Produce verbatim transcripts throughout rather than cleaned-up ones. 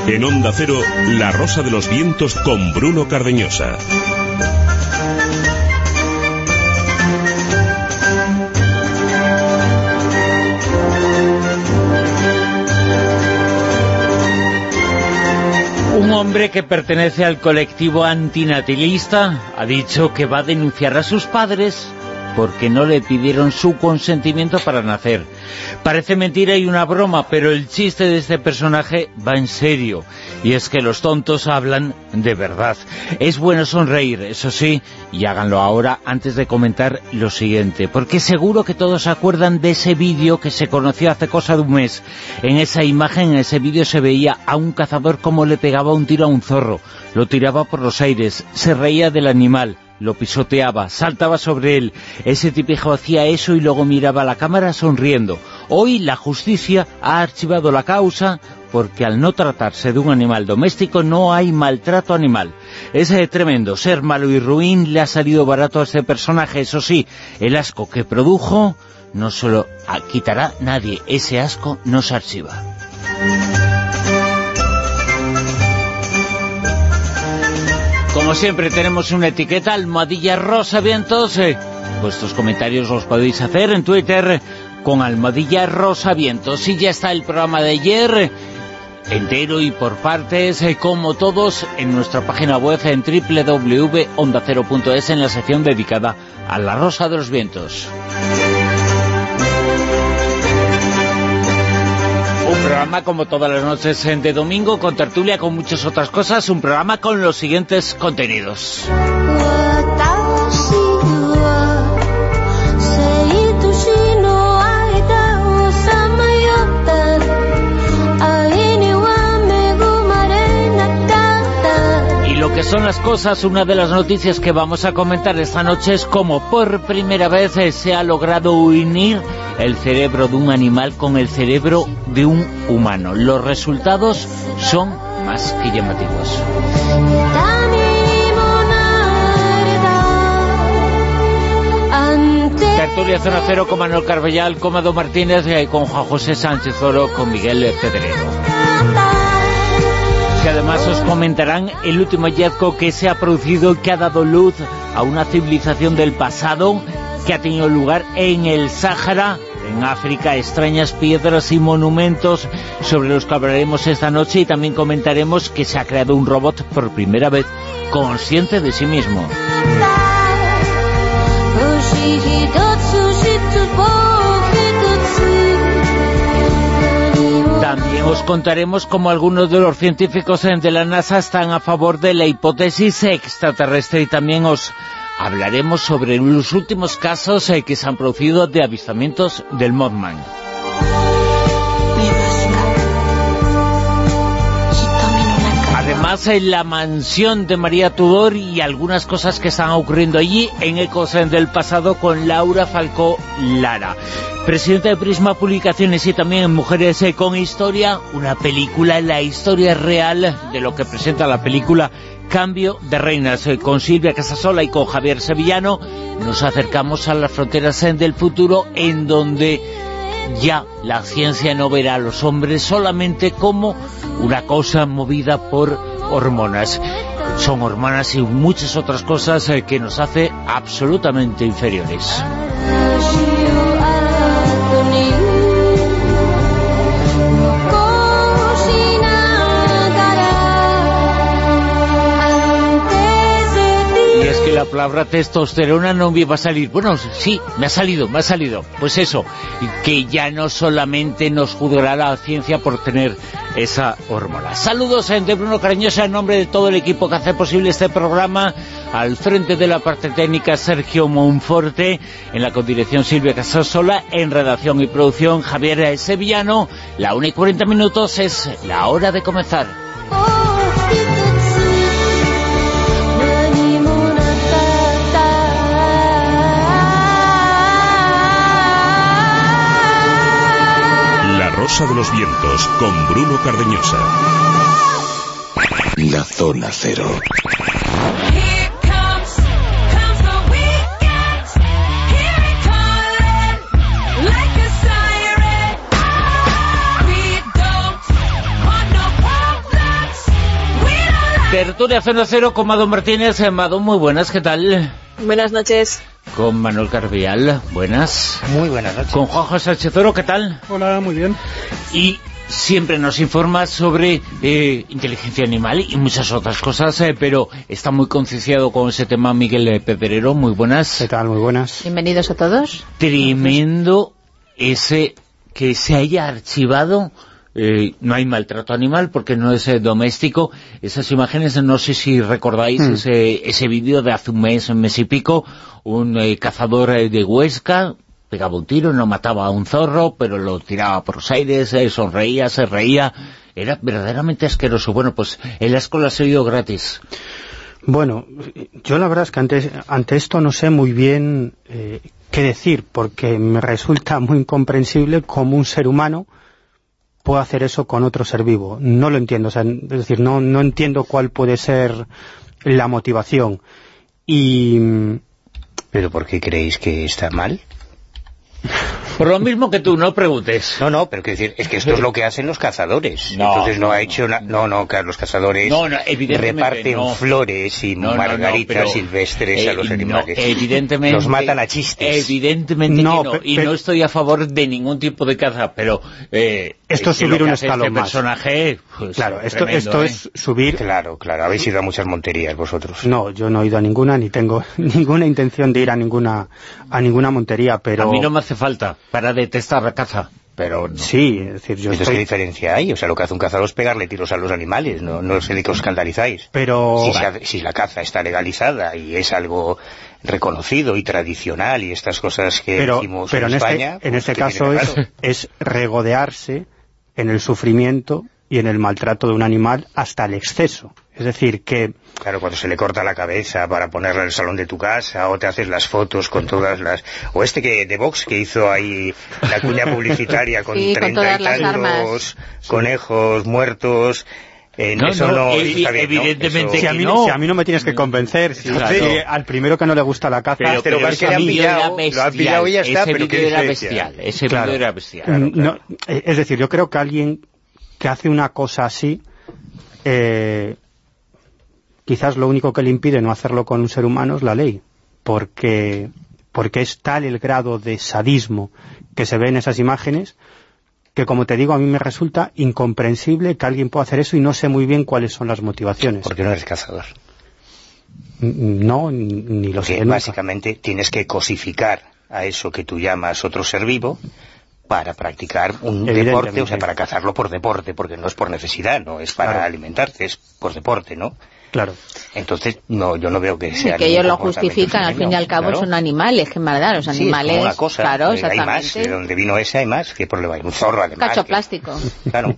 En Onda Cero, La Rosa de los Vientos con Bruno Cardeñosa. Un hombre que pertenece al colectivo antinatalista ha dicho que va a denunciar a sus padres porque no le pidieron su consentimiento para nacer. Parece mentira y una broma, pero el chiste de este personaje va en serio. Y es que los tontos hablan de verdad. Es bueno sonreír, eso sí, y háganlo ahora antes de comentar lo siguiente, porque seguro que todos se acuerdan de ese vídeo que se conoció hace cosa de un mes. En esa imagen, en ese vídeo, se veía a un cazador como le pegaba un tiro a un zorro, lo tiraba por los aires, se reía del animal, lo pisoteaba, saltaba sobre él. Ese tipejo hacía eso y luego miraba a la cámara sonriendo. Hoy la justicia ha archivado la causa porque al no tratarse de un animal doméstico no hay maltrato animal. Es eh, tremendo, ser malo y ruin le ha salido barato a este personaje. Eso sí, el asco que produjo no se lo quitará nadie, ese asco no se archiva. Como siempre tenemos una etiqueta, almohadilla rosa vientos. Eh, vuestros comentarios los podéis hacer en Twitter con almohadilla rosa vientos. Y ya está el programa de ayer, entero y por partes, eh, como todos, en nuestra página web en doble u doble u doble u punto onda cero punto es, en la sección dedicada a la Rosa de los Vientos. Un programa como todas las noches de domingo, con tertulia, con muchas otras cosas, un programa con los siguientes contenidos. Lo que son las cosas, una de las noticias que vamos a comentar esta noche es cómo por primera vez se ha logrado unir el cerebro de un animal con el cerebro de un humano. Los resultados son más que llamativos. Tertulia Zona Cero con Manuel Carballal, con Mado Martínez, con Juan José Sánchez Oro, con Miguel Cedrero. Que además os comentarán el último hallazgo que se ha producido y que ha dado luz a una civilización del pasado que ha tenido lugar en el Sáhara, en África, extrañas piedras y monumentos sobre los que hablaremos esta noche, y también comentaremos que se ha creado un robot por primera vez consciente de sí mismo. También os contaremos cómo algunos de los científicos de la NASA están a favor de la hipótesis extraterrestre, y también os hablaremos sobre los últimos casos que se han producido de avistamientos del Mothman. Además, en la mansión de María Tudor y algunas cosas que están ocurriendo allí en Ecos del Pasado con Laura Falcó Lara, presidenta de Prisma Publicaciones, y también en Mujeres con Historia, una película, la historia real de lo que presenta la película Cambio de Reinas, con Silvia Casasola y con Javier Sevillano. Nos acercamos a las fronteras del futuro, en donde ya la ciencia no verá a los hombres solamente como una cosa movida por hormonas. Son hormonas y muchas otras cosas que nos hace absolutamente inferiores. La palabra testosterona no me iba a salir. Bueno, sí, me ha salido, me ha salido. Pues eso, que ya no solamente nos juzgará la ciencia por tener esa hormona. Saludos de Bruno Cardeñosa en nombre de todo el equipo que hace posible este programa. Al frente de la parte técnica Sergio Monforte, en la codirección Silvia Casasola, en redacción y producción Javier Sevillano. La una y cuarenta minutos es la hora de comenzar. Rosa de los Vientos con Bruno Cardeñosa. La Zona Cero. Tertulia Cero Cero con Mado Martínez. Mado, muy buenas, ¿qué tal? Buenas noches. Con Manuel Carvial, buenas. Muy buenas noches. Con Juanjo Sánchez Oro, ¿qué tal? Hola, muy bien. Y siempre nos informa sobre eh, inteligencia animal y muchas otras cosas, eh, pero está muy concienciado con ese tema Miguel Pedrero. Muy buenas. ¿Qué tal? Muy buenas. Bienvenidos a todos. Tremendo ese que se haya archivado. Eh, no hay maltrato animal porque no es eh, doméstico. Esas imágenes, no sé si recordáis mm. ese, ese vídeo de hace un mes, un mes y pico, un eh, cazador eh, de Huesca pegaba un tiro, no mataba a un zorro, pero lo tiraba por los aires, eh, sonreía, se reía. Era verdaderamente asqueroso. Bueno, pues el asco lo ha seguido gratis. Bueno, yo la verdad es que ante, ante esto no sé muy bien eh, qué decir, porque me resulta muy incomprensible cómo un ser humano puede hacer eso con otro ser vivo. No lo entiendo, o sea, es decir, no, no entiendo cuál puede ser la motivación. Y... ¿Pero por qué creéis que está mal? Por lo mismo que tú, no preguntes. No, no, pero quiero decir, es que esto es lo que hacen los cazadores. No, Entonces no, no ha hecho nada. No, no, claro, los cazadores no, no, reparten no. flores y no, margaritas no, no, pero, silvestres eh, a los animales. No, evidentemente. Los matan a chistes. Evidentemente no, que no. Y no estoy a favor de ningún tipo de caza, pero... Eh, esto es subir un escalón este más. personaje, pues, claro, esto, tremendo, esto ¿eh? es subir... Claro, claro, habéis ido a muchas monterías vosotros. No, yo no he ido a ninguna, ni tengo ninguna intención de ir a ninguna a ninguna montería, pero... A mí no me hace falta para detestar la caza, pero no. Sí, es decir, yo Entonces, estoy... ¿qué diferencia hay? O sea, lo que hace un cazador es pegarle tiros a los animales, no, no sé de qué os escandalizáis. Pero... Si, se, si la caza está legalizada y es algo reconocido y tradicional y estas cosas que pero, decimos pero en, en España... Este, en pues, este caso es, es regodearse en el sufrimiento y en el maltrato de un animal hasta el exceso. Es decir, que... Claro, cuando se le corta la cabeza para ponerla en el salón de tu casa, o te haces las fotos con todas las... O este que de Vox, que hizo ahí la cuña publicitaria con sí, treinta con y tantos conejos muertos... Eh, no, eso no, no evi está bien, evidentemente ¿no? Eso... Si, a mí, no. si a mí no me tienes que convencer, si, claro. si al primero que no le gusta la caza... Pero, pero, pero es que le han pillado, lo han pillado y ya está, ese pero vídeo era bestial, ese claro. vídeo era bestial. Claro, claro. No, es decir, yo creo que alguien que hace una cosa así... Eh, quizás lo único que le impide no hacerlo con un ser humano es la ley, porque, porque es tal el grado de sadismo que se ve en esas imágenes, que como te digo, a mí me resulta incomprensible que alguien pueda hacer eso y no sé muy bien cuáles son las motivaciones. Porque no eres cazador. No, ni lo sé. Básicamente tienes que cosificar a eso que tú llamas otro ser vivo para practicar un deporte, o sea, para cazarlo por deporte, porque no es por necesidad, no es para claro. alimentarte, es por deporte, ¿no? Claro. Entonces, no, yo no veo que sea... Y que ellos lo justifican, al fin y al cabo claro. son animales, que maldad, los animales... Sí, es una cosa, claro, eh, hay más, de donde vino ese hay más, ¿qué problema hay? Un zorro, además. Cacho que, plástico. Claro.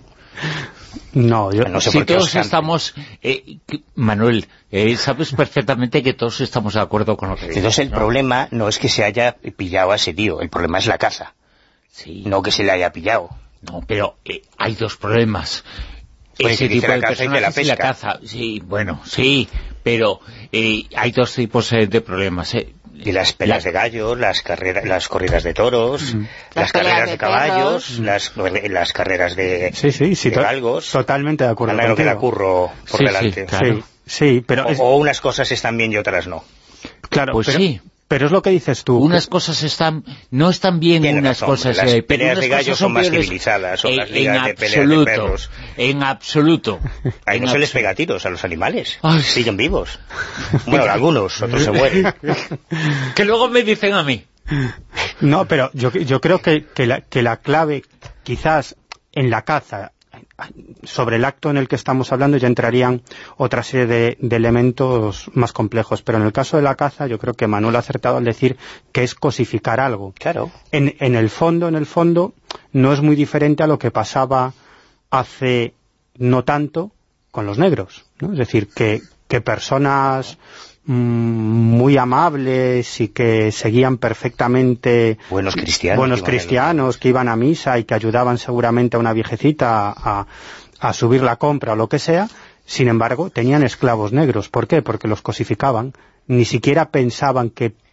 No, yo no sé si por qué todos estamos... Eh, Manuel, eh, sabes perfectamente que todos estamos de acuerdo con lo que dices. Entonces el ¿no? problema no es que se haya pillado a ese tío, el problema es la caza. Sí. No que se le haya pillado. No, pero eh, hay dos problemas. Pues ese tipo la de caza y de la pesca. La caza, sí, bueno, sí, pero eh, hay dos tipos eh, de problemas. Eh. Y las peleas la... de gallos, las carreras, las corridas de toros, mm. las, las carreras de, de caballos, las, las carreras de, sí, sí, sí, de to galgos. Totalmente de acuerdo contigo. Que la curro por sí, delante. Sí, claro. sí, sí, pero... O, es... o unas cosas están bien y otras no. Claro, pues pero... sí. Pero es lo que dices tú. Unas cosas están, no están bien, Tienes unas razón, cosas... Las eh, peleas pero de gallos son, son más civilizadas, son en, las ligas en de peleas de perros. En absoluto. Ahí en no se les pega tiros a los animales. Ay. Siguen vivos. Bueno, algunos, otros se mueren. Que luego me dicen a mí. No, pero yo, yo creo que, que, la, que la clave, quizás en la caza, sobre el acto en el que estamos hablando ya entrarían otra serie de, de elementos más complejos, pero en el caso de la caza yo creo que Manuel ha acertado al decir que es cosificar algo. Claro. En, en el fondo, en el fondo, no es muy diferente a lo que pasaba hace no tanto con los negros, ¿no? Es decir, que, que personas mmm, muy amables y que seguían perfectamente... Buenos cristianos. Buenos cristianos que iban a misa y que ayudaban seguramente a una viejecita a, a subir la compra o lo que sea, sin embargo, tenían esclavos negros. ¿Por qué? Porque los cosificaban. Ni siquiera pensaban que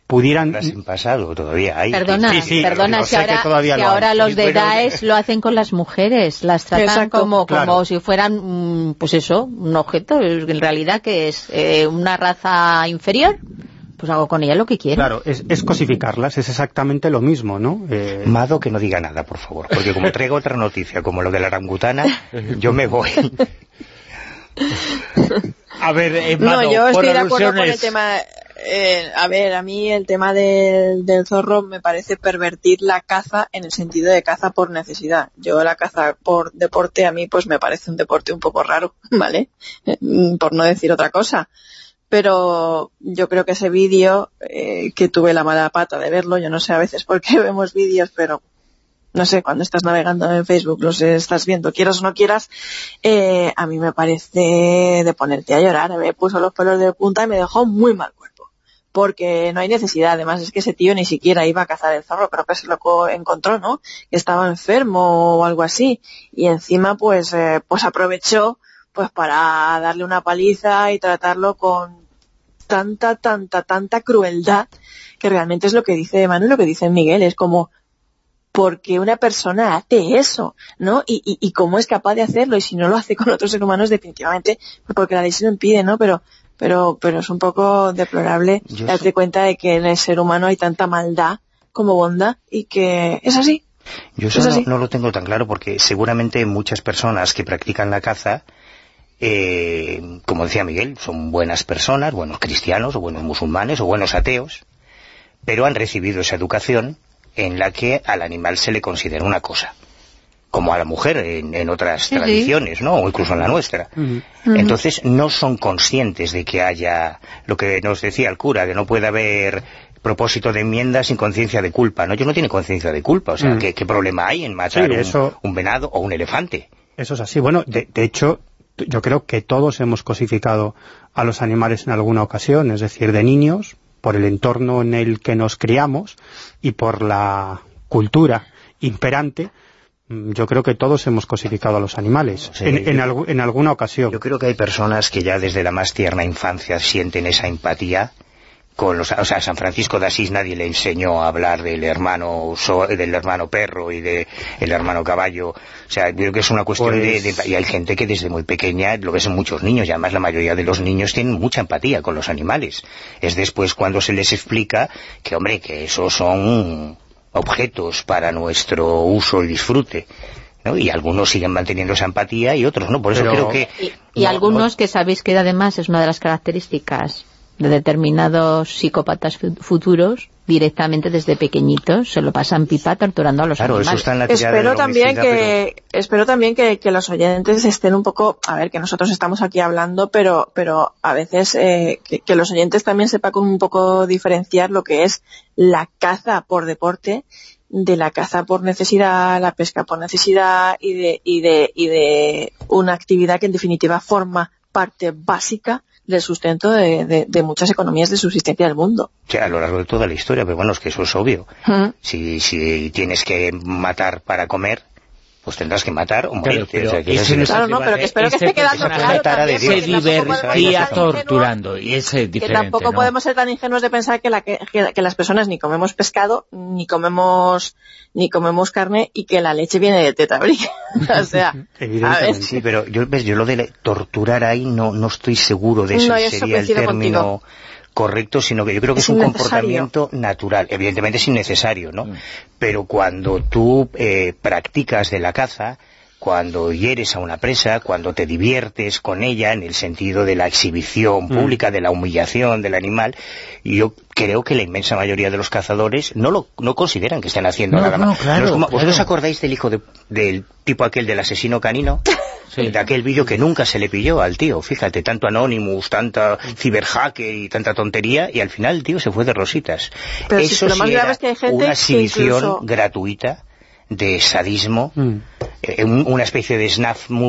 pudieran... en pasado todavía hay. Perdona, sí, sí, perdona, si ahora, si ahora los de Daesh lo hacen con las mujeres, las tratan Exacto, como, claro. como si fueran, pues eso, un objeto, en realidad que es eh, una raza inferior, pues hago con ella lo que quiero. Claro, es, es cosificarlas, es exactamente lo mismo, ¿no? Eh... Mado, que no diga nada, por favor, porque como traigo otra noticia, como lo de la orangutana, yo me voy. A ver, eh, Mado, no, yo estoy por de acuerdo alusiones... con el tema... Eh, a ver, a mí el tema del, del zorro me parece pervertir la caza en el sentido de caza por necesidad. Yo la caza por deporte a mí pues me parece un deporte un poco raro, ¿vale? Eh, por no decir otra cosa. Pero yo creo que ese vídeo, eh, que tuve la mala pata de verlo, yo no sé a veces por qué vemos vídeos, pero no sé, cuando estás navegando en Facebook, los estás viendo, quieras o no quieras, eh, a mí me parece de ponerte a llorar. Me puso los pelos de punta y me dejó muy mal cuerpo. Porque no hay necesidad, además es que ese tío ni siquiera iba a cazar el zorro, creo que se lo encontró, ¿no? Que estaba enfermo o algo así, y encima pues eh, pues aprovechó pues para darle una paliza y tratarlo con tanta, tanta, tanta crueldad, que realmente es lo que dice Manuel, lo que dice Miguel, es como, ¿por qué una persona hace eso? ¿No? Y, y, y cómo es capaz de hacerlo, y si no lo hace con otros seres humanos, definitivamente, porque la ley se lo impide, ¿no? Pero pero pero es un poco deplorable Yo darte so... cuenta de que en el ser humano hay tanta maldad como bondad, y que es así. Yo eso no, no lo tengo tan claro, porque seguramente muchas personas que practican la caza, eh, como decía Miguel, son buenas personas, buenos cristianos, o buenos musulmanes, o buenos ateos, pero han recibido esa educación en la que al animal se le considera una cosa, como a la mujer en, en otras sí, tradiciones, ¿no? O incluso en la nuestra. Uh-huh. Entonces no son conscientes de que haya, lo que nos decía el cura, que no puede haber propósito de enmienda sin conciencia de culpa, ¿no? Ellos no tienen conciencia de culpa, o sea, uh-huh. ¿qué, ¿qué problema hay en matar sí, un, eso, un venado o un elefante? Eso es así. Bueno, de, de hecho, yo creo que todos hemos cosificado a los animales en alguna ocasión, es decir, de niños, por el entorno en el que nos criamos y por la cultura imperante. Yo creo que todos hemos cosificado a los animales, sí, en, en, yo, algu en alguna ocasión. Yo creo que hay personas que ya desde la más tierna infancia sienten esa empatía con los... O sea, a San Francisco de Asís nadie le enseñó a hablar del hermano so, del hermano perro y del de hermano caballo. O sea, yo creo que es una cuestión pues... de, de... Y hay gente que desde muy pequeña, lo ves en muchos niños, y además la mayoría de los niños tienen mucha empatía con los animales. Es después cuando se les explica que, hombre, que esos son objetos para nuestro uso y disfrute, ¿no? Y algunos siguen manteniendo esa empatía y otros no, por eso Pero... creo que... Y, y no, algunos no... que sabéis que además es una de las características de determinados psicópatas futuros, directamente desde pequeñitos se lo pasan pipa torturando a los claro, animales. Eso está en la espero también que pero... espero también que, que los oyentes estén un poco, a ver, que nosotros estamos aquí hablando, pero pero a veces eh, que, que los oyentes también sepan un poco diferenciar lo que es la caza por deporte de la caza por necesidad, la pesca por necesidad y de y de y de una actividad que en definitiva forma parte básica del sustento de, de, de muchas economías de subsistencia del mundo. O sea, a lo largo de toda la historia, pero bueno, es que eso es obvio. ¿Mm? Si, si tienes que matar para comer, pues tendrás que matar o morirte. Claro, o sea, que ese, es claro, no, pero que espero este que esté quedando claro también, se divertía torturando, y es diferente, que tampoco ¿no? podemos ser tan ingenuos de pensar que, la, que, que las personas ni comemos pescado, ni comemos ni comemos carne, y que la leche viene de Tetabric. O sea, a ver. Sí, pero yo, ves, yo lo de torturar ahí no, no estoy seguro de eso, no, sería el término... Contigo. Correcto, sino que yo creo que es, es un comportamiento natural. Evidentemente es innecesario, ¿no? Mm. Pero cuando tú eh, practicas de la caza, cuando hieres a una presa, cuando te diviertes con ella, en el sentido de la exhibición pública, mm. de la humillación del animal, yo creo que la inmensa mayoría de los cazadores no lo no consideran que estén haciendo no, nada no, más. Claro, no es como, claro. ¿Vosotros acordáis del hijo de, del tipo aquel del asesino canino? Sí. De aquel vídeo que nunca se le pilló al tío, fíjate, tanto Anonymous, tanta ciberhacker y tanta tontería, y al final el tío se fue de rositas. Pero Eso si lo más sí grave era es que hay gente una exhibición incluso... gratuita de sadismo, mm. eh, un, una especie de snuff movie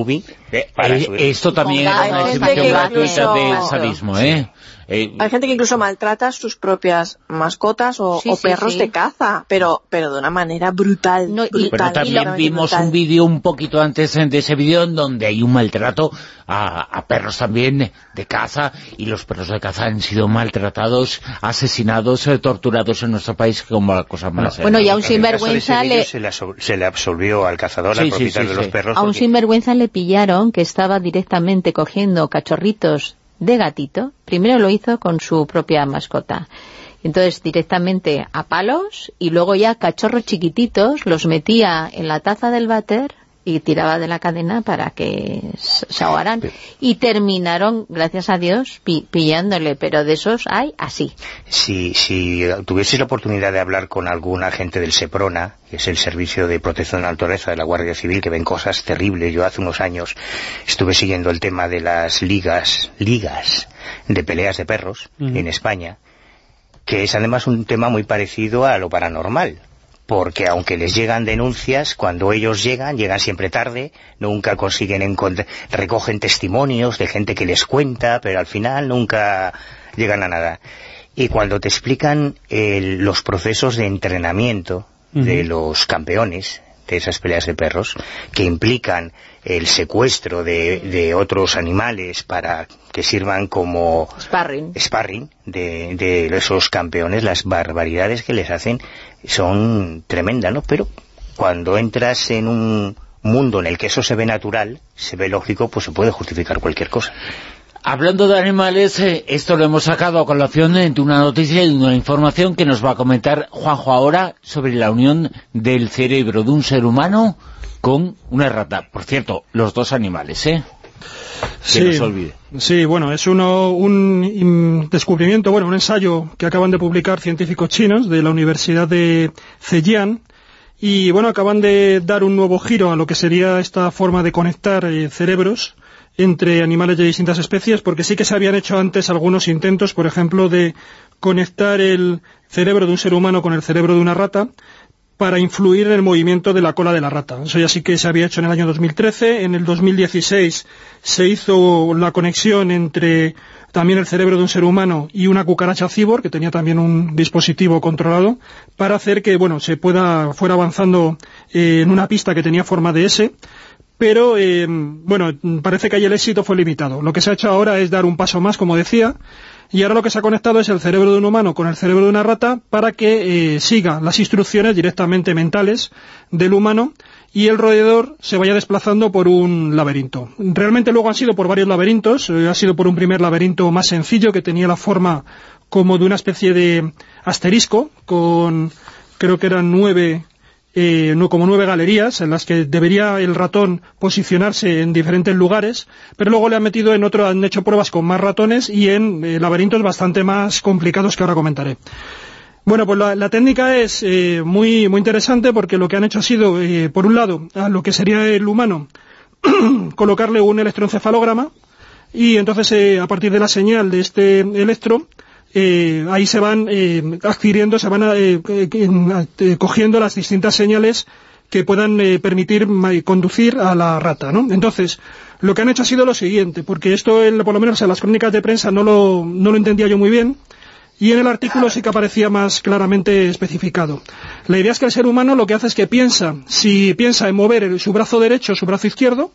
Eh, eh, esto también es una exhibición gratuita de sadismo, ¿eh? Eh, Hay gente que incluso maltrata a sus propias mascotas o, sí, o perros sí, sí. de caza, pero pero de una manera brutal. No, brutal pero también vimos brutal. un vídeo un poquito antes de ese vídeo en donde hay un maltrato a, a perros también de caza, y los perros de caza han sido maltratados, asesinados, eh, torturados en nuestro país como la cosa más. No. Bueno, y a un sinvergüenza le... Se le, se le absolvió al cazador, sí, al propietario sí, sí, de los sí. perros. A un porque... sinvergüenza le pillaron que estaba directamente cogiendo cachorritos de gatito. Primero lo hizo con su propia mascota, entonces directamente a palos, y luego ya cachorros chiquititos los metía en la taza del váter y tiraba de la cadena para que se ahogaran, y terminaron, gracias a Dios, pi pillándole, pero de esos hay así. Si, si tuvieses la oportunidad de hablar con algún agente del Seprona, que es el Servicio de Protección de la Naturaleza de la Guardia Civil, que ven cosas terribles. Yo hace unos años estuve siguiendo el tema de las ligas, ligas de peleas de perros uh-huh. en España, que es además un tema muy parecido a lo paranormal. Porque aunque les llegan denuncias, cuando ellos llegan, llegan siempre tarde, nunca consiguen encontrar, recogen testimonios de gente que les cuenta, pero al final nunca llegan a nada. Y cuando te explican el, los procesos de entrenamiento uh-huh. de los campeones de esas peleas de perros, que implican el secuestro de, de otros animales para que sirvan como sparring, sparring de, de esos campeones, las barbaridades que les hacen son tremendas, ¿no? Pero cuando entras en un mundo en el que eso se ve natural, se ve lógico, pues se puede justificar cualquier cosa. Hablando de animales, eh, esto lo hemos sacado a colación de una noticia y de una información que nos va a comentar Juanjo ahora sobre la unión del cerebro de un ser humano con una rata. Por cierto, los dos animales, ¿eh? Que sí, no se olvide. Sí, bueno, es uno, un descubrimiento, bueno, un ensayo que acaban de publicar científicos chinos de la Universidad de Zhejiang, y bueno, acaban de dar un nuevo giro a lo que sería esta forma de conectar eh, cerebros entre animales de distintas especies, porque sí que se habían hecho antes algunos intentos, por ejemplo, de conectar el cerebro de un ser humano con el cerebro de una rata para influir en el movimiento de la cola de la rata. Eso ya sí que se había hecho en el año dos mil trece. En el dos mil dieciséis se hizo la conexión entre también el cerebro de un ser humano y una cucaracha cibor, que tenía también un dispositivo controlado, para hacer que, bueno, se pueda fuera avanzando eh, en una pista que tenía forma de S. Pero, eh, bueno, parece que ahí el éxito fue limitado. Lo que se ha hecho ahora es dar un paso más, como decía, y ahora lo que se ha conectado es el cerebro de un humano con el cerebro de una rata para que eh, siga las instrucciones directamente mentales del humano y el roedor se vaya desplazando por un laberinto. Realmente luego han sido por varios laberintos. Eh, ha sido por un primer laberinto más sencillo que tenía la forma como de una especie de asterisco con, creo que eran nueve... Eh, no, como nueve galerías en las que debería el ratón posicionarse en diferentes lugares, pero luego le han metido en otro, han hecho pruebas con más ratones y en eh, laberintos bastante más complicados que ahora comentaré. Bueno, pues la, la técnica es eh, muy muy interesante porque lo que han hecho ha sido, eh, por un lado, a lo que sería el humano, colocarle un electroencefalograma y entonces eh, a partir de la señal de este electro, Eh, ahí se van eh, adquiriendo, se van eh, eh, cogiendo las distintas señales que puedan eh, permitir conducir a la rata, ¿no? Entonces, lo que han hecho ha sido lo siguiente, porque esto, en, por lo menos en las crónicas de prensa, no lo, no lo entendía yo muy bien, y en el artículo sí que aparecía más claramente especificado. La idea es que el ser humano lo que hace es que piensa, si piensa en mover el, su brazo derecho o su brazo izquierdo,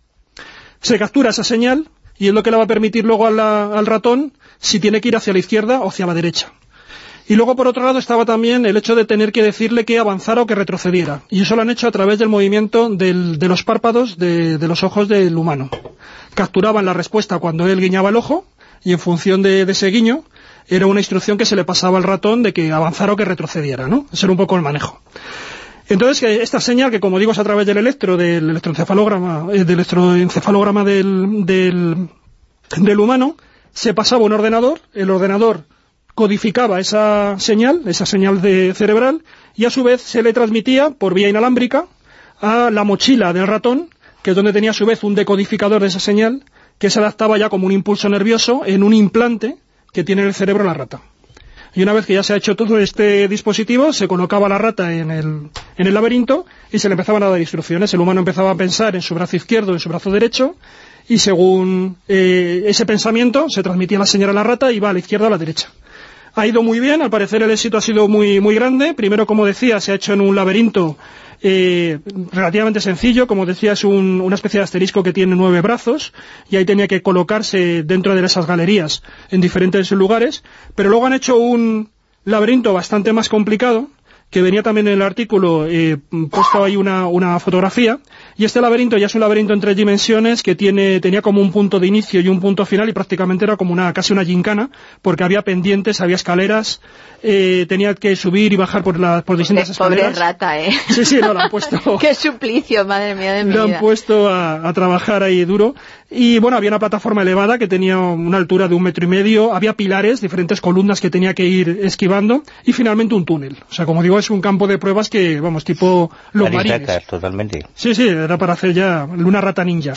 se captura esa señal, y es lo que le va a permitir luego a la, al ratón si tiene que ir hacia la izquierda o hacia la derecha. Y luego, por otro lado, estaba también el hecho de tener que decirle que avanzara o que retrocediera. Y eso lo han hecho a través del movimiento del, de los párpados de, de los ojos del humano. Capturaban la respuesta cuando él guiñaba el ojo, y en función de, de ese guiño, era una instrucción que se le pasaba al ratón de que avanzara o que retrocediera, ¿no? Ese era un poco el manejo. Entonces, esta señal, que como digo es a través del electro, del electroencefalograma, eh, del electroencefalograma del, del, del humano, se pasaba a un ordenador, el ordenador codificaba esa señal, esa señal de cerebral, y a su vez se le transmitía por vía inalámbrica a la mochila del ratón, que es donde tenía a su vez un decodificador de esa señal, que se adaptaba ya como un impulso nervioso en un implante que tiene en el cerebro la rata. Y una vez que ya se ha hecho todo este dispositivo, se colocaba la rata en el, en el laberinto y se le empezaban a dar instrucciones. El humano empezaba a pensar en su brazo izquierdo, en su brazo derecho, y según eh, ese pensamiento se transmitía la señal a la rata y va a la izquierda o a la derecha. Ha ido muy bien, al parecer el éxito ha sido muy, muy grande. Primero, como decía, se ha hecho en un laberinto eh, relativamente sencillo. Como decía, es un, una especie de asterisco que tiene nueve brazos, y ahí tenía que colocarse dentro de esas galerías en diferentes lugares. Pero luego han hecho un laberinto bastante más complicado, que venía también en el artículo, eh, puesto ahí una, una fotografía, y este laberinto ya es un laberinto en tres dimensiones que tiene, tenía como un punto de inicio y un punto final, y prácticamente era como una, casi una gincana, porque había pendientes, había escaleras, eh, tenía que subir y bajar por, la, por distintas pobre, escaleras. Pobre rata, ¿eh? Sí, sí, no, lo han puesto... ¡Qué suplicio, madre mía de mi vida! Lo han puesto a, a trabajar ahí duro, y bueno, había una plataforma elevada que tenía una altura de un metro y medio, había pilares, diferentes columnas que tenía que ir esquivando, y finalmente un túnel. O sea, como digo, es un campo de pruebas que, vamos, tipo los marines. Totalmente. Sí, sí, era para hacer ya una rata ninja.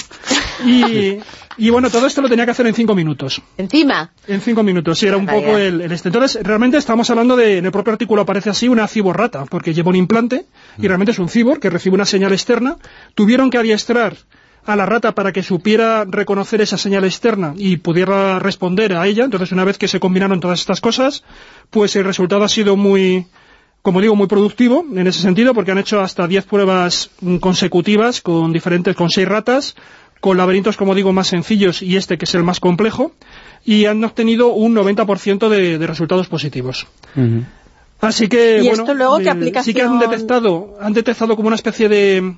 Y, y bueno, todo esto lo tenía que hacer en cinco minutos. ¿Encima? En cinco minutos, sí, era un poco el, el este. Entonces, realmente estamos hablando de, en el propio artículo aparece así, una ciborrata, porque lleva un implante, y realmente es un cibor que recibe una señal externa. Tuvieron que adiestrar a la rata para que supiera reconocer esa señal externa y pudiera responder a ella. Entonces, una vez que se combinaron todas estas cosas, pues el resultado ha sido muy, como digo, muy productivo en ese sentido, porque han hecho hasta diez pruebas consecutivas con diferentes, con seis ratas, con laberintos, como digo, más sencillos y este que es el más complejo, y han obtenido un noventa por ciento de, de resultados positivos. Uh-huh. Así que, ¿Y bueno, esto luego qué eh, aplicación? sí que han detectado, han detectado como una especie de...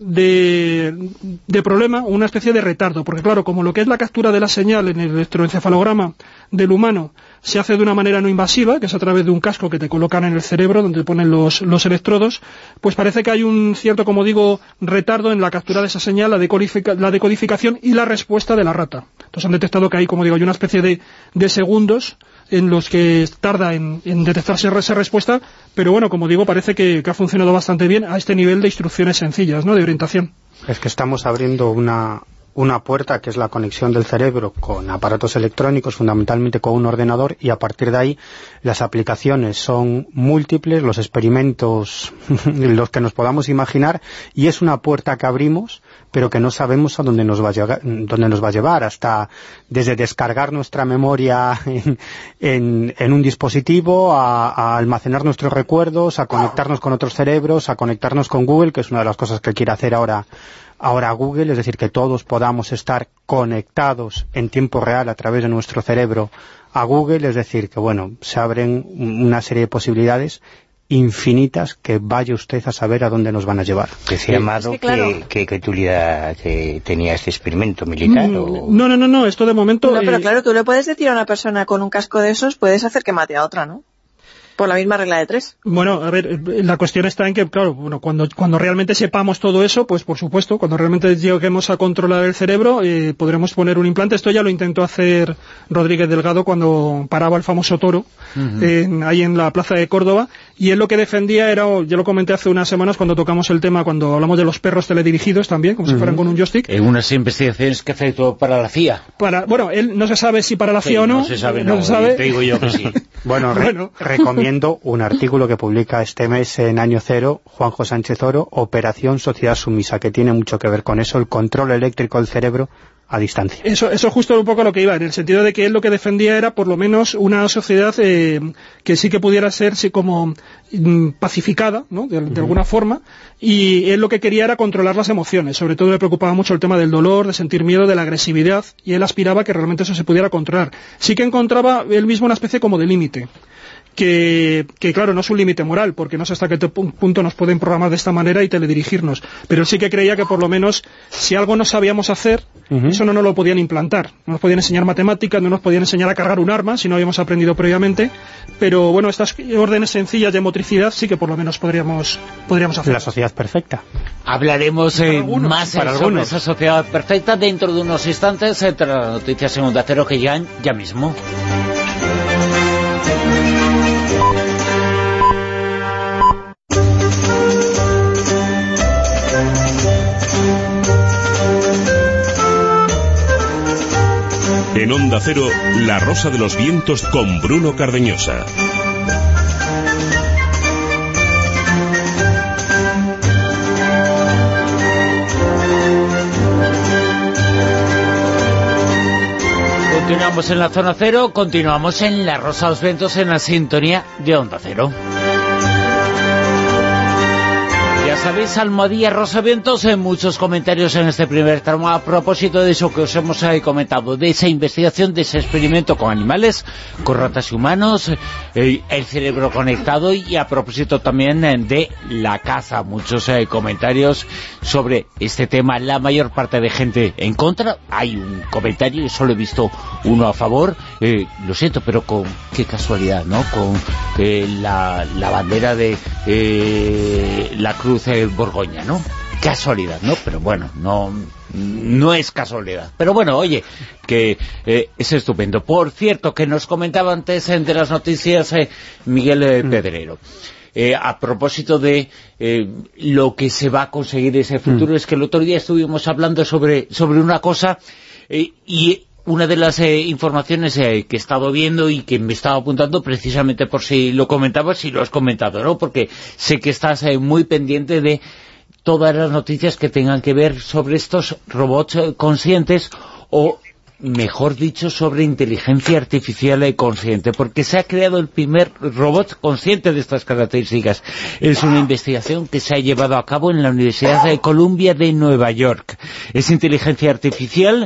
De, de problema, una especie de retardo, porque claro, como lo que es la captura de la señal en el electroencefalograma del humano se hace de una manera no invasiva, que es a través de un casco que te colocan en el cerebro donde ponen los, los electrodos, pues parece que hay un cierto, como digo, retardo en la captura de esa señal, la, decodifica, la decodificación y la respuesta de la rata. Entonces han detectado que hay, como digo, hay una especie de, de segundos en los que tarda en, en detectarse esa respuesta, pero bueno, como digo, parece que, que ha funcionado bastante bien a este nivel de instrucciones sencillas, ¿no?, de orientación. Es que estamos abriendo una, una puerta que es la conexión del cerebro con aparatos electrónicos, fundamentalmente con un ordenador, y a partir de ahí las aplicaciones son múltiples, los experimentos los que nos podamos imaginar, y es una puerta que abrimos, pero que no sabemos a dónde nos va a llegar, dónde nos va a llevar, hasta desde descargar nuestra memoria en, en, en un dispositivo, a, a almacenar nuestros recuerdos, a conectarnos con otros cerebros, a conectarnos con Google, que es una de las cosas que quiere hacer ahora ahora Google, es decir, que todos podamos estar conectados en tiempo real a través de nuestro cerebro a Google, es decir, que bueno, se abren una serie de posibilidades infinitas que vaya usted a saber a dónde nos van a llevar. Decía Amado, es que, claro, que, que, que utilidad que tenía este experimento militar. Mm, o... No, no, no, no, esto de momento... No, pero eh... claro, tú le puedes decir a una persona con un casco de esos, puedes hacer que mate a otra, ¿no? Por la misma regla de tres. Bueno, a ver, la cuestión está en que, claro, bueno, cuando, cuando realmente sepamos todo eso, pues por supuesto, cuando realmente lleguemos a controlar el cerebro, eh, podremos poner un implante. Esto ya lo intentó hacer Rodríguez Delgado cuando paraba el famoso toro, uh-huh. en, ahí en la plaza de Córdoba, y él lo que defendía era, yo lo comenté hace unas semanas cuando tocamos el tema, cuando hablamos de los perros teledirigidos también, como uh-huh. si fueran con un joystick. En unas investigaciones que efectuó para la C I A. Para, bueno, él no se sabe si para la sí, C I A o no. No se sabe, no, no, se sabe. Te digo yo que sí. Bueno, re bueno, recomiendo un artículo que publica este mes en Año Cero, Juanjo Sánchez Oro, Operación Sociedad Sumisa, que tiene mucho que ver con eso, el control eléctrico del cerebro a distancia. Eso, eso justo un poco a lo que iba, en el sentido de que él lo que defendía era por lo menos una sociedad eh, que sí que pudiera ser sí, como mm, pacificada, ¿no?, de, de uh-huh. alguna forma, y él lo que quería era controlar las emociones. Sobre todo le preocupaba mucho el tema del dolor, de sentir miedo, de la agresividad, y él aspiraba que realmente eso se pudiera controlar. Sí que encontraba él mismo una especie como de límite. Que, que claro, no es un límite moral, porque no sé hasta qué punto nos pueden programar de esta manera y teledirigirnos, pero sí que creía que por lo menos si algo no sabíamos hacer, uh-huh. eso no nos lo podían implantar, no nos podían enseñar matemáticas, no nos podían enseñar a cargar un arma si no habíamos aprendido previamente, pero bueno, estas órdenes sencillas de motricidad sí que por lo menos podríamos, podríamos hacer. La sociedad perfecta. Hablaremos eh, algunos, más para sobre algunos. esa sociedad perfecta dentro de unos instantes, entre las noticias en Onda Cero que llegan ya mismo. En Onda Cero, La Rosa de los Vientos con Bruno Cardeñosa. estamos en la Zona Cero, continuamos en La Rosa de los Vientos, en la sintonía de Onda Cero. Ya sabéis, almohadilla Rosa Vientos, en muchos comentarios en este primer tramo a propósito de eso que os hemos eh, comentado, de esa investigación, de ese experimento con animales, con ratas y humanos, eh, el cerebro conectado, y a propósito también eh, de la caza. Muchos eh, comentarios sobre este tema, la mayor parte de gente en contra. Hay un comentario, y solo he visto uno a favor, eh, lo siento, pero con qué casualidad, ¿no? Con eh, la, la bandera de eh, la Cruz de Borgoña, ¿no? Casualidad, ¿no? Pero bueno, no, no es casualidad. Pero bueno, oye, que eh, es estupendo. Por cierto, que nos comentaba antes eh, de las noticias eh, Miguel eh, Pedrero. Eh, a propósito de eh, lo que se va a conseguir ese futuro, mm. es que el otro día estuvimos hablando sobre, sobre una cosa eh, y una de las eh, informaciones eh, que he estado viendo y que me estaba apuntando precisamente por si lo comentabas, si lo has comentado, ¿no? Porque sé que estás eh, muy pendiente de todas las noticias que tengan que ver sobre estos robots eh, conscientes, o mejor dicho, sobre inteligencia artificial eh, consciente, porque se ha creado el primer robot consciente de estas características. Es una investigación que se ha llevado a cabo en la Universidad de Columbia de Nueva York. Es inteligencia artificial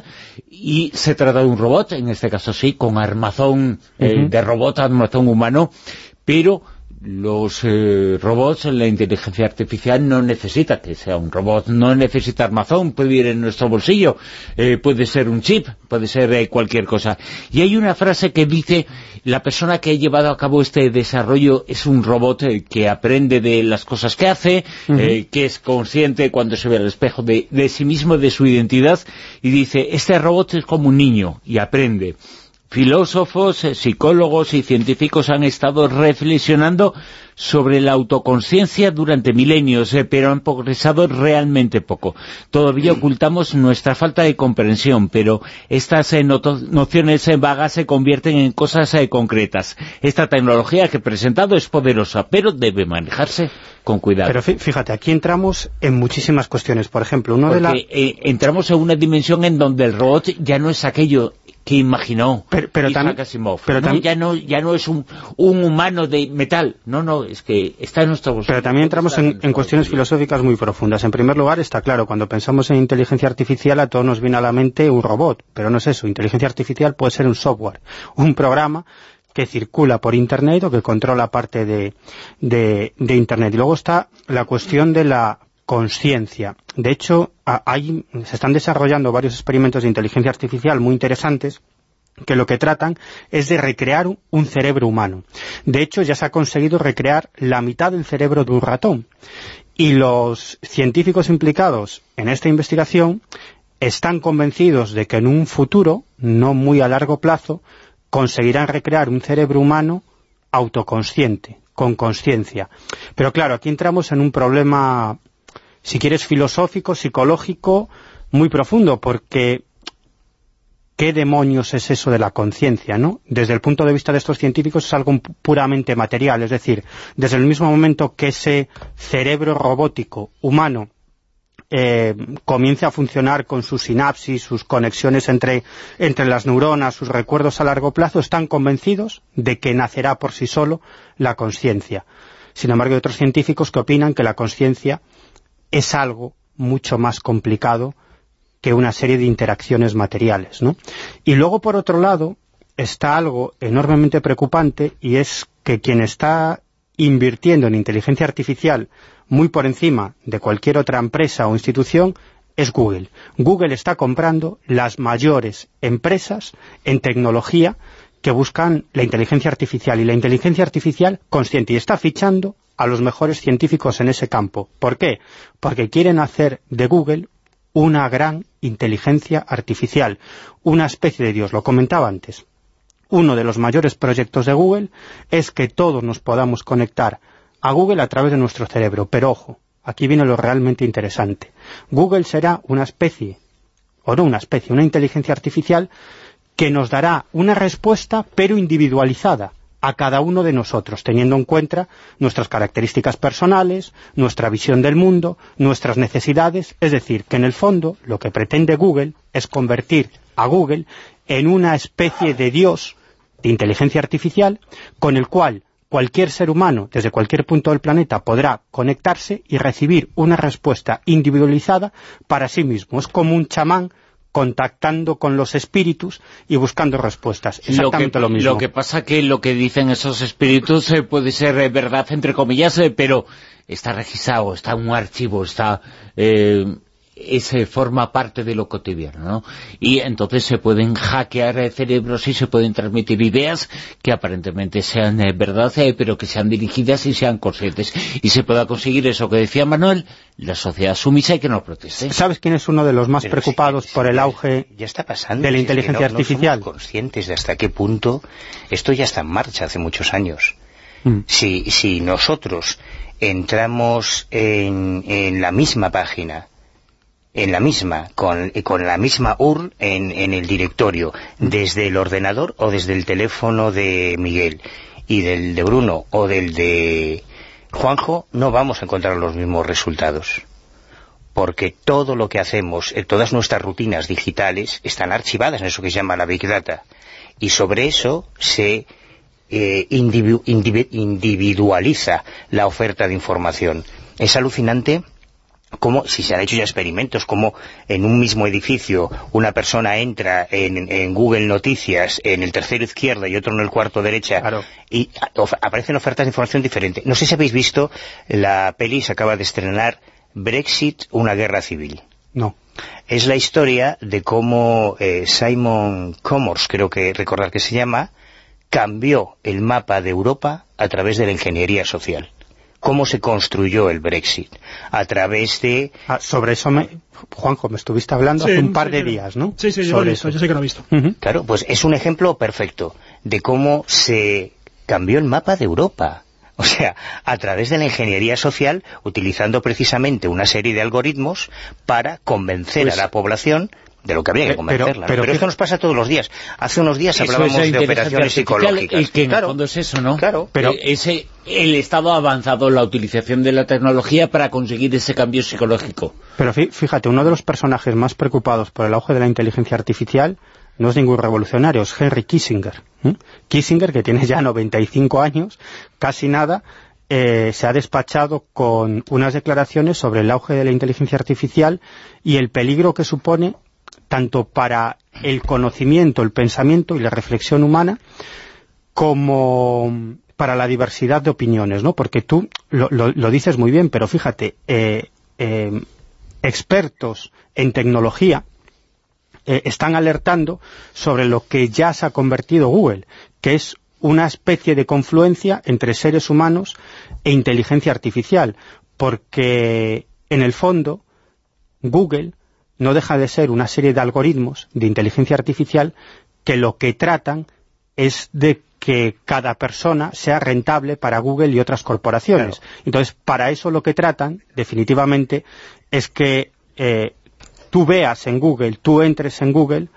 y se trata de un robot, en este caso sí, con armazón eh, uh-huh. de robot, armazón humano, pero los eh, robots, la inteligencia artificial no necesita que sea un robot, no necesita armazón, puede ir en nuestro bolsillo, eh, puede ser un chip, puede ser eh, cualquier cosa. Y hay una frase que dice, la persona que ha llevado a cabo este desarrollo es un robot eh, que aprende de las cosas que hace, uh-huh. eh, que es consciente cuando se ve al espejo de, de sí mismo, de su identidad, y dice, este robot es como un niño y aprende. Filósofos, psicólogos y científicos han estado reflexionando sobre la autoconsciencia durante milenios, eh, pero han progresado realmente poco. Todavía ocultamos nuestra falta de comprensión, pero estas eh, noto- nociones eh, vagas se convierten en cosas eh, concretas. Esta tecnología que he presentado es poderosa, pero debe manejarse con cuidado. Pero fíjate, aquí entramos en muchísimas cuestiones. Por ejemplo, uno Porque, de las... Eh, entramos en una dimensión en donde el robot ya no es aquello que imaginó pero, pero Isaac Asimov. Pero no, ya, no, ya no es un, un humano de metal. No, no, es que está en nuestro bolsillo. Pero también entramos en, en cuestiones filosóficas muy profundas. En primer lugar, está claro, cuando pensamos en inteligencia artificial, a todos nos viene a la mente un robot. Pero no es eso. Inteligencia artificial puede ser un software, un programa que circula por Internet o que controla parte de, de, de Internet. Y luego está la cuestión de la conciencia. De hecho, hay, se están desarrollando varios experimentos de inteligencia artificial muy interesantes que lo que tratan es de recrear un cerebro humano. De hecho, ya se ha conseguido recrear la mitad del cerebro de un ratón. Y los científicos implicados en esta investigación están convencidos de que en un futuro, no muy a largo plazo, conseguirán recrear un cerebro humano autoconsciente, con conciencia. Pero claro, aquí entramos en un problema, si quieres, filosófico, psicológico, muy profundo, porque ¿qué demonios es eso de la conciencia, no? Desde el punto de vista de estos científicos es algo puramente material, es decir, desde el mismo momento que ese cerebro robótico humano eh, comience a funcionar con sus sinapsis, sus conexiones entre, entre las neuronas, sus recuerdos a largo plazo, están convencidos de que nacerá por sí solo la conciencia. Sin embargo, hay otros científicos que opinan que la conciencia es algo mucho más complicado que una serie de interacciones materiales, ¿no? Y luego, por otro lado, está algo enormemente preocupante, y es que quien está invirtiendo en inteligencia artificial muy por encima de cualquier otra empresa o institución es Google. Google está comprando las mayores empresas en tecnología que buscan la inteligencia artificial, y la inteligencia artificial consciente, y está fichando a los mejores científicos en ese campo. ¿Por qué? Porque quieren hacer de Google una gran inteligencia artificial, una especie de Dios. Lo comentaba antes. Uno de los mayores proyectos de Google es que todos nos podamos conectar a Google a través de nuestro cerebro. Pero ojo, aquí viene lo realmente interesante. Google será una especie, o no una especie, una inteligencia artificial que nos dará una respuesta, pero individualizada, a cada uno de nosotros, teniendo en cuenta nuestras características personales, nuestra visión del mundo, nuestras necesidades. Es decir, que en el fondo lo que pretende Google es convertir a Google en una especie de Dios de inteligencia artificial con el cual cualquier ser humano desde cualquier punto del planeta podrá conectarse y recibir una respuesta individualizada para sí mismo. Es como un chamán contactando con los espíritus y buscando respuestas. Exactamente lo, que, lo mismo. Lo que pasa que lo que dicen esos espíritus eh, puede ser eh, verdad, entre comillas, eh, pero está registrado, está en un archivo, está... Eh, ese forma parte de lo cotidiano, ¿no? Y entonces se pueden hackear cerebros y se pueden transmitir ideas que aparentemente sean eh, verdad, eh, pero que sean dirigidas y sean conscientes. Y se pueda conseguir eso que decía Manuel, la sociedad sumisa y que no proteste. ¿Sabes quién es uno de los más pero preocupados si, por si el auge ya está pasando, de la inteligencia es que no, artificial? No somos conscientes de hasta qué punto esto ya está en marcha hace muchos años. Mm. Si, si nosotros entramos en, en la misma página, en la misma, con, con la misma U R L en, en el directorio, desde el ordenador o desde el teléfono de Miguel, y del de Bruno o del de Juanjo, no vamos a encontrar los mismos resultados. Porque todo lo que hacemos, eh, todas nuestras rutinas digitales, están archivadas en eso que se llama la Big Data. Y sobre eso se eh, individu individu individualiza la oferta de información. Es alucinante como, si se han hecho ya experimentos, como en un mismo edificio una persona entra en, en Google Noticias, en el tercero izquierda y otro en el cuarto derecha, claro, y of aparecen ofertas de información diferentes. No sé si habéis visto la peli, se acaba de estrenar, Brexit, una guerra civil. No. Es la historia de cómo eh, Simon Comors, creo que recordar que se llama, cambió el mapa de Europa a través de la ingeniería social. Cómo se construyó el Brexit, a través de... Ah, sobre eso, me... Juanjo, me estuviste hablando sí, hace un par de días, ¿no? Sí, sí, yo sobre lo he visto, yo sé que lo he visto. Uh-huh. Claro, pues es un ejemplo perfecto de cómo se cambió el mapa de Europa. O sea, a través de la ingeniería social, utilizando precisamente una serie de algoritmos para convencer pues, a la población de lo que había que convencerla. Pero, pero, pero esto nos pasa todos los días. Hace unos días hablábamos de operaciones psicológicas. Y que en claro, el fondo es eso, ¿no? Claro. Pero ese, el Estado ha avanzado en la utilización de la tecnología para conseguir ese cambio psicológico. Pero fíjate, uno de los personajes más preocupados por el auge de la inteligencia artificial no es ningún revolucionario, es Henry Kissinger. ¿eh? Kissinger, que tiene ya noventa y cinco años, casi nada, eh, se ha despachado con unas declaraciones sobre el auge de la inteligencia artificial y el peligro que supone tanto para el conocimiento, el pensamiento y la reflexión humana, como para la diversidad de opiniones, ¿no? Porque tú lo, lo, lo dices muy bien, pero fíjate, eh, eh, expertos en tecnología eh, están alertando sobre lo que ya se ha convertido Google, que es una especie de confluencia entre seres humanos e inteligencia artificial, porque en el fondo Google no deja de ser una serie de algoritmos de inteligencia artificial que lo que tratan es de que cada persona sea rentable para Google y otras corporaciones. Claro. Entonces, para eso lo que tratan, definitivamente, es que eh, tú veas en Google, tú entres en Google,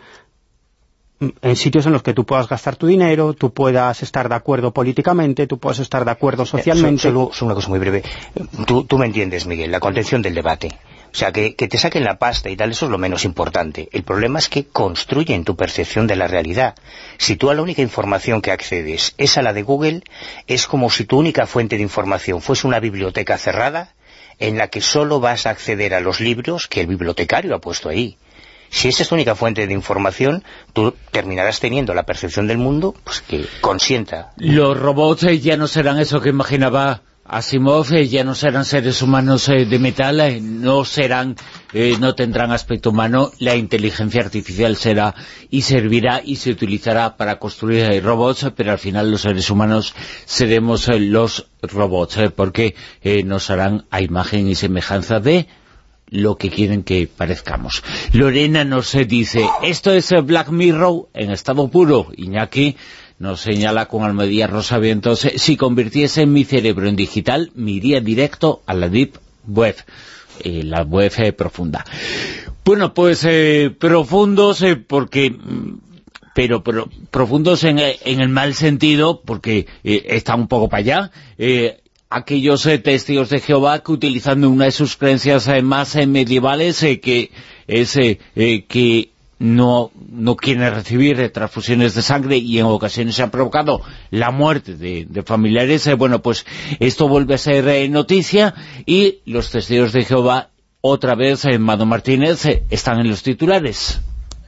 en sitios en los que tú puedas gastar tu dinero, tú puedas estar de acuerdo políticamente, tú puedas estar de acuerdo socialmente. Solo, solo una cosa muy breve. Tú, tú me entiendes, Miguel, la contención del debate. O sea, que, que te saquen la pasta y tal, eso es lo menos importante. El problema es que construyen tu percepción de la realidad. Si tú a la única información que accedes es a la de Google, es como si tu única fuente de información fuese una biblioteca cerrada en la que solo vas a acceder a los libros que el bibliotecario ha puesto ahí. Si esa es tu única fuente de información, tú terminarás teniendo la percepción del mundo pues que consienta. Los robots eh, ya no serán eso que imaginaba Asimov, eh, ya no serán seres humanos eh, de metal, eh, no serán, eh, no tendrán aspecto humano. La inteligencia artificial será y servirá y se utilizará para construir eh, robots, pero al final los seres humanos seremos eh, los robots, eh, porque eh, nos harán a imagen y semejanza de lo que quieren que parezcamos. Lorena nos eh, dice, esto es eh, Black Mirror en estado puro. Iñaki nos señala con Almedía Rosavientos, eh, si convirtiese mi cerebro en digital, me iría directo a la Deep Web, eh, la web eh, profunda. Bueno, pues eh, profundos, eh, porque... pero, pero profundos en, en el mal sentido, porque eh, está un poco para allá, eh, aquellos eh, testigos de Jehová que utilizando una de sus creencias eh, más eh, medievales, eh, que es eh, eh, que no, no quieren recibir transfusiones de sangre y en ocasiones se ha provocado la muerte de, de familiares, eh, bueno, pues esto vuelve a ser eh, noticia y los testigos de Jehová, otra vez, eh, Mado Martínez, eh, están en los titulares.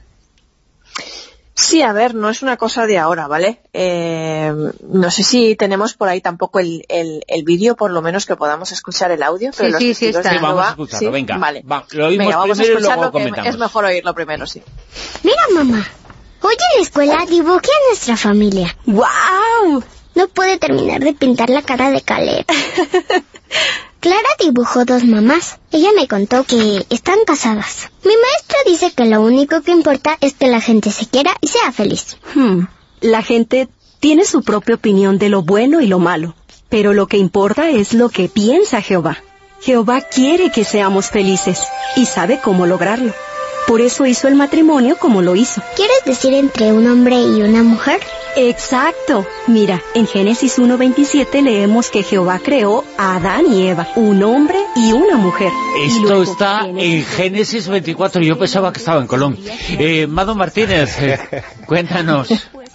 Sí, a ver, no es una cosa de ahora, ¿vale? Eh, no sé si tenemos por ahí tampoco el, el, el vídeo, por lo menos que podamos escuchar el audio. Pero sí, los sí, sí, está. Sí, vamos a escucharlo, ¿sí? Venga. Vale. Va, lo oímos venga, vamos primero a y luego escucharlo, comentamos. es mejor oírlo primero, sí. Mira, mamá, hoy en la escuela dibujé a nuestra familia. ¡Guau! No pude terminar de pintar la cara de Caleb. Clara dibujó dos mamás. Ella me contó que están casadas. Mi maestra dice que lo único que importa es que la gente se quiera y sea feliz. Hmm. La gente tiene su propia opinión de lo bueno y lo malo, pero lo que importa es lo que piensa Jehová. Jehová quiere que seamos felices y sabe cómo lograrlo. Por eso hizo el matrimonio como lo hizo. ¿Quieres decir entre un hombre y una mujer? Exacto. Mira, en Génesis uno veintisiete leemos que Jehová creó a Adán y Eva, un hombre y una mujer. Esto está en Génesis veinticuatro, yo pensaba que estaba en Colón. Eh, Mado Martínez, eh, cuéntanos.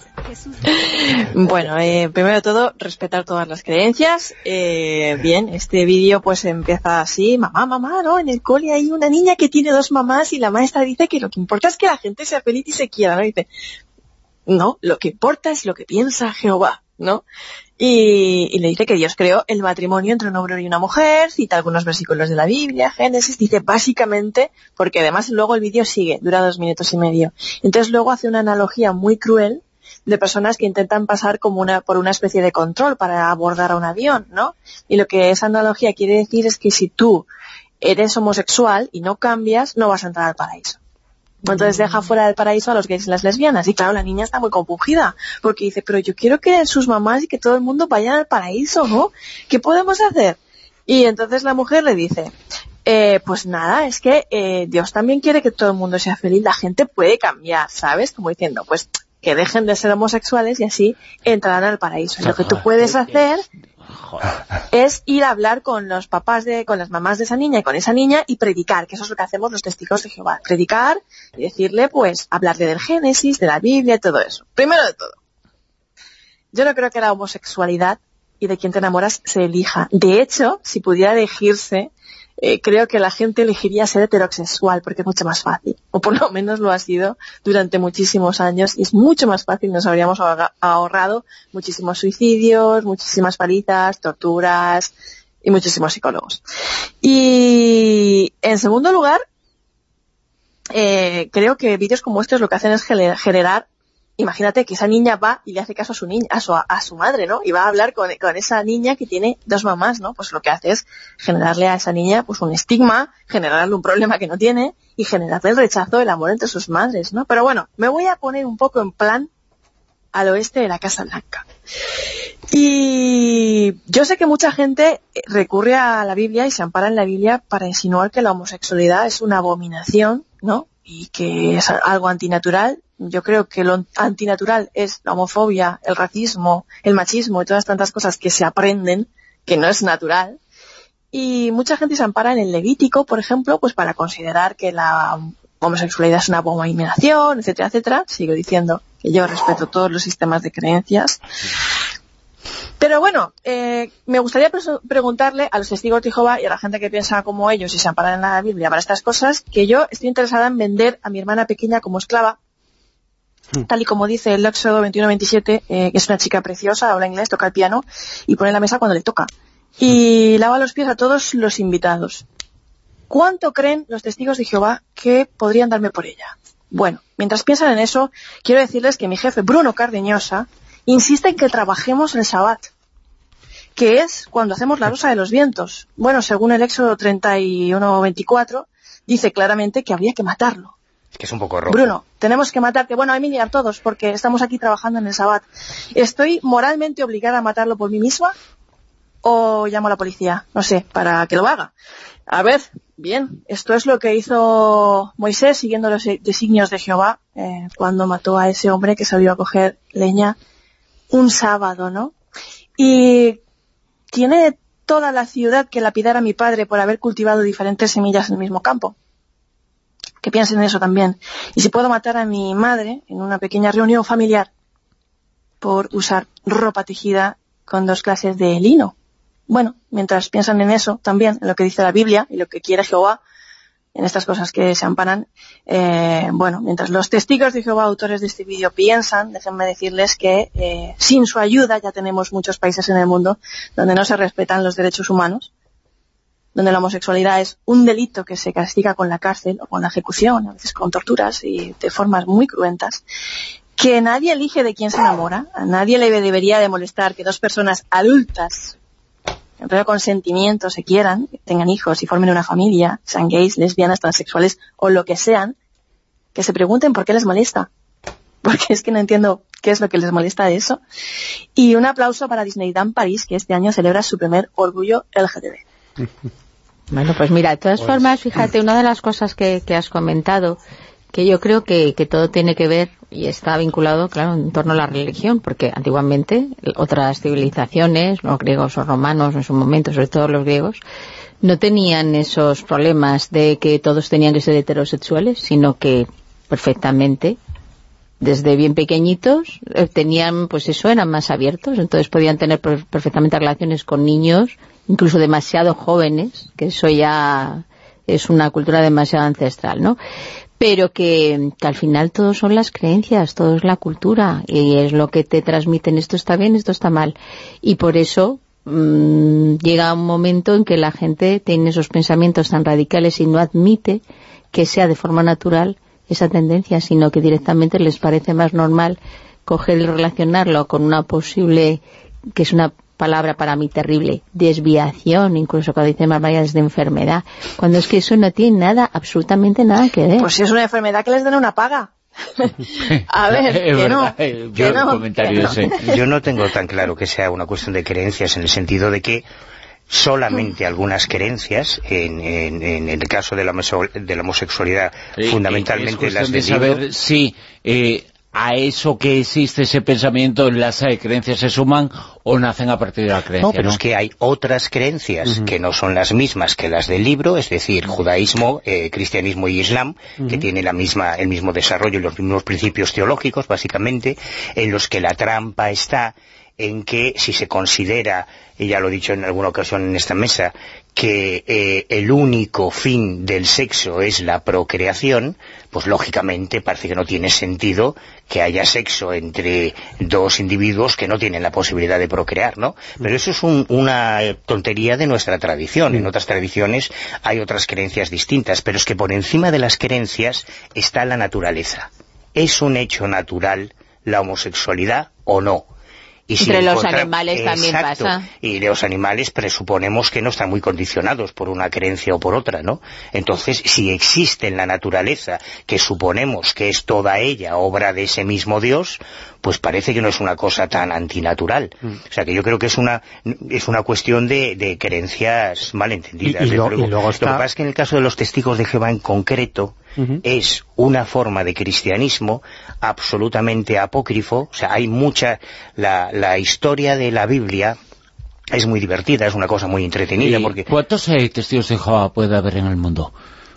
Bueno, eh, primero de todo, respetar todas las creencias. Eh, bien, este vídeo pues empieza así: mamá, mamá, ¿no? En el cole hay una niña que tiene dos mamás y la maestra dice que lo que importa es que la gente sea feliz y se quiera, ¿no? Y dice, no, lo que importa es lo que piensa Jehová, ¿no? Y, y le dice que Dios creó el matrimonio entre un hombre y una mujer, cita algunos versículos de la Biblia, Génesis, dice básicamente, porque además luego el vídeo sigue, dura dos minutos y medio. Entonces luego hace una analogía muy cruel de personas que intentan pasar como una por una especie de control para abordar a un avión, ¿no? Y lo que esa analogía quiere decir es que si tú eres homosexual y no cambias, no vas a entrar al paraíso. Entonces deja fuera del paraíso a los gays y las lesbianas. Y claro, la niña está muy compungida, porque dice, pero yo quiero que sus mamás y que todo el mundo vayan al paraíso, ¿no? ¿Qué podemos hacer? Y entonces la mujer le dice, eh, pues nada, es que eh, Dios también quiere que todo el mundo sea feliz, la gente puede cambiar, ¿sabes? Como diciendo, pues que dejen de ser homosexuales y así entrarán al paraíso. Lo que tú puedes hacer es ir a hablar con los papás de, con las mamás de esa niña y con esa niña y predicar, que eso es lo que hacemos los testigos de Jehová. Predicar y decirle, pues, hablarle del Génesis, de la Biblia y todo eso. Primero de todo, yo no creo que la homosexualidad y de quien te enamoras se elija. De hecho, si pudiera elegirse, Eh, creo que la gente elegiría ser heterosexual porque es mucho más fácil, o por lo menos lo ha sido durante muchísimos años y es mucho más fácil, nos habríamos ahorrado muchísimos suicidios, muchísimas palizas, torturas y muchísimos psicólogos. Y en segundo lugar, eh, creo que vídeos como estos lo que hacen es generar, imagínate que esa niña va y le hace caso a su niña, a su, a su madre, ¿no? Y va a hablar con, con esa niña que tiene dos mamás, ¿no? Pues lo que hace es generarle a esa niña pues un estigma, generarle un problema que no tiene y generarle el rechazo del amor entre sus madres, ¿no? Pero bueno, me voy a poner un poco en plan al oeste de la Casa Blanca. Y yo sé que mucha gente recurre a la Biblia y se ampara en la Biblia para insinuar que la homosexualidad es una abominación, ¿no? Y que es algo antinatural. Yo creo que lo antinatural es la homofobia, el racismo, el machismo y todas tantas cosas que se aprenden, que no es natural. Y mucha gente se ampara en el Levítico, por ejemplo, pues para considerar que la homosexualidad es una abominación, etcétera, etcétera. Sigo diciendo que yo respeto todos los sistemas de creencias. Pero bueno, eh, me gustaría pre- preguntarle a los testigos de Jehová y a la gente que piensa como ellos y se amparan en la Biblia para estas cosas, que yo estoy interesada en vender a mi hermana pequeña como esclava, tal y como dice el Éxodo veintiuno veintisiete, eh, que es una chica preciosa, habla inglés, toca el piano y pone la mesa cuando le toca. Y lava los pies a todos los invitados. ¿Cuánto creen los testigos de Jehová que podrían darme por ella? Bueno, mientras piensan en eso, quiero decirles que mi jefe, Bruno Cardeñosa, insiste en que trabajemos el Shabbat, que es cuando hacemos la rosa de los vientos. Bueno, según el Éxodo treinta y uno veinticuatro, dice claramente que habría que matarlo. Es que es un poco rojo. Bruno, tenemos que matarte. Bueno, a mí y a todos, porque estamos aquí trabajando en el Shabbat. ¿Estoy moralmente obligada a matarlo por mí misma? ¿O llamo a la policía? No sé, para que lo haga. A ver, bien, esto es lo que hizo Moisés siguiendo los designios de Jehová eh, cuando mató a ese hombre que salió a coger leña un sábado, ¿no? Y tiene toda la ciudad que lapidar a mi padre por haber cultivado diferentes semillas en el mismo campo. que piensen en eso también. Y si puedo matar a mi madre en una pequeña reunión familiar por usar ropa tejida con dos clases de lino. Bueno, mientras piensan en eso también, en lo que dice la Biblia y lo que quiere Jehová, en estas cosas que se amparan, eh, bueno, mientras los testigos de Jehová, autores de este vídeo, piensan, déjenme decirles que eh, sin su ayuda ya tenemos muchos países en el mundo donde no se respetan los derechos humanos, donde la homosexualidad es un delito que se castiga con la cárcel o con la ejecución, a veces con torturas y de formas muy cruentas, que nadie elige de quién se enamora, a nadie le debería de molestar que dos personas adultas, en pleno consentimiento, se quieran, tengan hijos y formen una familia, sean gays, lesbianas, transexuales o lo que sean, que se pregunten por qué les molesta. Porque es que no entiendo qué es lo que les molesta de eso. Y un aplauso para Disneyland París, que este año celebra su primer orgullo L G T B. Bueno, pues mira, de todas pues... formas, fíjate, una de las cosas que, que has comentado, que yo creo que, que todo tiene que ver y está vinculado, claro, en torno a la religión, porque antiguamente otras civilizaciones, los griegos o romanos en su momento, sobre todo los griegos, no tenían esos problemas de que todos tenían que ser heterosexuales, sino que perfectamente, desde bien pequeñitos, tenían, pues eso, eran más abiertos, entonces podían tener perfectamente relaciones con niños, incluso demasiado jóvenes, que eso ya es una cultura demasiado ancestral, ¿no? Pero que, que al final todo son las creencias, todo es la cultura, y es lo que te transmiten, esto está bien, esto está mal. Y por eso mmm, llega un momento en que la gente tiene esos pensamientos tan radicales y no admite que sea de forma natural esa tendencia, sino que directamente les parece más normal coger y relacionarlo con una posible, que es una palabra para mí terrible, desviación, incluso cuando dicen más variedades de enfermedad, cuando es que eso no tiene nada, absolutamente nada que ver. Pues si es una enfermedad, que les den una paga. A ver, que verdad, no, que yo, no, comentario que no. Yo no tengo tan claro que sea una cuestión de creencias, en el sentido de que solamente algunas creencias, en, en, en el caso de la, de la homosexualidad, sí, fundamentalmente las del libro... saber si eh, a eso que existe ese pensamiento, las eh, creencias se suman o nacen a partir de la creencia. No, pero ¿no? es que hay otras creencias uh-huh. que no son las mismas que las del libro, es decir, judaísmo, eh, cristianismo y islam, uh-huh. que tienen la misma, el mismo desarrollo y los mismos principios teológicos, básicamente, en los que la trampa está en que si se considera, y ya lo he dicho en alguna ocasión en esta mesa, que eh, el único fin del sexo es la procreación, pues lógicamente parece que no tiene sentido que haya sexo entre dos individuos que no tienen la posibilidad de procrear, ¿no? Pero eso es un, una tontería de nuestra tradición. En otras tradiciones hay otras creencias distintas, pero es que por encima de las creencias está la naturaleza. ¿Es un hecho natural la homosexualidad o no? Y si Entre los animales también exacto, pasa. Y los animales presuponemos que no están muy condicionados por una creencia o por otra, ¿no? Entonces, si existe en la naturaleza, que suponemos que es toda ella obra de ese mismo Dios, pues parece que no es una cosa tan antinatural. Mm. O sea, que yo creo que es una es una cuestión de, de creencias malentendidas. Y, y, lo, luego, y luego está... Lo que pasa es que en el caso de los testigos de Jehová en concreto, uh-huh. es una forma de cristianismo absolutamente apócrifo. O sea, hay mucha... La, la historia de la Biblia es muy divertida, es una cosa muy entretenida. Porque ¿Cuántos eh, testigos de Jehová puede haber en el mundo?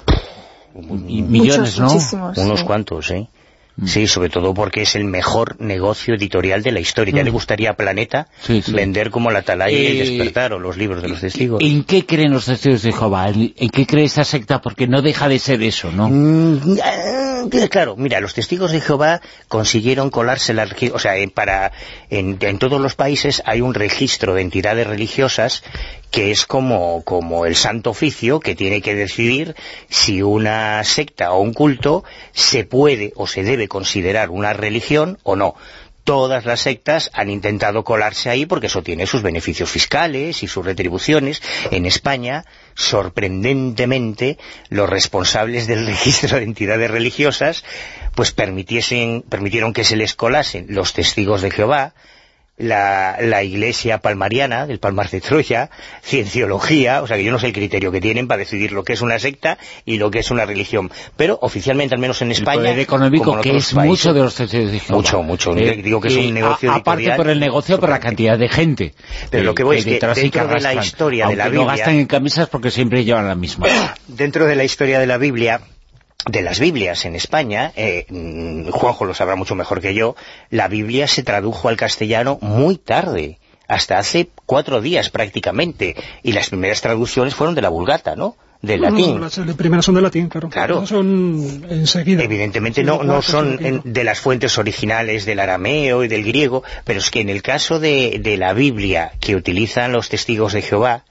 Y millones, Muchos, ¿no? Unos sí. cuantos, ¿eh? Sí, sobre todo porque es el mejor negocio editorial de la historia. Ya mm. le gustaría a Planeta sí, sí. vender como La Atalaya eh, y El Despertar, o los libros de los testigos. ¿En qué creen los testigos de Jehová? ¿En qué cree esta secta? Porque no deja de ser eso, ¿no? Mm, claro, mira, los testigos de Jehová consiguieron colarse la... O sea, para en, en todos los países hay un registro de entidades religiosas que es como, como el Santo Oficio, que tiene que decidir si una secta o un culto se puede o se debe considerar una religión o no. Todas las sectas han intentado colarse ahí porque eso tiene sus beneficios fiscales y sus retribuciones. En España, sorprendentemente, los responsables del registro de entidades religiosas pues permitiesen, permitieron que se les colasen los testigos de Jehová, La, la Iglesia Palmariana, del Palmar de Troya, Cienciología, o sea que yo no sé el criterio que tienen para decidir lo que es una secta y lo que es una religión, pero oficialmente, al menos en España... El poder económico, que es países, mucho de los testigos de Jehová. Mucho, mucho, eh, digo que es un negocio a, aparte por el negocio, por la cantidad de gente. Pero eh, lo que voy es que dentro de la historia de la Biblia... no gastan en camisas porque siempre llevan la misma. Dentro de la historia de la Biblia de las Biblias en España, eh, Juanjo lo sabrá mucho mejor que yo, la Biblia se tradujo al castellano muy tarde, hasta hace cuatro días prácticamente, y las primeras traducciones fueron de la Vulgata, ¿no?, del latín. No, las primeras son de latín, claro. Claro. Son enseguida. Evidentemente no, no son en, de las fuentes originales del arameo y del griego, pero es que en el caso de, de la Biblia que utilizan los testigos de Jehová,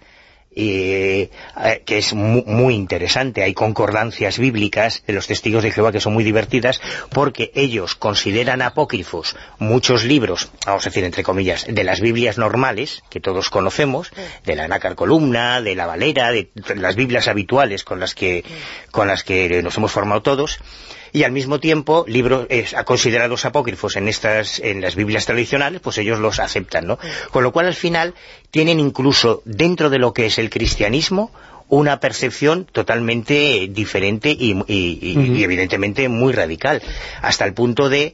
Eh, que es muy, muy interesante, hay concordancias bíblicas de los testigos de Jehová que son muy divertidas, porque ellos consideran apócrifos muchos libros, vamos a decir entre comillas, de las Biblias normales, que todos conocemos, de la Nácar Columna, de la Valera, de las Biblias habituales con las que, con las que nos hemos formado todos, y al mismo tiempo libros eh, considerados apócrifos en estas en las Biblias tradicionales, pues ellos los aceptan, ¿no? Con lo cual al final tienen incluso dentro de lo que es el cristianismo una percepción totalmente diferente y, y, y, uh-huh. y evidentemente muy radical, hasta el punto de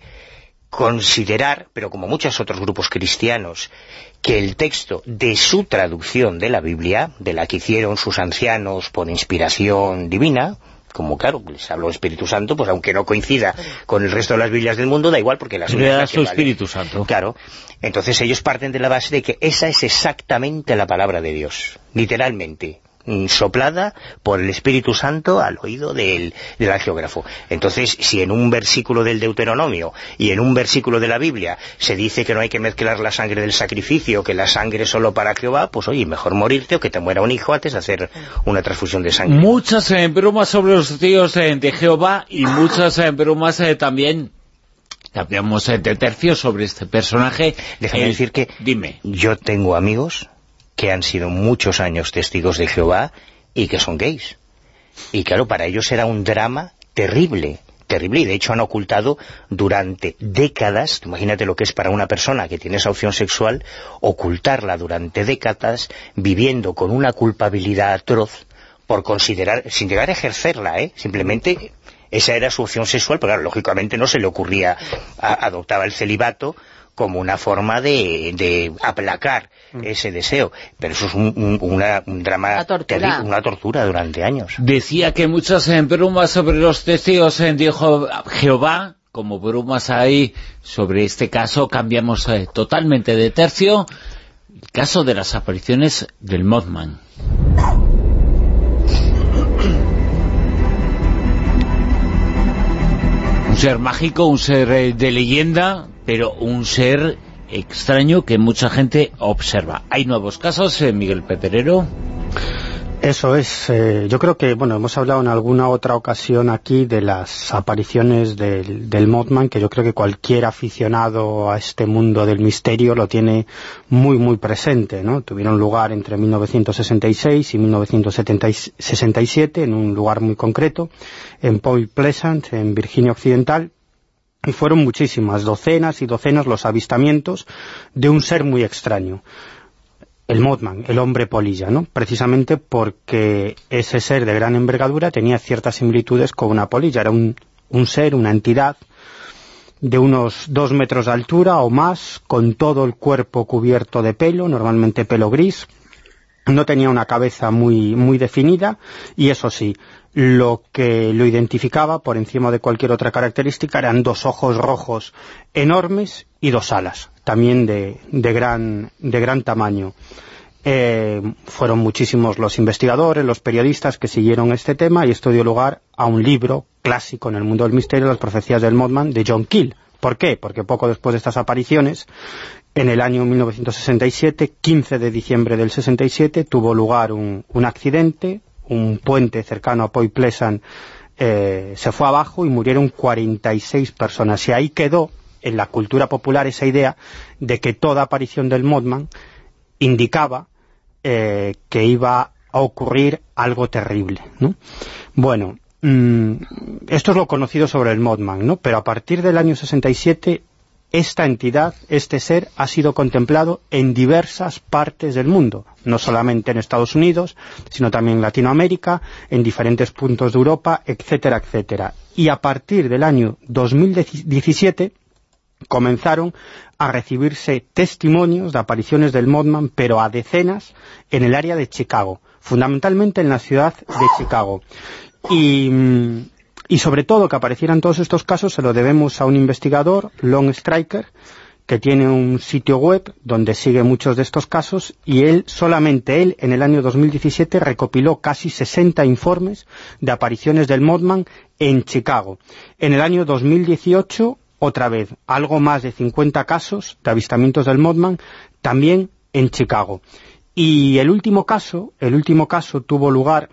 considerar, pero como muchos otros grupos cristianos, que el texto de su traducción de la Biblia, de la que hicieron sus ancianos por inspiración divina, como claro, les habló el Espíritu Santo, pues aunque no coincida con el resto de las Biblias del mundo, da igual porque las le da su Espíritu Santo. Claro, entonces ellos parten de la base de que esa es exactamente la palabra de Dios, literalmente, soplada por el Espíritu Santo al oído del, del angiógrafo. Entonces, si en un versículo del Deuteronomio y en un versículo de la Biblia se dice que no hay que mezclar la sangre del sacrificio, que la sangre es solo para Jehová, pues oye, mejor morirte o que te muera un hijo antes de hacer una transfusión de sangre. Muchas eh, bromas sobre los testigos eh, de Jehová y muchas eh, bromas eh, también. Cambiamos eh, de tercio sobre este personaje. Déjame eh, decir que dime. Yo tengo amigos que han sido muchos años testigos de Jehová y que son gays. Y claro, para ellos era un drama terrible, terrible, y de hecho han ocultado durante décadas, imagínate lo que es para una persona que tiene esa opción sexual, ocultarla durante décadas, viviendo con una culpabilidad atroz, por considerar, sin llegar a ejercerla, ¿eh? Simplemente esa era su opción sexual, pero claro, lógicamente no se le ocurría, a, adoptaba el celibato como una forma de, de aplacar mm. ese deseo. Pero eso es un, un, una, un drama terrible, una tortura durante años. Decía que muchas eh, bromas sobre los testigos eh, de Jehová, como bromas hay sobre este caso, cambiamos eh, totalmente de tercio. El caso de las apariciones del Mothman. Un ser mágico, un ser eh, de leyenda, pero un ser extraño que mucha gente observa. ¿Hay nuevos casos, eh, Miguel Peterero? Eso es. Eh, yo creo que, bueno, hemos hablado en alguna otra ocasión aquí de las apariciones del, del Mothman, que yo creo que cualquier aficionado a este mundo del misterio lo tiene muy, muy presente, ¿no? Tuvieron lugar entre mil novecientos sesenta y seis y mil novecientos sesenta y siete, en un lugar muy concreto, en Point Pleasant, en Virginia Occidental, y fueron muchísimas, docenas y docenas los avistamientos de un ser muy extraño. El Mothman, el hombre polilla, ¿no? Precisamente porque ese ser de gran envergadura tenía ciertas similitudes con una polilla. Era un, un ser, una entidad de unos dos metros de altura o más, con todo el cuerpo cubierto de pelo, normalmente pelo gris. No tenía una cabeza muy, muy definida, y eso sí, lo que lo identificaba por encima de cualquier otra característica eran dos ojos rojos enormes y dos alas, también de, de, gran, de gran tamaño. Eh, fueron muchísimos los investigadores, los periodistas que siguieron este tema, y esto dio lugar a un libro clásico en el mundo del misterio, Las profecías del Mothman, de John Keel. ¿Por qué? Porque poco después de estas apariciones, en el año mil novecientos sesenta y siete, quince de diciembre del sesenta y siete, tuvo lugar un, un accidente. Un puente cercano a Point Pleasant eh, se fue abajo y murieron cuarenta y seis personas. Y ahí quedó en la cultura popular esa idea de que toda aparición del Mothman indicaba eh, que iba a ocurrir algo terrible, ¿no? Bueno, mmm, esto es lo conocido sobre el Mothman, ¿no? Pero a partir del año sesenta y siete, esta entidad, este ser, ha sido contemplado en diversas partes del mundo, no solamente en Estados Unidos, sino también en Latinoamérica, en diferentes puntos de Europa, etcétera, etcétera. Y a partir del año dos mil diecisiete comenzaron a recibirse testimonios de apariciones del Mothman, pero a decenas en el área de Chicago, fundamentalmente en la ciudad de Chicago. Y mmm, y sobre todo que aparecieran todos estos casos se lo debemos a un investigador, Lon Striker, que tiene un sitio web donde sigue muchos de estos casos, y él, solamente él, en el año dos mil diecisiete recopiló casi sesenta informes de apariciones del Mothman en Chicago. En el año dos mil dieciocho, otra vez, algo más de cincuenta casos de avistamientos del Mothman, también en Chicago. Y el último caso, el último caso tuvo lugar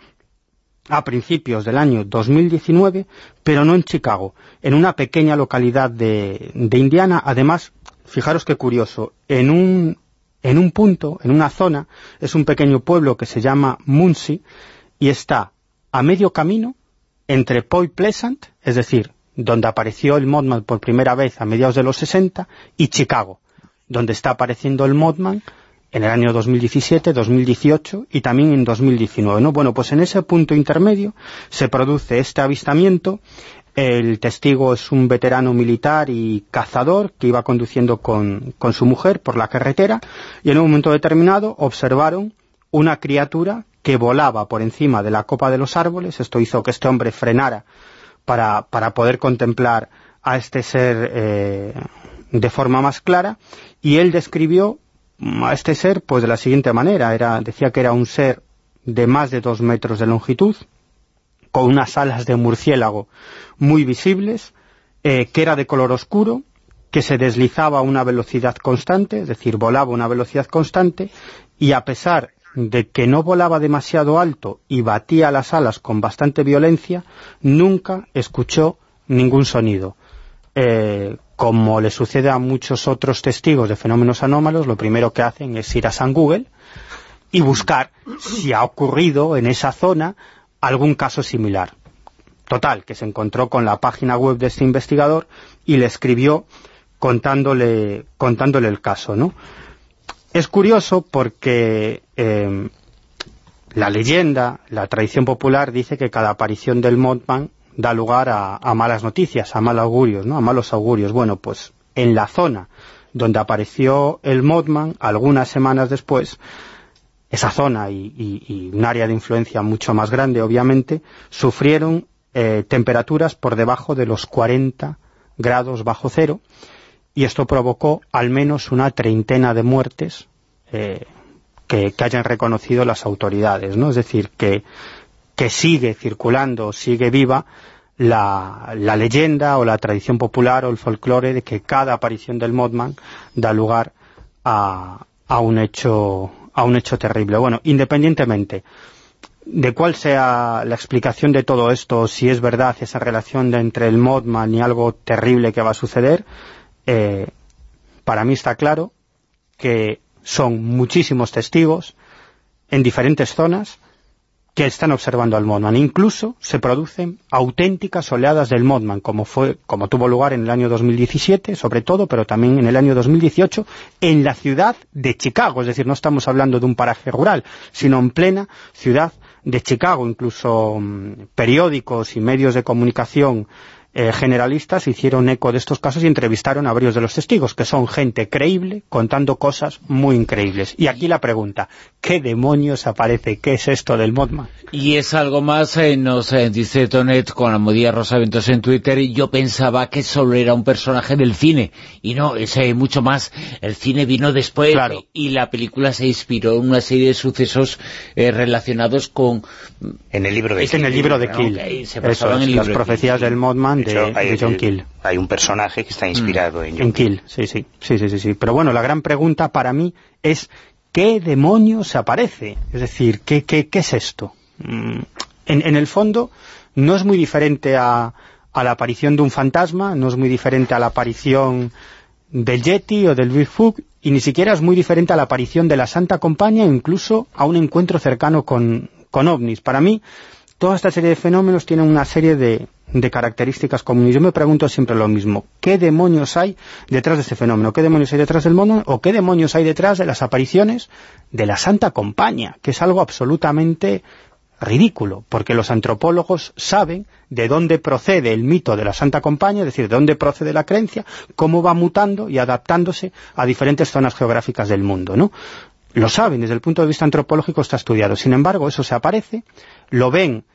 a principios del año dos mil diecinueve, pero no en Chicago, en una pequeña localidad de, de Indiana. Además, fijaros qué curioso, en un, en un punto, en una zona, es un pequeño pueblo que se llama Muncie, y está a medio camino entre Point Pleasant, es decir, donde apareció el Mothman por primera vez a mediados de los sesenta, y Chicago, donde está apareciendo el Mothman en el año dos mil diecisiete, dos mil dieciocho y también en dos mil diecinueve, ¿no? Bueno, pues en ese punto intermedio se produce este avistamiento. El testigo es un veterano militar y cazador que iba conduciendo con, con su mujer por la carretera, y en un momento determinado observaron una criatura que volaba por encima de la copa de los árboles. Esto hizo que este hombre frenara para, para poder contemplar a este ser eh, de forma más clara, y él describió a este ser pues de la siguiente manera. Era, decía que era un ser de más de dos metros de longitud, con unas alas de murciélago muy visibles, eh, que era de color oscuro, que se deslizaba a una velocidad constante, es decir, volaba a una velocidad constante, y a pesar de que no volaba demasiado alto y batía las alas con bastante violencia, nunca escuchó ningún sonido. Eh, como le sucede a muchos otros testigos de fenómenos anómalos, lo primero que hacen es ir a San Google y buscar si ha ocurrido en esa zona algún caso similar. Total, que se encontró con la página web de este investigador y le escribió contándole, contándole el caso, ¿no? Es curioso porque eh, la leyenda, la tradición popular dice que cada aparición del Mothman da lugar a, a malas noticias, a mal augurios, ¿no? A malos augurios. Bueno, pues en la zona donde apareció el Mothman, algunas semanas después, esa zona y, y, y un área de influencia mucho más grande, obviamente, sufrieron eh, temperaturas por debajo de los cuarenta grados bajo cero, y esto provocó al menos una treintena de muertes eh, que, que hayan reconocido las autoridades, ¿no? Es decir, que que sigue circulando, sigue viva la, la leyenda o la tradición popular o el folclore de que cada aparición del Mothman da lugar a, a un hecho a un hecho terrible. Bueno, independientemente de cuál sea la explicación de todo esto, si es verdad esa relación de entre el Mothman y algo terrible que va a suceder, eh, para mí está claro que son muchísimos testigos en diferentes zonas que están observando al Mothman. Incluso se producen auténticas oleadas del Mothman, como fue, como tuvo lugar en el año dos mil diecisiete, sobre todo, pero también en el año dos mil dieciocho, en la ciudad de Chicago. Es decir, no estamos hablando de un paraje rural, sino en plena ciudad de Chicago. Incluso mmm, periódicos y medios de comunicación Eh, generalistas hicieron eco de estos casos y entrevistaron a varios de los testigos, que son gente creíble, contando cosas muy increíbles. Y aquí la pregunta, ¿qué demonios aparece? ¿Qué es esto del Mothman? Y es algo más, eh, nos eh, dice Tonet con la modilla Rosa Ventos en Twitter, y yo pensaba que solo era un personaje del cine, y no, es eh, mucho más. El cine vino después, claro. y la película se inspiró en una serie de sucesos eh, relacionados con... En el libro de Kill. En el libro de Kill. Okay, se Eso es, en el libro las de profecías Kill. Del Mothman. De, hecho, hay, de John Kill. Hay un personaje que está inspirado mm. en John en Kill. Sí, sí, sí, sí, sí, sí. Pero bueno, la gran pregunta para mí es ¿qué demonios aparece? Es decir, ¿qué, qué, qué es esto? Mm. En, en el fondo no es muy diferente a, a la aparición de un fantasma, no es muy diferente a la aparición del Yeti o del Bigfoot, y ni siquiera es muy diferente a la aparición de la Santa Compañía, incluso a un encuentro cercano con, con ovnis. Para mí, toda esta serie de fenómenos tiene una serie de, de características comunes. Yo me pregunto siempre lo mismo, ¿qué demonios hay detrás de este fenómeno? ¿Qué demonios hay detrás del Mothman? ¿O qué demonios hay detrás de las apariciones de la Santa Compañía? Que es algo absolutamente ridículo, porque los antropólogos saben de dónde procede el mito de la Santa Compañía, es decir, de dónde procede la creencia, cómo va mutando y adaptándose a diferentes zonas geográficas del mundo, ¿no? Lo saben, desde el punto de vista antropológico está estudiado. Sin embargo, eso se aparece, lo ven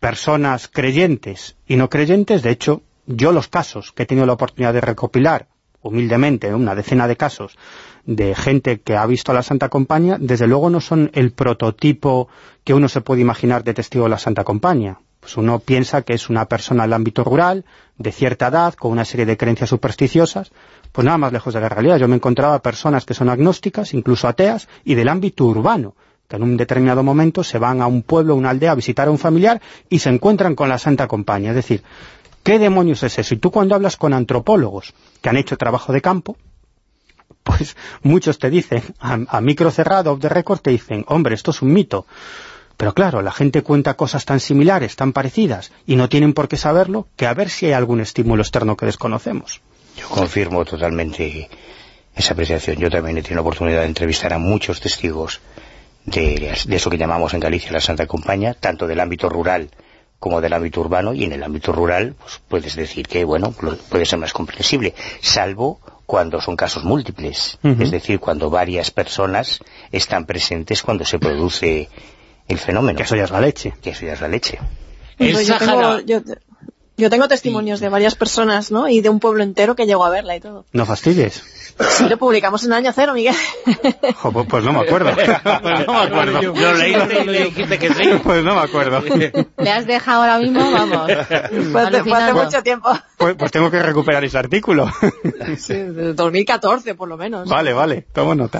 personas creyentes y no creyentes. De hecho, yo los casos que he tenido la oportunidad de recopilar, humildemente, una decena de casos de gente que ha visto a la Santa Compañía, desde luego no son el prototipo que uno se puede imaginar de testigo de la Santa Compañía. Pues uno piensa que es una persona del ámbito rural, de cierta edad, con una serie de creencias supersticiosas, pues nada más lejos de la realidad. Yo me encontraba personas que son agnósticas, incluso ateas, y del ámbito urbano, que en un determinado momento se van a un pueblo, una aldea, a visitar a un familiar y se encuentran con la Santa Compañía. Es decir, ¿qué demonios es eso? Y tú cuando hablas con antropólogos que han hecho trabajo de campo, pues muchos te dicen, a, a micro cerrado, off the record, te dicen, hombre, esto es un mito. Pero claro, la gente cuenta cosas tan similares, tan parecidas, y no tienen por qué saberlo, que a ver si hay algún estímulo externo que desconocemos. Yo confirmo totalmente esa apreciación. Yo también he tenido la oportunidad de entrevistar a muchos testigos de, de eso que llamamos en Galicia la Santa Compañía, tanto del ámbito rural como del ámbito urbano, y en el ámbito rural pues puedes decir que, bueno, puede ser más comprensible, salvo cuando son casos múltiples, uh-huh. Es decir, cuando varias personas están presentes cuando se produce el fenómeno. Que eso ya es la leche. Que eso ya es la leche. El yo, tengo, yo, yo tengo testimonios sí. de varias personas, ¿no? Y de un pueblo entero que llegó a verla y todo. No fastidies. Sí, lo publicamos en Año Cero, Miguel. Jo, pues, pues no me acuerdo. Pues no me acuerdo. Lo leíste y le dijiste que sí. Pues no me acuerdo. ¿Le has dejado ahora mismo? Vamos. Fue, fue hace mucho tiempo. Pues, pues tengo que recuperar ese artículo. Sí, de dos mil catorce, por lo menos. Vale, vale. Tomo nota.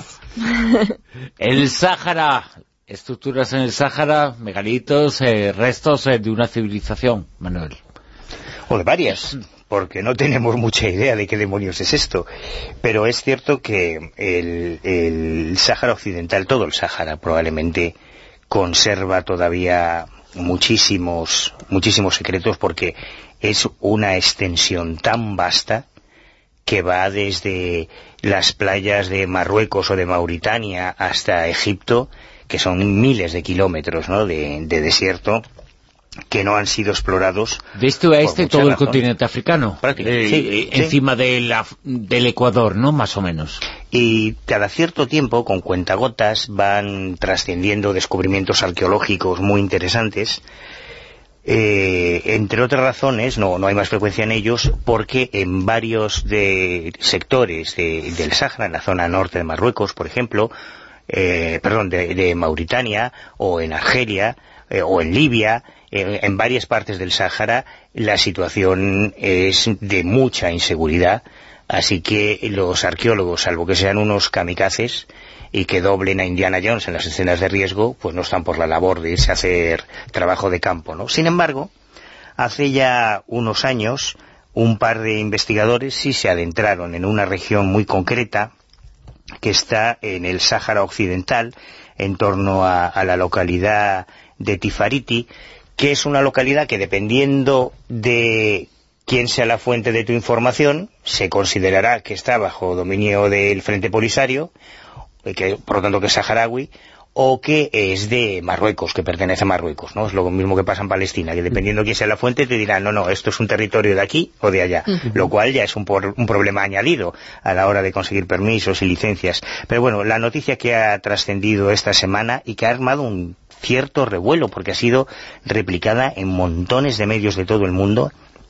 El Sáhara... Estructuras en el Sáhara, megalitos, eh, restos eh, de una civilización, Manuel. O de varias, porque no tenemos mucha idea de qué demonios es esto. Pero es cierto que el, el Sáhara Occidental, todo el Sáhara probablemente conserva todavía muchísimos, muchísimos secretos, porque es una extensión tan vasta que va desde las playas de Marruecos o de Mauritania hasta Egipto, que son miles de kilómetros, ¿no?, de, de desierto que no han sido explorados. De este a este todo razón. El continente africano, eh, sí, encima sí. de la, del Ecuador, ¿no?, más o menos. Y cada cierto tiempo, con cuentagotas, van trascendiendo descubrimientos arqueológicos muy interesantes. Eh, entre otras razones, no, no hay más frecuencia en ellos, porque en varios de sectores de, del Sáhara, en la zona norte de Marruecos, por ejemplo, eh, perdón, de, de Mauritania, o en Argelia, eh, o en Libia, eh, en varias partes del Sáhara, la situación es de mucha inseguridad, así que los arqueólogos, salvo que sean unos kamikazes, y que doblen a Indiana Jones en las escenas de riesgo, pues no están por la labor de irse a hacer trabajo de campo, ¿no? Sin embargo, hace ya unos años, un par de investigadores sí se adentraron en una región muy concreta, que está en el Sáhara Occidental, en torno a, a la localidad de Tifariti, que es una localidad que, dependiendo de quién sea la fuente de tu información, se considerará que está bajo dominio del Frente Polisario, que por lo tanto que es saharaui, o que es de Marruecos, que pertenece a Marruecos, ¿no? Es lo mismo que pasa en Palestina, que dependiendo de quién sea la fuente te dirán, no, no, esto es un territorio de aquí o de allá, uh-huh. Lo cual ya es un, por, un problema añadido a la hora de conseguir permisos y licencias. Pero bueno, la noticia que ha trascendido esta semana y que ha armado un cierto revuelo, porque ha sido replicada en montones de medios de todo el mundo,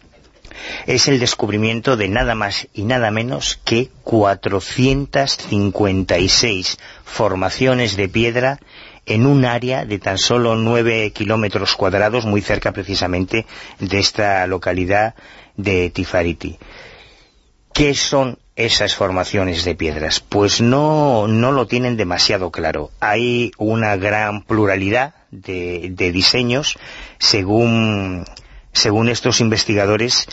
es el descubrimiento de nada más y nada menos que cuatrocientas cincuenta y seis formaciones de piedra en un área de tan solo nueve kilómetros cuadrados, muy cerca precisamente de esta localidad de Tifariti. ¿Qué son esas formaciones de piedras? Pues no, no lo tienen demasiado claro. Hay una gran pluralidad de, de diseños según... Según estos investigadores,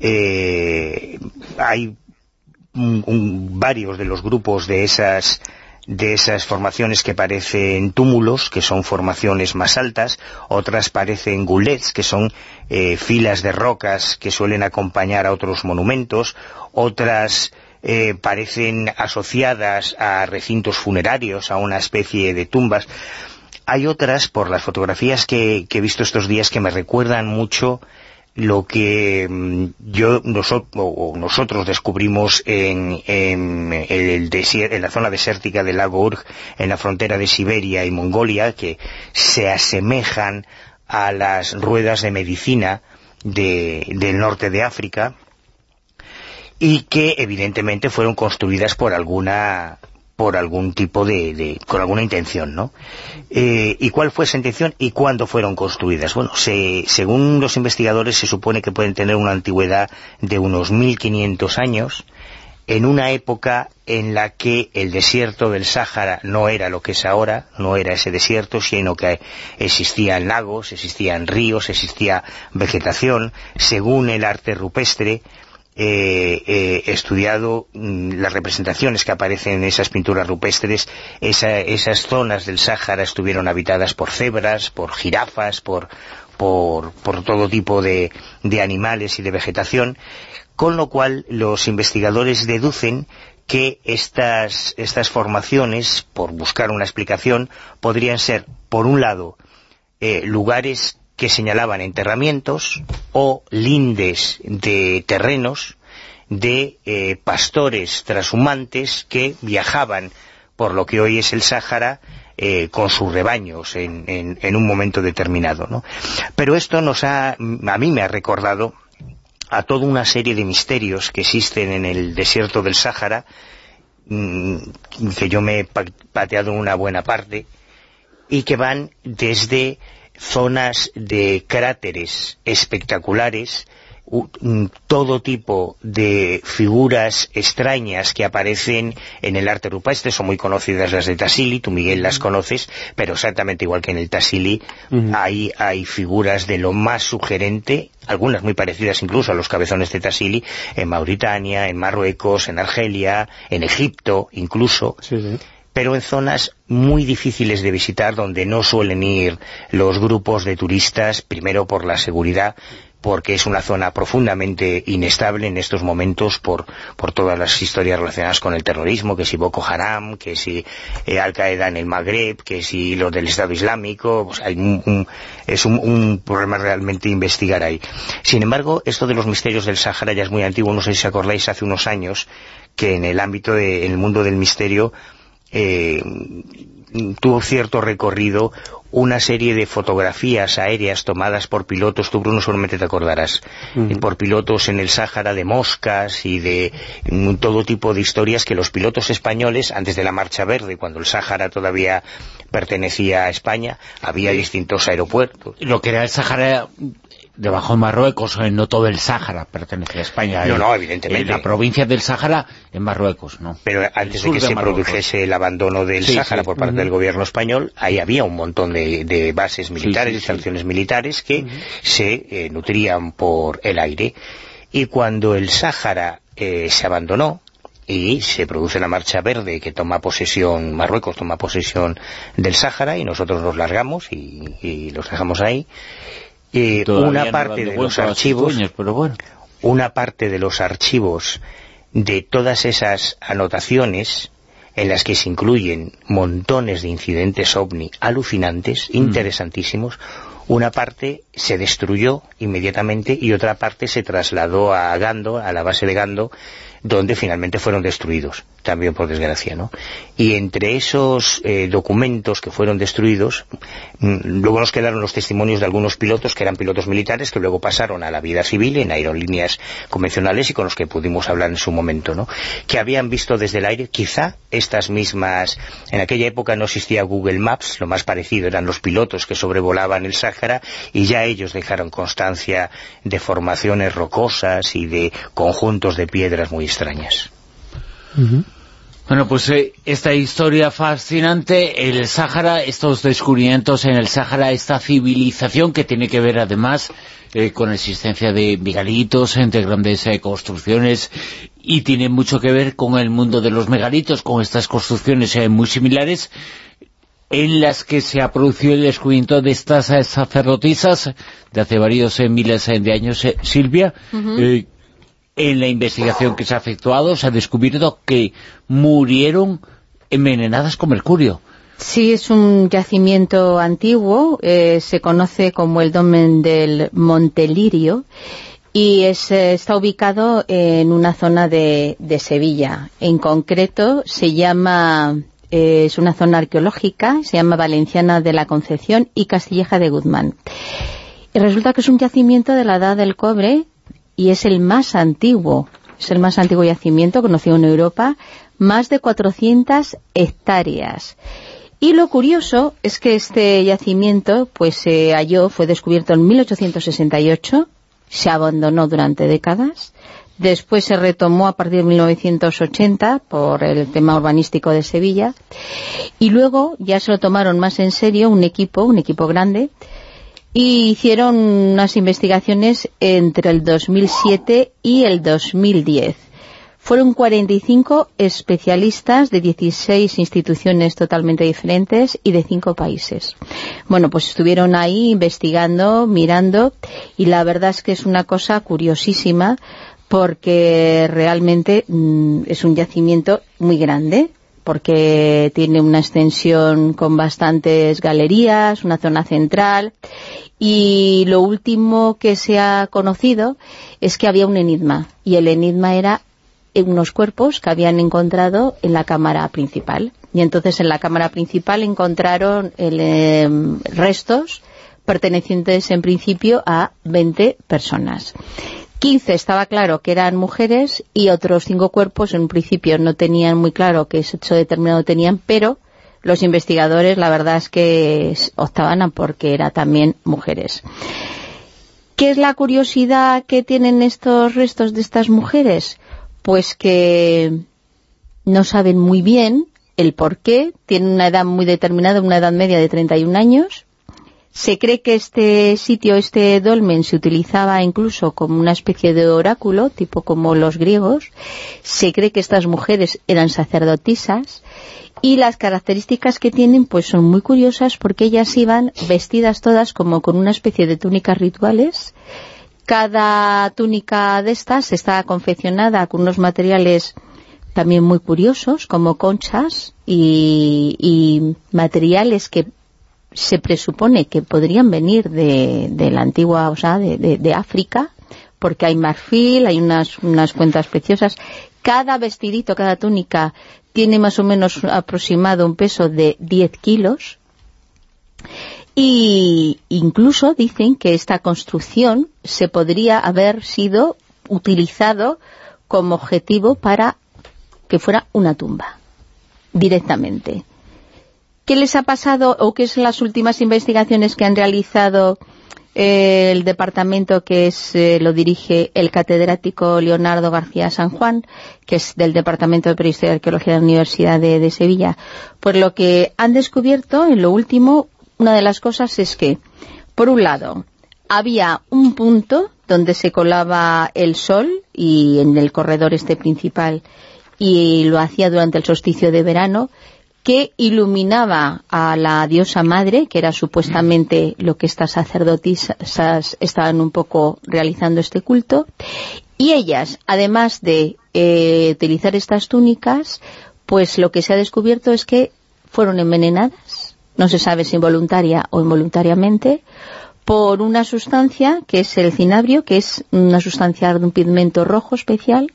eh, hay un, un, varios de los grupos de esas, de esas formaciones que parecen túmulos, que son formaciones más altas, otras parecen gulets, que son eh, filas de rocas que suelen acompañar a otros monumentos, otras eh, parecen asociadas a recintos funerarios, a una especie de tumbas. Hay otras, por las fotografías que, que he visto estos días, que me recuerdan mucho lo que yo nosotros, o nosotros descubrimos en, en, el desier, en la zona desértica del lago Urg, en la frontera de Siberia y Mongolia, que se asemejan a las ruedas de medicina de, del norte de África, y que evidentemente fueron construidas por alguna por algún tipo de, de con alguna intención, ¿no? Eh, ¿Y cuál fue esa intención y cuándo fueron construidas? Bueno, se, según los investigadores se supone que pueden tener una antigüedad de unos mil quinientos años, en una época en la que el desierto del Sáhara no era lo que es ahora, no era ese desierto, sino que existían lagos, existían ríos, existía vegetación. Según el arte rupestre, Eh, eh, estudiado mmm, las representaciones que aparecen en esas pinturas rupestres, esa, esas zonas del Sáhara estuvieron habitadas por cebras, por jirafas, por, por, por todo tipo de, de animales y de vegetación, con lo cual los investigadores deducen que estas, estas formaciones, por buscar una explicación, podrían ser, por un lado, eh, lugares que señalaban enterramientos o lindes de terrenos de eh, pastores trashumantes que viajaban por lo que hoy es el Sáhara eh, con sus rebaños en, en, en un momento determinado, ¿no? Pero esto nos ha, a mí me ha recordado a toda una serie de misterios que existen en el desierto del Sáhara, mmm, que yo me he pateado una buena parte, y que van desde zonas de cráteres espectaculares, todo tipo de figuras extrañas que aparecen en el arte rupestre. Son muy conocidas las de Tassili, tú Miguel las conoces, pero exactamente igual que en el Tassili, uh-huh. hay, hay figuras de lo más sugerente, algunas muy parecidas incluso a los cabezones de Tassili, en Mauritania, en Marruecos, en Argelia, en Egipto incluso. Sí, sí. Pero en zonas muy difíciles de visitar, donde no suelen ir los grupos de turistas, primero por la seguridad, porque es una zona profundamente inestable en estos momentos por, por todas las historias relacionadas con el terrorismo, que si Boko Haram, que si eh, Al-Qaeda en el Magreb, que si los del Estado Islámico, pues hay un, un, es un, un problema realmente investigar ahí. Sin embargo, esto de los misterios del Sáhara ya es muy antiguo. No sé si os acordáis, hace unos años, que en el ámbito de, en el mundo del misterio, Eh, tuvo cierto recorrido una serie de fotografías aéreas tomadas por pilotos, tú Bruno seguramente te acordarás, uh-huh. por pilotos en el Sáhara, de moscas y de um, todo tipo de historias que los pilotos españoles, antes de la Marcha Verde, cuando el Sáhara todavía pertenecía a España, había distintos aeropuertos. Lo que era el Sáhara debajo de Marruecos, no todo el Sáhara pertenece a España. No, no, evidentemente. En la provincia del Sáhara, en Marruecos, ¿no? Pero antes de que se produjese el abandono del sí, Sáhara sí. por parte uh-huh. del gobierno español, ahí había un montón de, de bases militares, sí, sí, instalaciones sí. militares que uh-huh. se eh, nutrían por el aire. Y cuando el Sáhara eh, se abandonó, y se produce la Marcha Verde, que toma posesión, Marruecos toma posesión del Sáhara, y nosotros nos largamos y, y los dejamos ahí, Eh, una parte no de los archivos sueños, pero bueno. una parte de los archivos de todas esas anotaciones en las que se incluyen montones de incidentes ovni alucinantes, mm. interesantísimos, una parte se destruyó inmediatamente y otra parte se trasladó a Gando, a la base de Gando, donde finalmente fueron destruidos, también por desgracia, ¿no? Y entre esos eh, documentos que fueron destruidos, mmm, luego nos quedaron los testimonios de algunos pilotos que eran pilotos militares, que luego pasaron a la vida civil en aerolíneas convencionales y con los que pudimos hablar en su momento, ¿no? Que habían visto desde el aire, quizá estas mismas, en aquella época no existía Google Maps, lo más parecido eran los pilotos que sobrevolaban el Sáhara, y ya ellos dejaron constancia de formaciones rocosas y de conjuntos de piedras muy extrañas. Uh-huh. Bueno, pues eh, esta historia fascinante, el Sáhara, estos descubrimientos en el Sáhara, esta civilización que tiene que ver además eh, con la existencia de megalitos, entre grandes eh, construcciones, y tiene mucho que ver con el mundo de los megalitos, con estas construcciones eh, muy similares, en las que se ha producido el descubrimiento de estas eh, sacerdotisas de hace varios eh, miles eh, de años, eh, Silvia. Uh-huh. eh, En la investigación que se ha efectuado se ha descubierto que murieron envenenadas con mercurio. Sí, es un yacimiento antiguo, eh, se conoce como el Dolmen del Monte Lirio, y es, eh, está ubicado en una zona de, de Sevilla. En concreto se llama eh, es una zona arqueológica, se llama Valenciana de la Concepción y Castilleja de Guzmán. Y resulta que es un yacimiento de la edad del cobre y es el más antiguo, es el más antiguo yacimiento conocido en Europa, más de cuatrocientas hectáreas. Y lo curioso es que este yacimiento pues se halló, fue descubierto en mil ochocientos sesenta y ocho, se abandonó durante décadas, después se retomó a partir de mil novecientos ochenta por el tema urbanístico de Sevilla, y luego ya se lo tomaron más en serio un equipo, un equipo grande, y hicieron unas investigaciones entre el dos mil siete y el dos mil diez. Fueron cuarenta y cinco especialistas de dieciséis instituciones totalmente diferentes y de cinco países. Bueno, pues estuvieron ahí investigando, mirando, y la verdad es que es una cosa curiosísima porque realmente mmm, es un yacimiento muy grande, porque tiene una extensión con bastantes galerías, una zona central, y lo último que se ha conocido es que había un enigma, y el enigma era unos cuerpos que habían encontrado en la cámara principal. Y entonces en la cámara principal encontraron el, eh, restos pertenecientes en principio a veinte personas. quince estaba claro que eran mujeres y otros cinco cuerpos en un principio no tenían muy claro qué sexo determinado tenían, pero los investigadores la verdad es que optaban a porque eran también mujeres. ¿Qué es la curiosidad que tienen estos restos de estas mujeres? Pues que no saben muy bien el por qué, tienen una edad muy determinada, una edad media de treinta y un años. Se cree que este sitio, este dolmen, se utilizaba incluso como una especie de oráculo, tipo como los griegos. Se cree que estas mujeres eran sacerdotisas, y las características que tienen pues son muy curiosas porque ellas iban vestidas todas como con una especie de túnicas rituales. Cada túnica de estas está confeccionada con unos materiales también muy curiosos, como conchas y, y materiales que se presupone que podrían venir de, de la antigua, o sea, de, de, de África, porque hay marfil, hay unas, unas cuentas preciosas. Cada vestidito, cada túnica, tiene más o menos aproximado un peso de diez kilos. Y incluso dicen que esta construcción se podría haber sido utilizado como objetivo para que fuera una tumba, directamente. ¿Qué les ha pasado o qué son las últimas investigaciones que han realizado eh, el departamento que es eh, lo dirige el catedrático Leonardo García San Juan, que es del Departamento de Prehistoria y Arqueología de la Universidad de, de Sevilla? Pues lo que han descubierto en lo último, una de las cosas es que, por un lado, había un punto donde se colaba el sol y en el corredor este principal, y lo hacía durante el solsticio de verano, que iluminaba a la diosa madre, que era supuestamente lo que estas sacerdotisas estaban un poco realizando este culto, y ellas, además de eh, utilizar estas túnicas, pues lo que se ha descubierto es que fueron envenenadas, no se sabe si involuntaria o involuntariamente, por una sustancia que es el cinabrio, que es una sustancia de un pigmento rojo especial,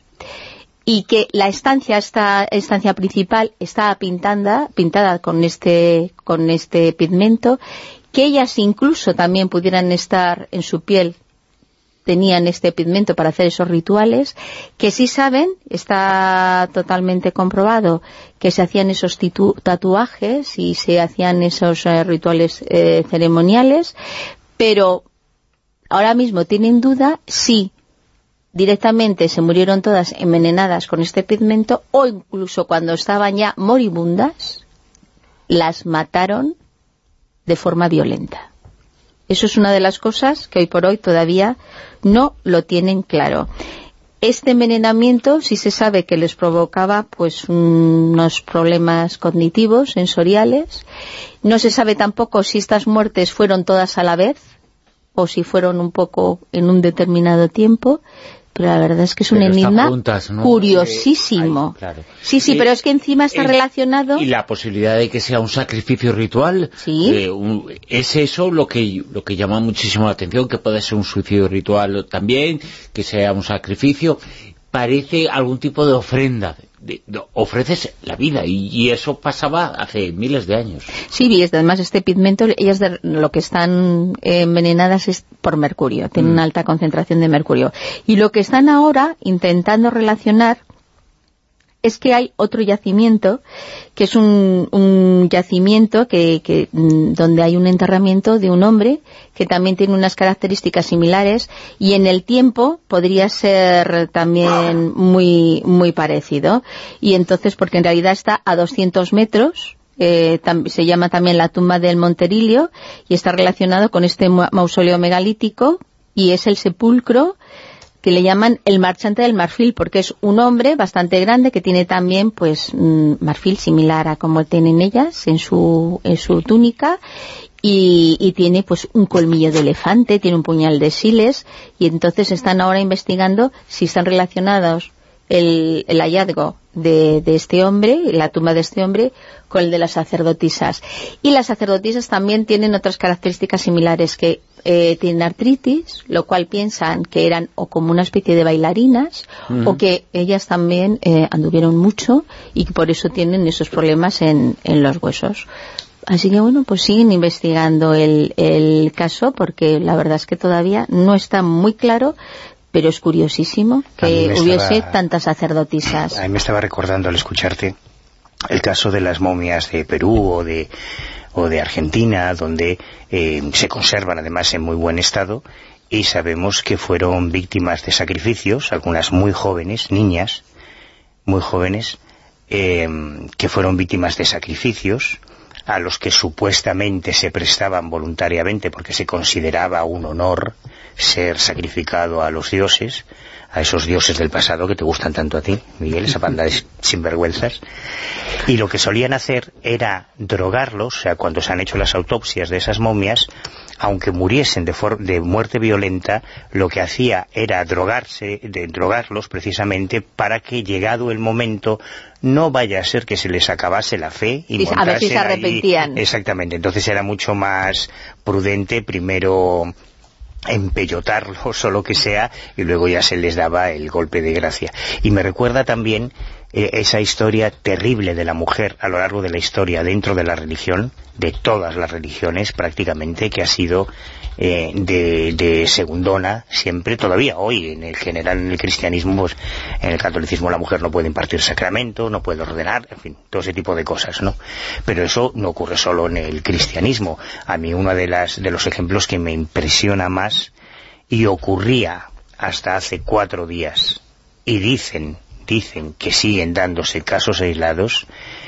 y que la estancia, esta estancia principal, estaba pintada, pintada con este, con este pigmento, que ellas incluso también pudieran estar en su piel, tenían este pigmento para hacer esos rituales, que sí saben, está totalmente comprobado, que se hacían esos tatuajes y se hacían esos eh, rituales eh, ceremoniales, pero ahora mismo tienen duda si directamente se murieron todas envenenadas con este pigmento o incluso cuando estaban ya moribundas las mataron de forma violenta. Eso es una de las cosas que hoy por hoy todavía no lo tienen claro. Este envenenamiento sí se sabe que les provocaba pues unos problemas cognitivos, sensoriales. No se sabe tampoco si estas muertes fueron todas a la vez o si fueron un poco en un determinado tiempo. Pero la verdad es que es un enigma, ¿no?, curiosísimo. Eh, ay, claro. Sí, sí, y, pero es que encima está el, relacionado... Y la posibilidad de que sea un sacrificio ritual, ¿sí? eh, un, es eso lo que lo que llama muchísimo la atención, que puede ser un suicidio ritual también, que sea un sacrificio. Parece algún tipo de ofrenda, de, de, ofreces la vida, y, y eso pasaba hace miles de años. Sí, y además este pigmento, ellas de, lo que están eh, envenenadas es por mercurio, tienen mm. una alta concentración de mercurio. Y lo que están ahora intentando relacionar es que hay otro yacimiento, que es un, un yacimiento que, que donde hay un enterramiento de un hombre que también tiene unas características similares, y en el tiempo podría ser también muy, muy parecido. Y entonces, porque en realidad está a doscientos metros, eh, se llama también la tumba del Monterilio, y está relacionado con este mausoleo megalítico, y es el sepulcro que le llaman el marchante del marfil, porque es un hombre bastante grande que tiene también pues marfil similar a como tienen ellas en su en su túnica, y, y tiene pues un colmillo de elefante, tiene un puñal de siles, y entonces están ahora investigando si están relacionados el, el hallazgo de, de este hombre, la tumba de este hombre, con el de las sacerdotisas. Y las sacerdotisas también tienen otras características similares, que eh, tienen artritis, lo cual piensan que eran o como una especie de bailarinas, uh-huh. o que ellas también eh, anduvieron mucho y que por eso tienen esos problemas en, en los huesos. Así que bueno, pues siguen investigando el, el caso, porque la verdad es que todavía no está muy claro, pero es curiosísimo que hubiese estaba, tantas sacerdotisas. A mí me estaba recordando al escucharte el caso de las momias de Perú o de, o de Argentina, donde eh, se conservan además en muy buen estado, y sabemos que fueron víctimas de sacrificios, algunas muy jóvenes, niñas, muy jóvenes, eh, que fueron víctimas de sacrificios, a los que supuestamente se prestaban voluntariamente porque se consideraba un honor ser sacrificado a los dioses, a esos dioses del pasado que te gustan tanto a ti, Miguel, esa banda de sinvergüenzas. Y lo que solían hacer era drogarlos, o sea, cuando se han hecho las autopsias de esas momias, aunque muriesen de, for de muerte violenta, lo que hacía era drogarse, de drogarlos precisamente para que, llegado el momento, no vaya a ser que se les acabase la fe y a ver si se arrepentían. Ahí. Exactamente, entonces era mucho más prudente primero empellotarlos o lo que sea, y luego ya se les daba el golpe de gracia. Y me recuerda también eh, esa historia terrible de la mujer a lo largo de la historia dentro de la religión, de todas las religiones prácticamente, que ha sido eh, de, de segundona siempre, todavía hoy en el general en el cristianismo, pues, en el catolicismo la mujer no puede impartir sacramento, no puede ordenar, en fin, todo ese tipo de cosas, ¿no? Pero eso no ocurre solo en el cristianismo. A mí uno de, las, de los ejemplos que me impresiona más, y ocurría hasta hace cuatro días, y dicen, dicen que siguen dándose casos aislados,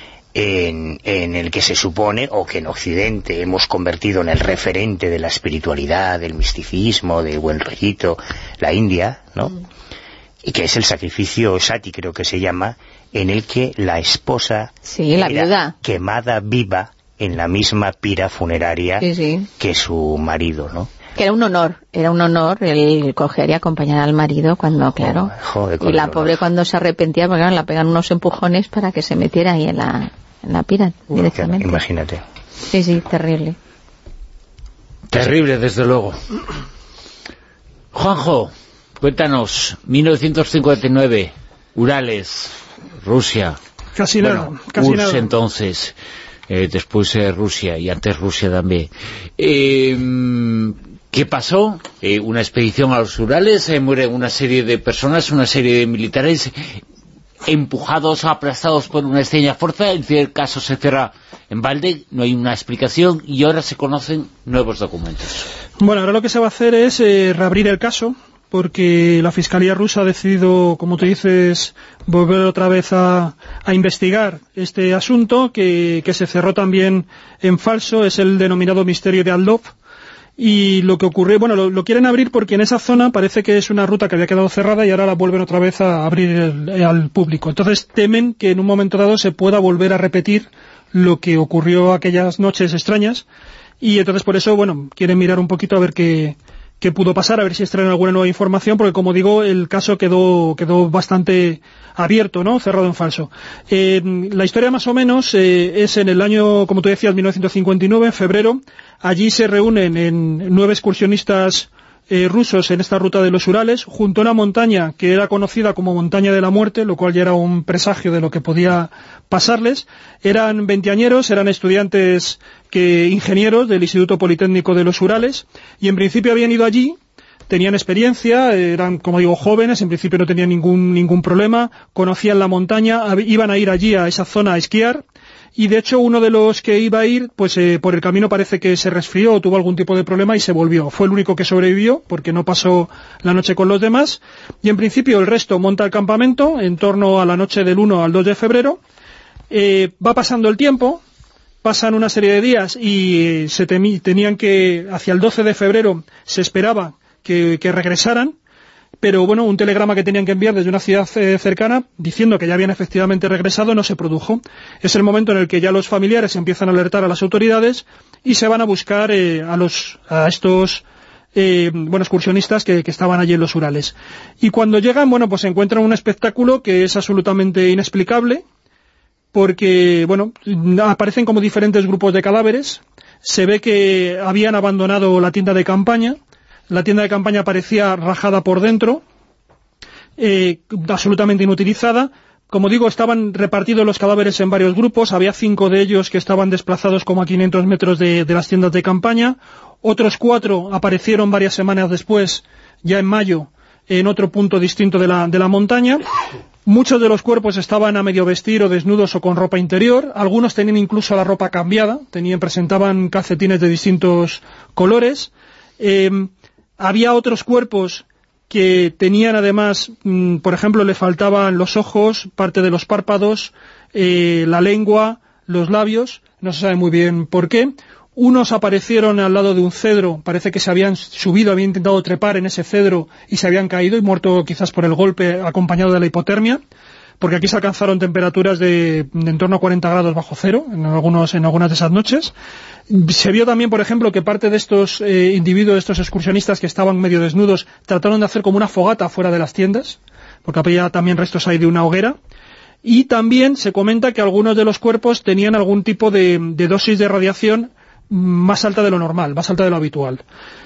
En, en el que se supone, o que en Occidente hemos convertido en el referente de la espiritualidad, del misticismo, del buen rollito, la India, ¿no? Mm. Y que es el sacrificio sati, creo que se llama, en el que la esposa sí, la era viuda. quemada viva en la misma pira funeraria sí, sí. que su marido, ¿no? Que era un honor, era un honor el coger y acompañar al marido cuando, claro, joder, y la pobre cuando se arrepentía, porque claro, la pegan unos empujones para que se metiera ahí en la, en la pira directamente. Imagínate. Sí, sí, terrible. Terrible, desde luego. Juanjo, cuéntanos, mil novecientos cincuenta y nueve, Urales, Rusia. Casi nada, bueno, casi U R S S nada. entonces, eh, después eh, Rusia, y antes Rusia también. Eh... ¿Qué pasó? Eh, una expedición a los Urales, eh, muere una serie de personas, una serie de militares empujados, aplastados por una extraña fuerza. En el caso se cierra en balde, no hay una explicación, y ahora se conocen nuevos documentos. Bueno, ahora lo que se va a hacer es eh, reabrir el caso, porque la Fiscalía rusa ha decidido, como tú dices, volver otra vez a, a investigar este asunto, que, que se cerró también en falso, es el denominado misterio de Aldov. Y lo que ocurrió, bueno, lo, lo quieren abrir porque en esa zona parece que es una ruta que había quedado cerrada y ahora la vuelven otra vez a abrir el, al público. Entonces temen que en un momento dado se pueda volver a repetir lo que ocurrió aquellas noches extrañas, y entonces por eso, bueno, quieren mirar un poquito a ver qué, qué pudo pasar, a ver si extraen alguna nueva información, porque como digo, el caso quedó, quedó bastante abierto, ¿no?, cerrado en falso. Eh, la historia más o menos eh, es en el año, como tú decías, mil novecientos cincuenta y nueve, en febrero. Allí se reúnen en nueve excursionistas eh, rusos en esta ruta de los Urales, junto a una montaña que era conocida como Montaña de la Muerte, lo cual ya era un presagio de lo que podía pasarles. Eran veinteañeros, eran estudiantes que ingenieros del Instituto Politécnico de los Urales, y en principio habían ido allí. Tenían experiencia, eran, como digo, jóvenes, en principio no tenían ningún ningún problema, conocían la montaña, iban a ir allí a esa zona a esquiar, y de hecho uno de los que iba a ir, pues eh, por el camino parece que se resfrió o tuvo algún tipo de problema y se volvió. Fue el único que sobrevivió, porque no pasó la noche con los demás, y en principio el resto monta el campamento en torno a la noche del uno al dos de febrero, eh, va pasando el tiempo, pasan una serie de días y eh, se tenían que, hacia el doce de febrero se esperaba Que, que regresaran, pero bueno, un telegrama que tenían que enviar desde una ciudad eh, cercana diciendo que ya habían efectivamente regresado no se produjo. Es el momento en el que ya los familiares empiezan a alertar a las autoridades y se van a buscar eh, a los a estos eh, bueno, excursionistas que, que estaban allí en los Urales. Y cuando llegan, bueno, pues se encuentran un espectáculo que es absolutamente inexplicable, porque, bueno, aparecen como diferentes grupos de cadáveres. Se ve que habían abandonado la tienda de campaña. La tienda de campaña parecía rajada por dentro, eh, absolutamente inutilizada. Como digo, estaban repartidos los cadáveres en varios grupos, había cinco de ellos que estaban desplazados como a quinientos metros de, de las tiendas de campaña, otros cuatro aparecieron varias semanas después, ya en mayo, en otro punto distinto de la, de la montaña. Muchos de los cuerpos estaban a medio vestir o desnudos o con ropa interior, algunos tenían incluso la ropa cambiada, tenían, presentaban calcetines de distintos colores. Eh, Había otros cuerpos que tenían además, mmm, por ejemplo, le faltaban los ojos, parte de los párpados, eh, la lengua, los labios, no se sabe muy bien por qué. Unos aparecieron al lado de un cedro, parece que se habían subido, habían intentado trepar en ese cedro y se habían caído y muerto quizás por el golpe acompañado de la hipotermia, porque aquí se alcanzaron temperaturas de, de en torno a cuarenta grados bajo cero en, algunos, en algunas de esas noches. Se vio también, por ejemplo, que parte de estos eh, individuos, de estos excursionistas que estaban medio desnudos, trataron de hacer como una fogata fuera de las tiendas, porque había también restos ahí de una hoguera. Y también se comenta que algunos de los cuerpos tenían algún tipo de, de dosis de radiación más alta de lo normal, más alta de lo habitual.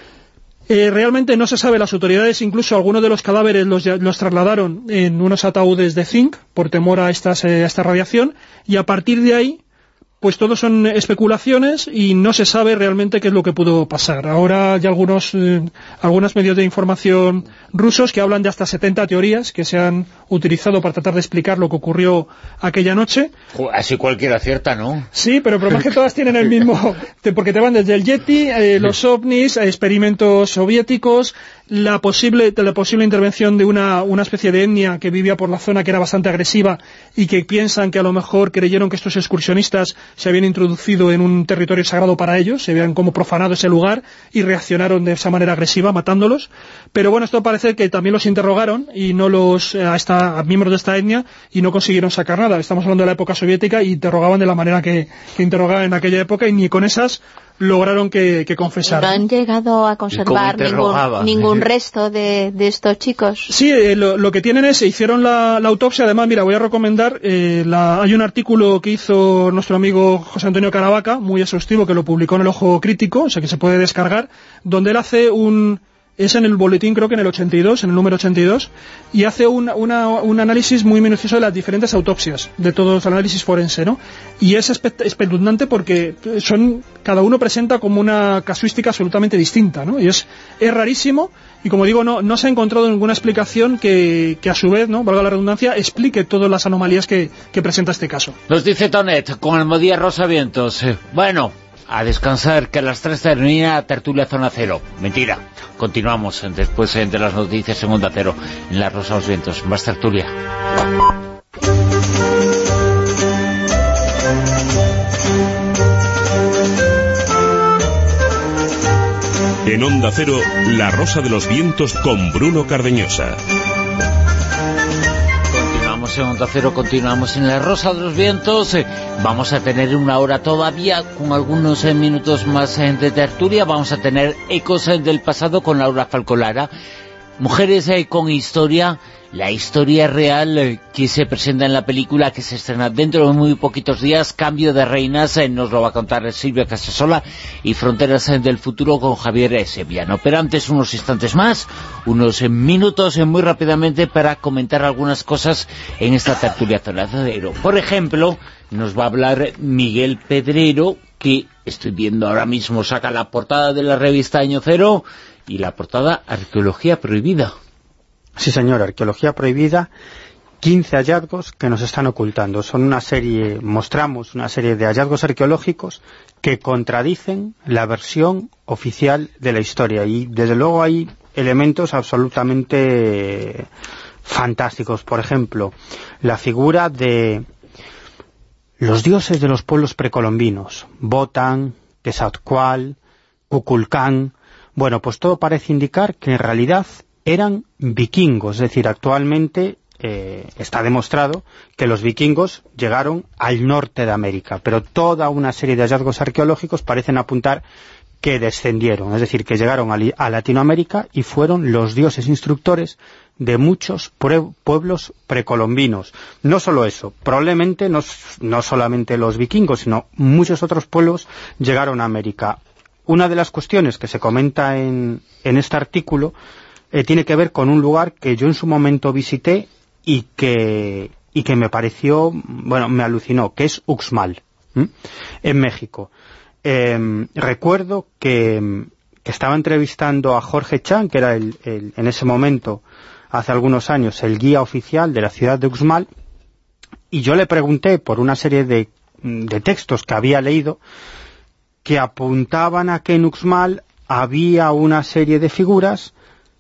Eh, realmente no se sabe, las autoridades incluso algunos de los cadáveres los, los trasladaron en unos ataúdes de zinc por temor a, estas, eh, a esta radiación, y a partir de ahí pues todo son especulaciones y no se sabe realmente qué es lo que pudo pasar. Ahora hay algunos eh, algunos medios de información rusos que hablan de hasta setenta teorías que se han utilizado para tratar de explicar lo que ocurrió aquella noche. Así cualquiera acierta, ¿no? Sí, pero el problema es que todas tienen el mismo... porque te van desde el Yeti, eh, los ovnis, experimentos soviéticos, la posible la posible intervención de una, una especie de etnia que vivía por la zona que era bastante agresiva y que piensan que a lo mejor creyeron que estos excursionistas se habían introducido en un territorio sagrado para ellos, se habían como profanado ese lugar y reaccionaron de esa manera agresiva matándolos. Pero bueno, esto parece que también los interrogaron y no los a, esta, a miembros de esta etnia y no consiguieron sacar nada. Estamos hablando de la época soviética y interrogaban de la manera que, que interrogaban en aquella época, y ni con esas lograron que, que confesaran. ¿No han llegado a conservar ningún, ningún resto de, de estos chicos? Sí, eh, lo, lo que tienen es, se hicieron la, la autopsia. Además, mira, voy a recomendar, eh, la, hay un artículo que hizo nuestro amigo José Antonio Caravaca, muy exhaustivo, que lo publicó en el Ojo Crítico, o sea que se puede descargar, donde él hace un... es en el boletín, creo que en el ochenta y dos, en el número ochenta y dos, y hace un, una, un análisis muy minucioso de las diferentes autopsias, de todo el análisis forense, ¿no? Y es espeluznante porque son, cada uno presenta como una casuística absolutamente distinta, ¿no? Y es, es rarísimo, y como digo, no, no se ha encontrado ninguna explicación que, que a su vez, ¿no?, valga la redundancia, explique todas las anomalías que, que presenta este caso. Nos dice Tonet, con Almodía Rosavientos, bueno... a descansar, que a las tres termina Tertulia Zona Cero. Mentira. Continuamos después de las noticias en Onda Cero, en La Rosa de los Vientos. Más tertulia. En Onda Cero, La Rosa de los Vientos con Bruno Cardeñosa. En Onda Cero, continuamos en La Rosa de los Vientos. Eh, vamos a tener una hora todavía con algunos eh, minutos más eh, de tertulia. Vamos a tener Ecos eh, del pasado con Laura Falcolara, Mujeres eh, con Historia, la historia real que se presenta en la película, que se estrena dentro de muy poquitos días, Cambio de reinas, eh, nos lo va a contar Silvia Casasola, y Fronteras del futuro con Javier Sevillano. Pero antes, unos instantes más, unos minutos eh, muy rápidamente para comentar algunas cosas en esta tertulia Cero. Por ejemplo, nos va a hablar Miguel Pedrero, que estoy viendo ahora mismo, saca la portada de la revista Año Cero, y la portada Arqueología Prohibida. Sí, señor, Arqueología Prohibida, quince hallazgos que nos están ocultando. Son una serie, mostramos una serie de hallazgos arqueológicos que contradicen la versión oficial de la historia. Y desde luego hay elementos absolutamente fantásticos. Por ejemplo, la figura de los dioses de los pueblos precolombinos, Botán, Quetzalcóatl, Kukulcán. Bueno, pues todo parece indicar que en realidad eran vikingos, es decir, actualmente eh, está demostrado que los vikingos llegaron al norte de América, pero toda una serie de hallazgos arqueológicos parecen apuntar que descendieron, es decir, que llegaron a, a Latinoamérica y fueron los dioses instructores de muchos pueblos precolombinos. No solo eso, probablemente no, no solamente los vikingos, sino muchos otros pueblos llegaron a América. Una de las cuestiones que se comenta en, en este artículo Eh, tiene que ver con un lugar que yo en su momento visité y que, y que me pareció, bueno, me alucinó, que es Uxmal, ¿m? en México. Eh, recuerdo que, que estaba entrevistando a Jorge Chang, que era el, el, en ese momento, hace algunos años, el guía oficial de la ciudad de Uxmal, y yo le pregunté por una serie de, de textos que había leído que apuntaban a que en Uxmal había una serie de figuras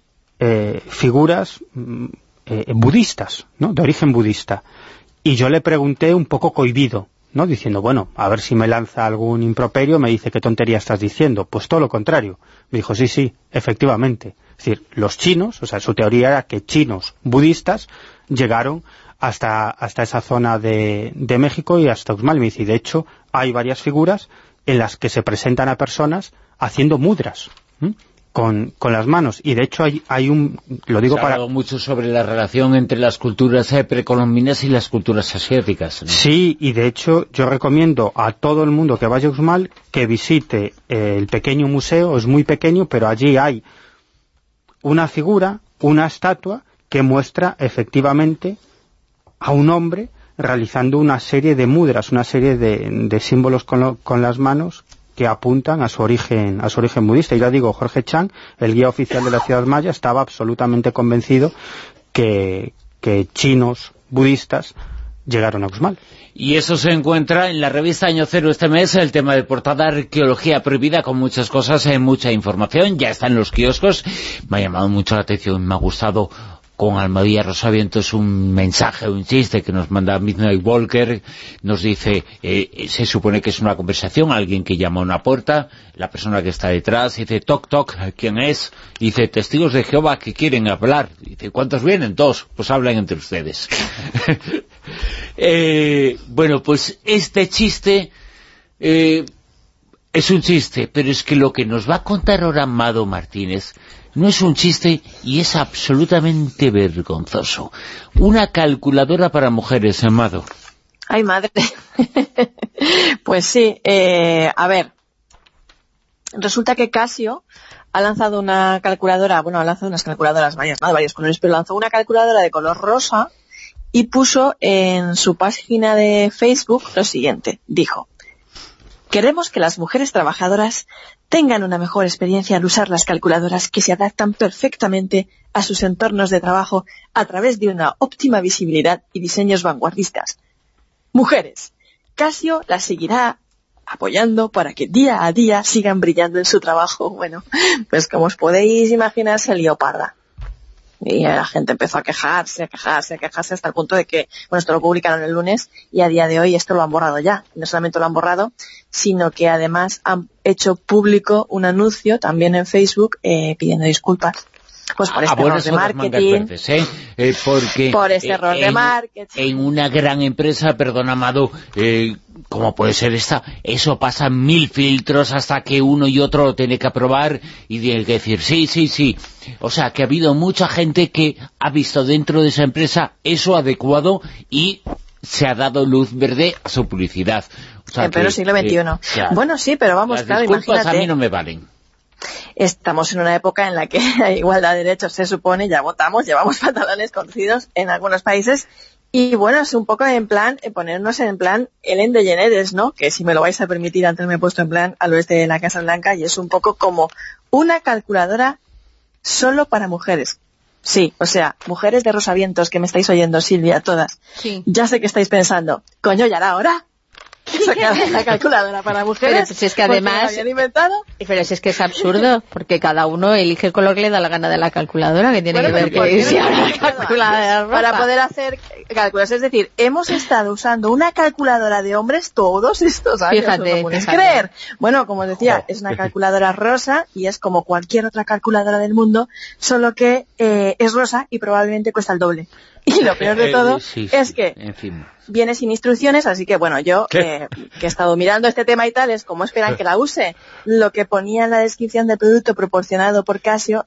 Eh, figuras eh, budistas, ¿no?, de origen budista. Y yo le pregunté un poco cohibido, ¿no?, diciendo, bueno, a ver si me lanza algún improperio, me dice, ¿qué tontería estás diciendo? Pues todo lo contrario. Me dijo, sí, sí, efectivamente. Es decir, los chinos, o sea, su teoría era que chinos budistas llegaron hasta, hasta esa zona de, de México y hasta Uxmal. Me dice, y de hecho, hay varias figuras en las que se presentan a personas haciendo mudras, ¿m? Con, con las manos, y de hecho hay, hay un... lo digo Se ha para... hablado mucho sobre la relación entre las culturas eh, precolombinas y las culturas asiáticas, ¿no? Sí, y de hecho yo recomiendo a todo el mundo que vaya a Uxmal que visite eh, el pequeño museo. Es muy pequeño, pero allí hay una figura, una estatua que muestra efectivamente a un hombre realizando una serie de mudras, una serie de, de símbolos con, lo, con las manos, que apuntan a su origen a su origen budista. Y ya digo, Jorge Chang, el guía oficial de la ciudad maya, estaba absolutamente convencido que, que chinos budistas llegaron a Uxmal. Y eso se encuentra en la revista Año Cero este mes, el tema de portada Arqueología Prohibida, con muchas cosas, eh, mucha información, ya está en los kioscos. Me ha llamado mucho la atención, me ha gustado. Con Almadía Rosavientos un mensaje, un chiste que nos manda Midnight Walker, nos dice, eh, se supone que es una conversación, alguien que llama a una puerta, la persona que está detrás dice, toc toc, ¿quién es? Dice, testigos de Jehová que quieren hablar. Dice, ¿cuántos vienen? Dos, pues hablan entre ustedes. eh, bueno, pues este chiste eh, es un chiste, pero es que lo que nos va a contar ahora Amado Martínez no es un chiste y es absolutamente vergonzoso. Una calculadora para mujeres, Amado. Ay, madre. Pues sí, eh, a ver. Resulta que Casio ha lanzado una calculadora, bueno, ha lanzado unas calculadoras varias, de varios colores, pero lanzó una calculadora de color rosa y puso en su página de Facebook lo siguiente. Dijo, queremos que las mujeres trabajadoras tengan una mejor experiencia al usar las calculadoras que se adaptan perfectamente a sus entornos de trabajo a través de una óptima visibilidad y diseños vanguardistas. Mujeres, Casio las seguirá apoyando para que día a día sigan brillando en su trabajo. Bueno, pues como os podéis imaginar, se lió parda. Y la gente empezó a quejarse, a quejarse, a quejarse hasta el punto de que, bueno, esto lo publicaron el lunes y a día de hoy esto lo han borrado ya. Y no solamente lo han borrado, sino que además han hecho público un anuncio también en Facebook eh, pidiendo disculpas. pues por este ah, bueno, error de marketing. Verdes, ¿eh? Eh, porque por este error en, de marketing. En una gran empresa, perdón, Amado, eh, como puede ser esta, eso pasa mil filtros hasta que uno y otro lo tiene que aprobar y tiene que decir sí, sí, sí. O sea, que ha habido mucha gente que ha visto dentro de esa empresa eso adecuado y se ha dado luz verde a su publicidad. O sea, en pleno siglo veintiuno. Eh, claro, bueno, sí, pero vamos, las claro, disculpas imagínate. A mí no me valen. Estamos en una época en la que hay igualdad de derechos, se supone, ya votamos, llevamos pantalones conocidos en algunos países. Y bueno, es un poco en plan, eh, ponernos en plan Ellen DeGeneres, ¿no? Que si me lo vais a permitir, antes me he puesto en plan al oeste de la Casa Blanca, y es un poco como una calculadora solo para mujeres. Sí, o sea, mujeres de Rosavientos que me estáis oyendo, Silvia, todas. Sí. Ya sé que estáis pensando, coño, ¿ya era hora? Sacar la calculadora para mujeres. Pero pues es que además, pero si es que es absurdo, porque cada uno elige el color que le da la gana de la calculadora, que tiene bueno, que ver que si ahora calculadora para poder hacer cálculos. Es decir, hemos estado usando una calculadora de hombres todos estos años. Fíjate, ¿no puedes fíjate. creer? Bueno, como os decía, es una calculadora rosa y es como cualquier otra calculadora del mundo, solo que eh, es rosa y probablemente cuesta el doble. Y lo peor de todo eh, sí, sí, es que en fin. Viene sin instrucciones, así que bueno, yo eh, que he estado mirando este tema y tal, es como esperan que la use. Lo que ponía en la descripción del producto proporcionado por Casio,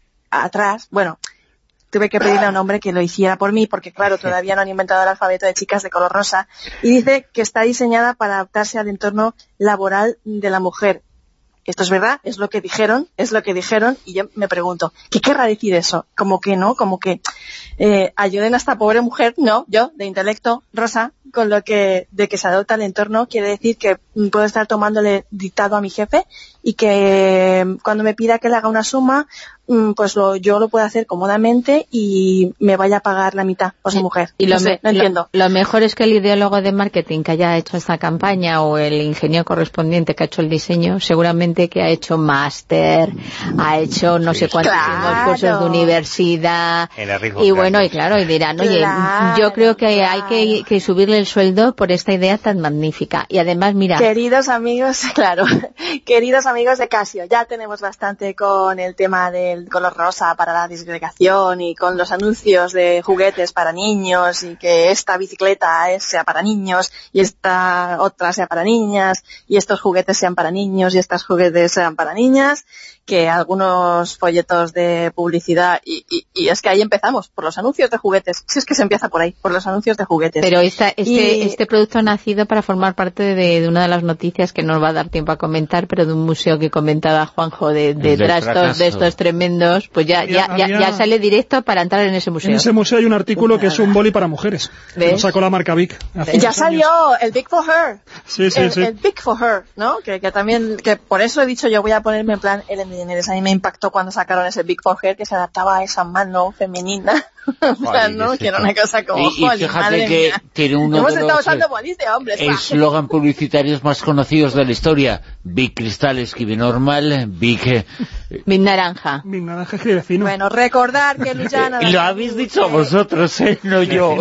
atrás, bueno, tuve que pedirle a un hombre que lo hiciera por mí, porque claro, todavía no han inventado el alfabeto de chicas de color rosa, y dice que está diseñada para adaptarse al entorno laboral de la mujer. Esto es verdad, es lo que dijeron, es lo que dijeron, y yo me pregunto, ¿qué querrá decir eso? Como que no, como que eh, ayuden a esta pobre mujer, no, yo, de intelecto, rosa, con lo que, de que se adopta el entorno, quiere decir que puedo estar tomándole dictado a mi jefe, y que cuando me pida que le haga una suma, pues lo, yo lo puedo hacer cómodamente y me vaya a pagar la mitad por su mujer. Y no, lo, sé, me, no entiendo. Lo, lo mejor es que el ideólogo de marketing que haya hecho esta campaña o el ingeniero correspondiente que ha hecho el diseño, seguramente que ha hecho máster, ha hecho no sí, sé cuántos claro. cursos de universidad. Y bueno, y claro, y dirán, oye, claro, yo creo que claro. hay que, que subirle el sueldo por esta idea tan magnífica. Y además, mira... Queridos amigos, claro, queridos amigos de Casio, ya tenemos bastante con el tema del color rosa para la disgregación y con los anuncios de juguetes para niños y que esta bicicleta es, sea para niños y esta otra sea para niñas y estos juguetes sean para niños y estas juguetes sean para niñas, que algunos folletos de publicidad y, y, y es que ahí empezamos, por los anuncios de juguetes, si es que se empieza por ahí, por los anuncios de juguetes. Pero esta, este, y... este producto ha nacido para formar parte de, de una de las noticias que no nos va a dar tiempo a comentar, pero de un museo que comentaba Juanjo de, de trastos de estos tremendos, pues ya, ya, ya, ya sale directo para entrar en ese museo. En ese museo hay un artículo que es un boli para mujeres, que lo sacó la marca Vic. Ya salió años. El Big for Her, sí, sí, el, sí. el Big for Her, ¿no? Que, que también, que por eso he dicho yo voy a ponerme en plan Ellen DeGeneres. A mí me impactó cuando sacaron ese Big for Her que se adaptaba a esa mano femenina. O sea, ¿no? Que era una cosa como... Y, y fíjate que mía. Tiene uno Hemos de estado los usando bolis de hombres. eslogan publicitarios más conocidos de la historia. Big Cristal escribe normal, Big... Eh, Big Naranja. Big Naranja escribe fino. Bueno, recordar que Luciana... Lo habéis dicho vosotros, ¿eh? No yo.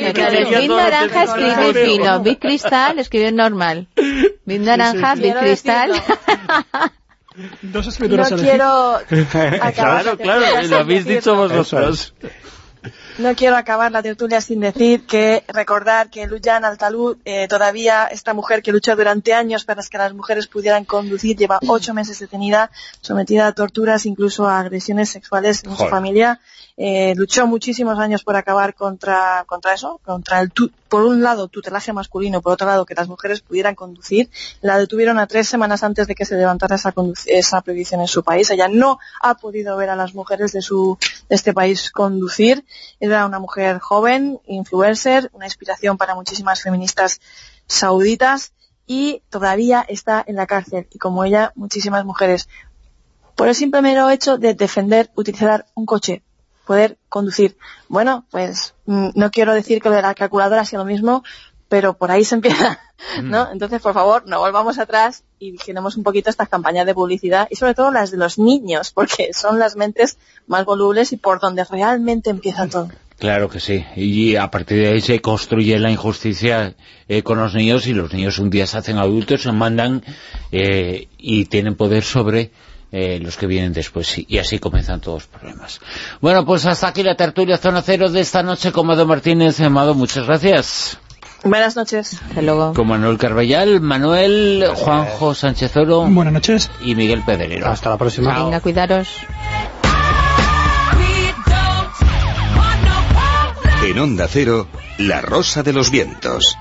Big Naranja escribe fino, Big Cristal escribe normal. Big Naranja, sí, sí, sí. Big Cristal... Dos escrituras no quiero acabar claro, claro, lo habéis dicho vosotros. No quiero acabar la tertulia sin decir que recordar que Lujan Altalud, eh, todavía esta mujer que luchó durante años para que las mujeres pudieran conducir, lleva ocho meses detenida, sometida a torturas, incluso a agresiones sexuales en Joder. su familia. Eh, luchó muchísimos años por acabar contra contra eso, contra el tu, por un lado tutelaje masculino, por otro lado que las mujeres pudieran conducir. La detuvieron a tres semanas antes de que se levantara esa, esa prohibición en su país. Ella no ha podido ver a las mujeres de su de este país conducir. Era una mujer joven, influencer, una inspiración para muchísimas feministas sauditas y todavía está en la cárcel. Y como ella, muchísimas mujeres. Por el simple mero hecho de defender utilizar un coche, poder conducir. Bueno, pues no quiero decir que lo de la calculadora sea lo mismo, pero por ahí se empieza, ¿no? Mm. Entonces, por favor, no volvamos atrás y vigilemos un poquito estas campañas de publicidad y sobre todo las de los niños, porque son las mentes más volubles y por donde realmente empieza todo. Claro que sí, y a partir de ahí se construye la injusticia eh, con los niños y los niños un día se hacen adultos, se mandan eh, y tienen poder sobre eh, los que vienen después, y así comienzan todos los problemas. Bueno, pues hasta aquí la tertulia Zona Cero de esta noche con Mado Martínez. Mado, muchas gracias. Buenas noches. Hasta luego. Con Manuel Carballal, Manuel, Juanjo Sánchez Oro. Buenas noches. Y Miguel Pedrero. Hasta la próxima. Chao. Venga, cuidaros. En Onda Cero, La Rosa de los Vientos.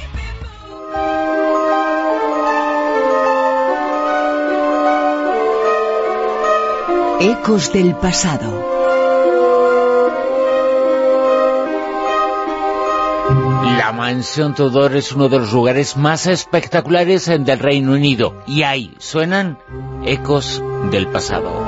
Ecos del pasado. La Mansión Tudor es uno de los lugares más espectaculares del Reino Unido, y ahí suenan ecos del pasado.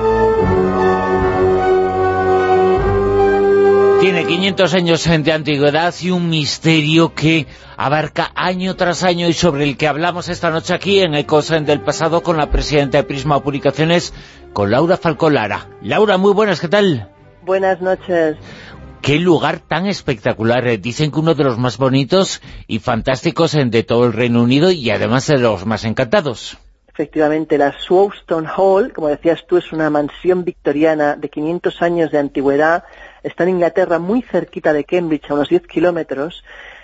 Tiene quinientos años de antigüedad y un misterio que abarca año tras año y sobre el que hablamos esta noche aquí en Ecos del Pasado con la presidenta de Prisma Publicaciones, con Laura Falcó Lara. Laura, muy buenas, ¿qué tal? Buenas noches. Qué lugar tan espectacular. Dicen que uno de los más bonitos y fantásticos de todo el Reino Unido y además de los más encantados. Efectivamente, la Swowstone Hall, como decías tú, es una mansión victoriana de quinientos años de antigüedad. Está en Inglaterra, muy cerquita de Cambridge, a unos diez kilómetros.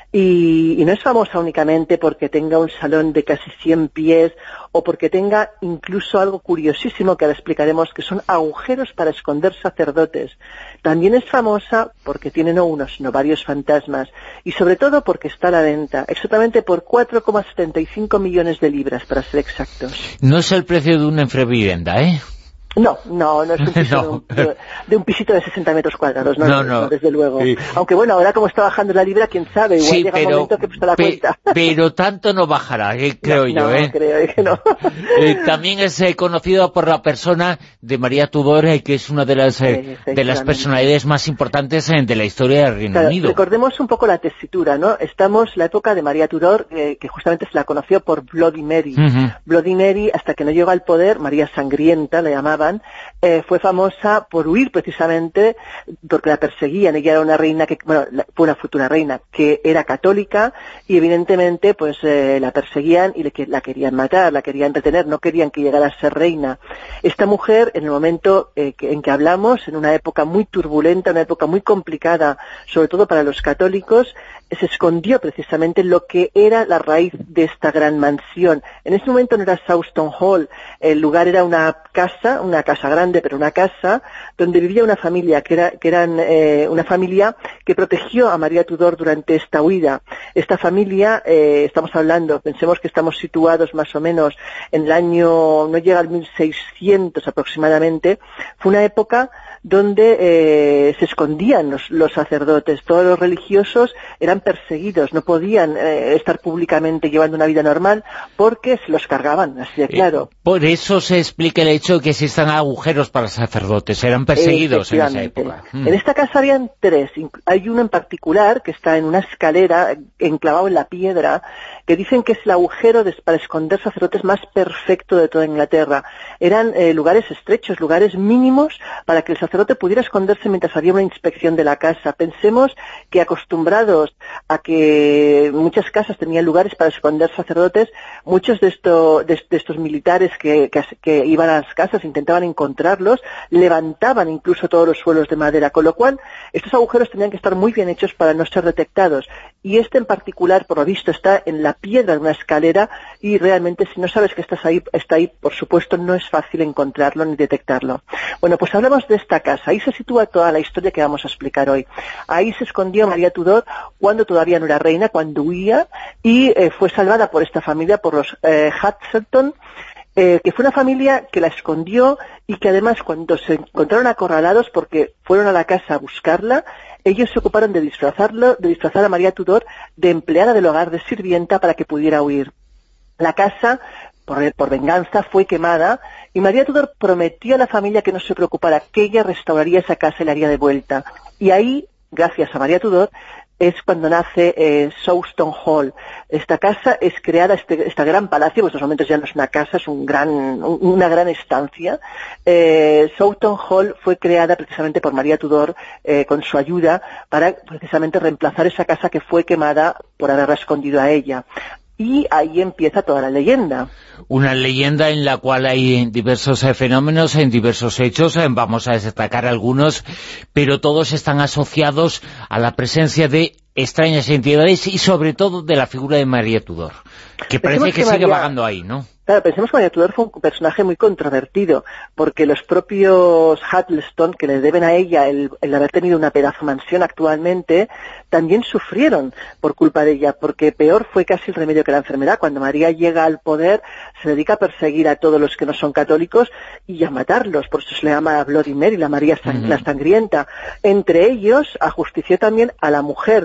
Y, y no es famosa únicamente porque tenga un salón de casi cien pies o porque tenga incluso algo curiosísimo que ahora explicaremos, que son agujeros para esconder sacerdotes. También es famosa porque tiene no uno, sino varios fantasmas, y sobre todo porque está a la venta, exactamente por cuatro coma setenta y cinco millones de libras, para ser exactos. No es el precio de una infravivienda, ¿eh? No, no, no es un piso no. de, un, de, de un pisito de sesenta metros cuadrados, no, no, no, no desde luego. Sí. Aunque bueno, ahora como está bajando la libra, quién sabe, igual sí, llega pero, un momento que pues te da pe, cuenta. Pero tanto no bajará, eh, creo no, yo, no, ¿eh? creo que no. Eh, también es eh, conocido por la persona de María Tudor, eh, que es una de las eh, de las personalidades más importantes eh, de la historia del Reino claro, Unido. Recordemos un poco la tesitura, ¿no? Estamos en la época de María Tudor, eh, que justamente se la conoció por Bloody Mary. Uh-huh. Bloody Mary, hasta que no llegó al poder, María Sangrienta, le llamaban, eh, fue famosa por huir precisamente porque la perseguían. Ella era una reina que, bueno, fue una futura reina que era católica y evidentemente pues eh, la perseguían y le, la querían matar, la querían retener, no querían que llegara a ser reina. Esta mujer, en el momento eh, que, en que hablamos, en una época muy turbulenta, una época muy complicada, sobre todo para los católicos, se escondió precisamente lo que era la raíz de esta gran mansión. En ese momento no era Swowstone Hall, el lugar era una casa, una casa grande, pero una casa donde vivía una familia, que era que eran eh, una familia que protegió a María Tudor durante esta huida. Esta familia, eh, estamos hablando, pensemos que estamos situados más o menos en el año, no llega al mil seiscientos aproximadamente, fue una época donde eh, se escondían los, los sacerdotes, todos los religiosos eran perseguidos, no podían eh, estar públicamente llevando una vida normal porque se los cargaban, así de claro. Eh, por eso se explica el hecho de que existan agujeros para sacerdotes, eran perseguidos en esa época. Mm. En esta casa habían tres, hay uno en particular que está en una escalera enclavado en la piedra, que dicen que es el agujero de, para esconder sacerdotes más perfecto de toda Inglaterra. Eran eh, lugares estrechos, lugares mínimos para que el sacerdote pudiera esconderse mientras había una inspección de la casa. Pensemos que acostumbrados a que muchas casas tenían lugares para esconder sacerdotes, muchos de, esto, de, de estos militares que, que, que iban a las casas, intentaban encontrarlos, levantaban incluso todos los suelos de madera, con lo cual estos agujeros tenían que estar muy bien hechos para no ser detectados. Y este en particular, por lo visto, está en la piedra de una escalera y realmente si no sabes que estás ahí, está ahí, por supuesto, no es fácil encontrarlo ni detectarlo. Bueno, pues hablamos de esta casa. Ahí se sitúa toda la historia que vamos a explicar hoy. Ahí se escondió María Tudor cuando todavía no era reina, cuando huía, y eh, fue salvada por esta familia, por los eh, Hutchelton, eh, que fue una familia que la escondió y que además cuando se encontraron acorralados porque fueron a la casa a buscarla, ellos se ocuparon de disfrazarlo, de disfrazar a María Tudor de empleada del hogar, de sirvienta, para que pudiera huir. La casa, por, por venganza, fue quemada y María Tudor prometió a la familia que no se preocupara, que ella restauraría esa casa y la haría de vuelta. Y ahí, gracias a María Tudor, es cuando nace eh, Swowstone Hall. Esta casa es creada, este, este gran palacio, en estos momentos ya no es una casa, es un gran, un, una gran estancia. Eh, Swowstone Hall fue creada precisamente por María Tudor, eh, con su ayuda, para precisamente reemplazar esa casa que fue quemada por haberla escondido a ella. y ahí empieza toda la leyenda. Una leyenda en la cual hay diversos eh, fenómenos, en diversos hechos, eh, vamos a destacar algunos, pero todos están asociados a la presencia de extrañas entidades y sobre todo de la figura de María Tudor, que parece que, que María... sigue vagando ahí, ¿no? Claro, pensemos que María Tudor fue un personaje muy controvertido, porque los propios Huddleston, que le deben a ella el, el haber tenido una pedazo mansión actualmente, también sufrieron por culpa de ella, porque peor fue casi el remedio que la enfermedad. Cuando María llega al poder, se dedica a perseguir a todos los que no son católicos y a matarlos, por eso se le llama Bloody Mary, la María sang- uh-huh. la sangrienta. Entre ellos, ajustició también a la mujer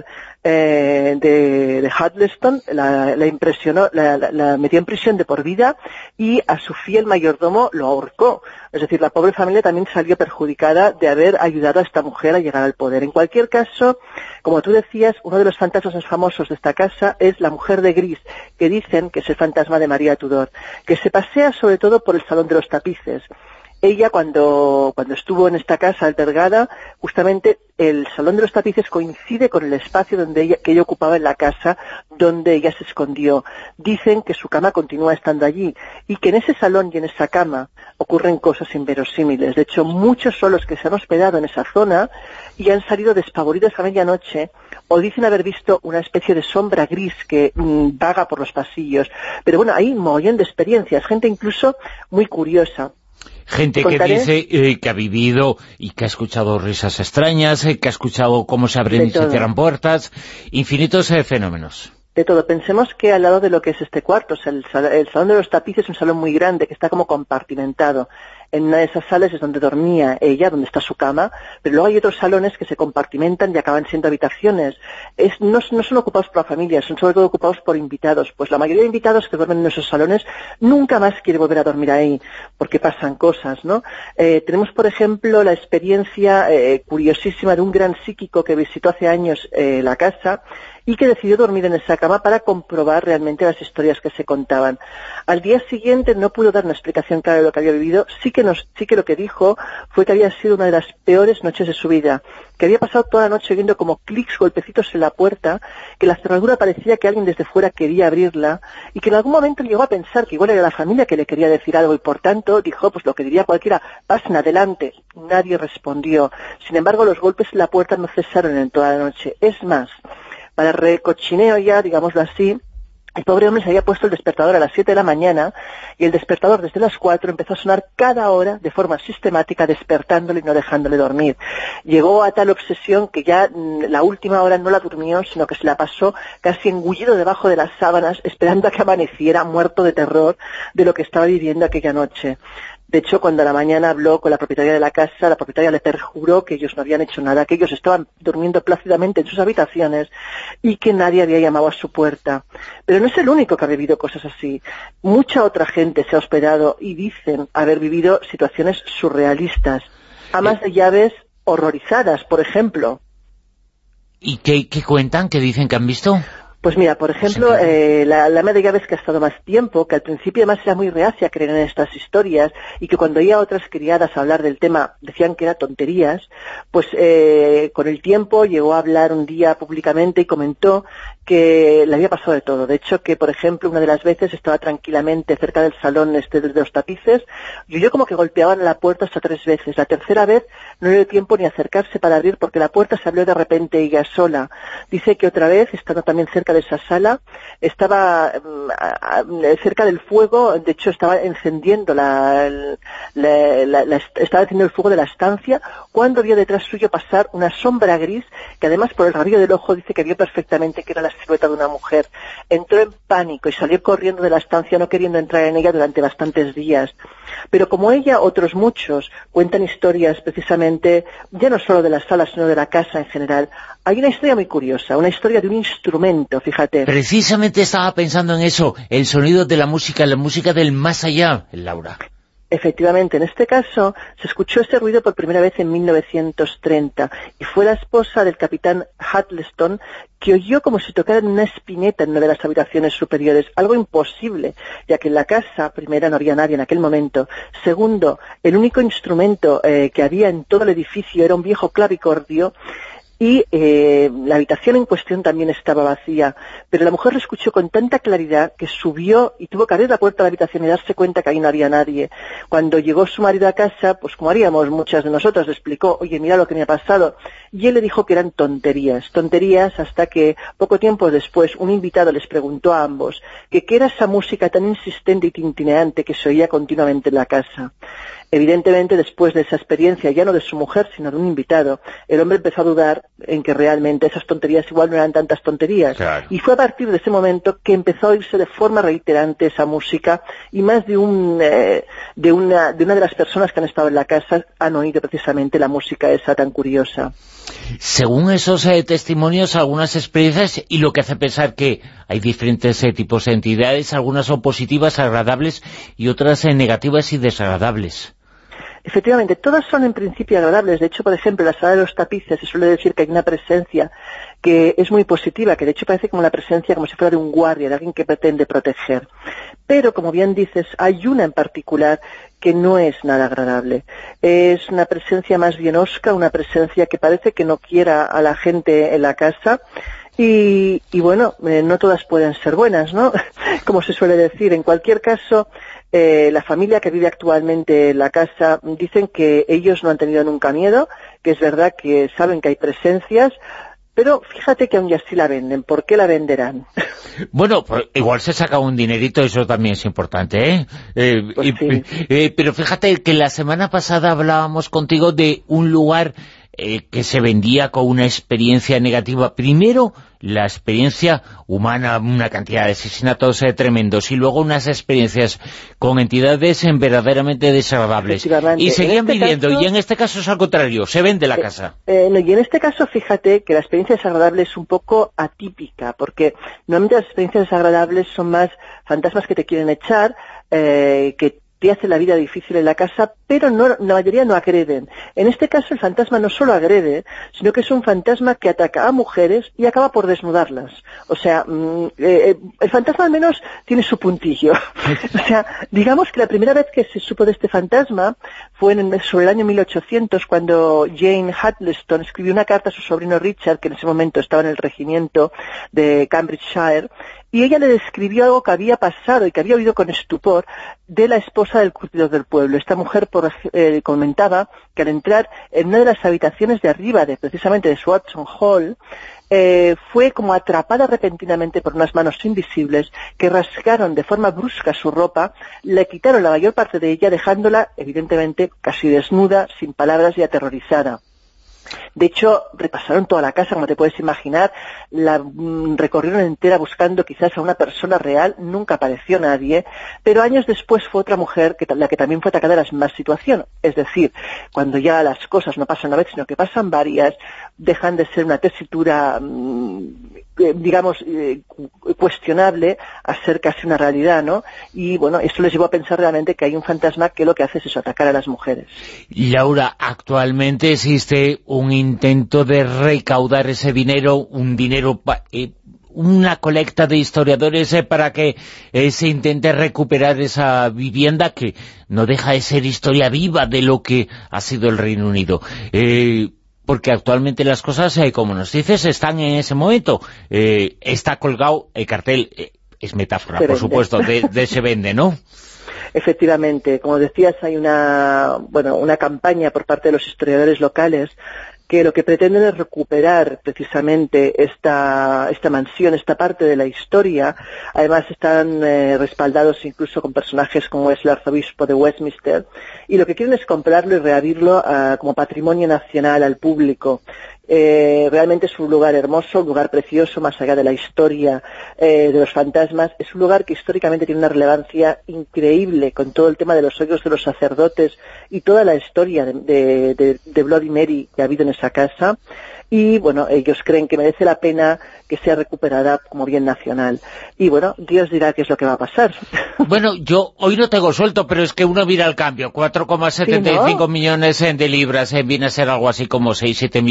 Eh, de, de Huddleston, la, la impresionó, la, la, la metió en prisión de por vida y a su fiel mayordomo lo ahorcó. Es decir, la pobre familia también salió perjudicada de haber ayudado a esta mujer a llegar al poder. En cualquier caso, como tú decías, uno de los fantasmas más famosos de esta casa es la mujer de gris, que dicen que es el fantasma de María Tudor, que se pasea sobre todo por el Salón de los Tapices. Ella, cuando, cuando estuvo en esta casa albergada, justamente el Salón de los Tapices coincide con el espacio donde ella, que ella ocupaba en la casa, donde ella se escondió. Dicen que su cama continúa estando allí, y que en ese salón y en esa cama ocurren cosas inverosímiles. De hecho, muchos son los que se han hospedado en esa zona y han salido despavoridos a medianoche, o dicen haber visto una especie de sombra gris que mmm, vaga por los pasillos. Pero bueno, hay un mogollón de experiencias, gente incluso muy curiosa. Gente que dice eh, que ha vivido y que ha escuchado risas extrañas, eh, que ha escuchado cómo se abren y se cierran puertas, infinitos eh, fenómenos. De todo. Pensemos que al lado de lo que es este cuarto, o sea, el, sal- el Salón de los Tapices es un salón muy grande que está como compartimentado. En una de esas salas es donde dormía ella, donde está su cama, pero luego hay otros salones que se compartimentan y acaban siendo habitaciones. Es, no, no son ocupados por la familia, son sobre todo ocupados por invitados. Pues la mayoría de invitados que duermen en esos salones nunca más quiere volver a dormir ahí, porque pasan cosas, ¿no? Eh, tenemos, por ejemplo, la experiencia eh, curiosísima de un gran psíquico que visitó hace años eh, la casa y que decidió dormir en esa cama para comprobar realmente las historias que se contaban. Al día siguiente no pudo dar una explicación clara de lo que había vivido, sí que, nos, sí que lo que dijo fue que había sido una de las peores noches de su vida, que había pasado toda la noche oyendo como clics, golpecitos en la puerta, que la cerradura parecía que alguien desde fuera quería abrirla, y que en algún momento llegó a pensar que igual era la familia que le quería decir algo, y por tanto dijo, pues lo que diría cualquiera, pasen adelante. Nadie respondió. Sin embargo, los golpes en la puerta no cesaron en toda la noche. Es más, para recochineo ya, digámoslo así, el pobre hombre se había puesto el despertador a las siete de la mañana y el despertador desde las cuatro empezó a sonar cada hora de forma sistemática, despertándole y no dejándole dormir. Llegó a tal obsesión que ya la última hora no la durmió, sino que se la pasó casi engullido debajo de las sábanas, esperando a que amaneciera, muerto de terror de lo que estaba viviendo aquella noche. De hecho, cuando a la mañana habló con la propietaria de la casa, la propietaria le perjuró que ellos no habían hecho nada, que ellos estaban durmiendo plácidamente en sus habitaciones y que nadie había llamado a su puerta. Pero no es el único que ha vivido cosas así. Mucha otra gente se ha hospedado y dicen haber vivido situaciones surrealistas, amas de llaves horrorizadas, por ejemplo. ¿Y qué, qué cuentan? ¿Qué dicen que han visto? Pues mira, por ejemplo, eh, la, la ama de llaves que ha estado más tiempo, que al principio además era muy reacia a creer en estas historias y que cuando oía a otras criadas hablar del tema decían que eran tonterías, pues eh, con el tiempo llegó a hablar un día públicamente y comentó que le había pasado de todo. De hecho, que por ejemplo, una de las veces estaba tranquilamente cerca del salón este de los tapices y oyó como que golpeaban la puerta hasta tres veces. La tercera vez no le dio tiempo ni acercarse para abrir porque la puerta se abrió de repente ella sola. Dice que otra vez, estando también cerca de esa sala, estaba um, cerca del fuego, de hecho estaba encendiendo la, la, la, la, estaba encendiendo el fuego de la estancia, cuando vio detrás suyo pasar una sombra gris, que además por el rabillo del ojo dice que vio perfectamente que era la silueta de una mujer. Entró en pánico y salió corriendo de la estancia, no queriendo entrar en ella durante bastantes días. Pero como ella, otros muchos cuentan historias precisamente, ya no solo de la sala, sino de la casa en general. Hay una historia muy curiosa, una historia de un instrumento, fíjate. Precisamente estaba pensando en eso, el sonido de la música, la música del más allá, Laura. Efectivamente, en este caso se escuchó ese ruido por primera vez en mil novecientos treinta y fue la esposa del capitán Huddleston que oyó como si tocaran una espineta en una de las habitaciones superiores, algo imposible, ya que en la casa, primero, no había nadie en aquel momento, segundo, el único instrumento eh, que había en todo el edificio era un viejo clavicordio, y eh, la habitación en cuestión también estaba vacía, pero la mujer lo escuchó con tanta claridad que subió y tuvo que abrir la puerta de la habitación y darse cuenta que ahí no había nadie. Cuando llegó su marido a casa, pues como haríamos muchas de nosotros, le explicó, oye, mira lo que me ha pasado, y él le dijo que eran tonterías, tonterías hasta que poco tiempo después un invitado les preguntó a ambos que qué era esa música tan insistente y tintineante que se oía continuamente en la casa. Evidentemente, después de esa experiencia, ya no de su mujer, sino de un invitado, el hombre empezó a dudar en que realmente esas tonterías igual no eran tantas tonterías. Claro. Y fue a partir de ese momento que empezó a oírse de forma reiterante esa música, y más de un eh, de una de una de las personas que han estado en la casa han oído precisamente la música esa tan curiosa. Según esos eh, testimonios, algunas experiencias, y lo que hace pensar que hay diferentes eh, tipos de entidades, algunas son positivas, agradables, y otras eh, negativas y desagradables. Efectivamente, todas son en principio agradables. De hecho, por ejemplo, en la sala de los tapices se suele decir que hay una presencia que es muy positiva, que de hecho parece como la presencia como si fuera de un guardia, de alguien que pretende proteger. Pero, como bien dices, hay una en particular que no es nada agradable. Es una presencia más bien hosca, una presencia que parece que no quiera a la gente en la casa. Y, y bueno, eh, no todas pueden ser buenas, ¿no? Como se suele decir. En cualquier caso, eh, la familia que vive actualmente en la casa dicen que ellos no han tenido nunca miedo, que es verdad que saben que hay presencias, pero fíjate que aún así la venden. ¿Por qué la venderán? Bueno, pues igual se saca un dinerito, eso también es importante, ¿eh? eh, pues sí. eh pero fíjate que la semana pasada hablábamos contigo de un lugar eh, que se vendía con una experiencia negativa. Primero, la experiencia humana, una cantidad de asesinatos eh, tremendos, y luego unas experiencias con entidades eh, verdaderamente desagradables. Y seguían este viviendo, caso, y en este caso es al contrario, se vende la eh, casa. Eh, no, y en este caso, fíjate que la experiencia desagradable es un poco atípica, porque normalmente las experiencias desagradables son más fantasmas que te quieren echar, eh, que te hace la vida difícil en la casa, pero no, la mayoría no agreden. En este caso el fantasma no solo agrede, sino que es un fantasma que ataca a mujeres y acaba por desnudarlas. O sea, mm, eh, el fantasma al menos tiene su puntillo. O sea, digamos que la primera vez que se supo de este fantasma fue en, sobre el año mil ochocientos, cuando Jane Huddleston escribió una carta a su sobrino Richard, que en ese momento estaba en el regimiento de Cambridgeshire, y ella le describió algo que había pasado y que había oído con estupor de la esposa del curtidor del pueblo. Esta mujer por, eh, comentaba que al entrar en una de las habitaciones de arriba, de precisamente de Watson Hall, eh, fue como atrapada repentinamente por unas manos invisibles que rasgaron de forma brusca su ropa, le quitaron la mayor parte de ella, dejándola evidentemente casi desnuda, sin palabras y aterrorizada. De hecho, repasaron toda la casa, como te puedes imaginar, la mm, recorrieron entera buscando quizás a una persona real, nunca apareció nadie, pero años después fue otra mujer que, la que también fue atacada en la misma situación. Es decir, cuando ya las cosas no pasan una vez, sino que pasan varias, dejan de ser una tesitura, mm, eh, digamos, eh, cuestionable a ser casi una realidad, ¿no? Y bueno, eso les llevó a pensar realmente que hay un fantasma que lo que hace es eso, atacar a las mujeres. Laura, actualmente existe un intento de recaudar ese dinero, un dinero, eh, una colecta de historiadores eh, para que eh, se intente recuperar esa vivienda que no deja de ser historia viva de lo que ha sido el Reino Unido. Eh, porque actualmente las cosas, eh, como nos dices, están en ese momento. Eh, está colgado el cartel, eh, es metáfora, por supuesto, de, de se vende, ¿no? Efectivamente, como decías, hay una, bueno, una campaña por parte de los historiadores locales que lo que pretenden es recuperar precisamente esta, esta mansión, esta parte de la historia. Además están eh, respaldados incluso con personajes como es el arzobispo de Westminster, y lo que quieren es comprarlo y reabrirlo uh, como patrimonio nacional al público. Eh, realmente es un lugar hermoso, un lugar precioso, más allá de la historia eh, de los fantasmas. Es un lugar que históricamente tiene una relevancia increíble con todo el tema de los ojos de los sacerdotes y toda la historia de, de, de, de Bloody Mary que ha habido en esa casa. Y bueno, ellos creen que merece la pena que sea recuperada como bien nacional. Y bueno, Dios dirá qué es lo que va a pasar. Bueno, yo hoy no tengo suelto, pero es que uno mira el cambio. cuatro coma setenta y cinco ¿Sí, no? millones de libras, eh, viene a ser algo así como seis siete millones de euros.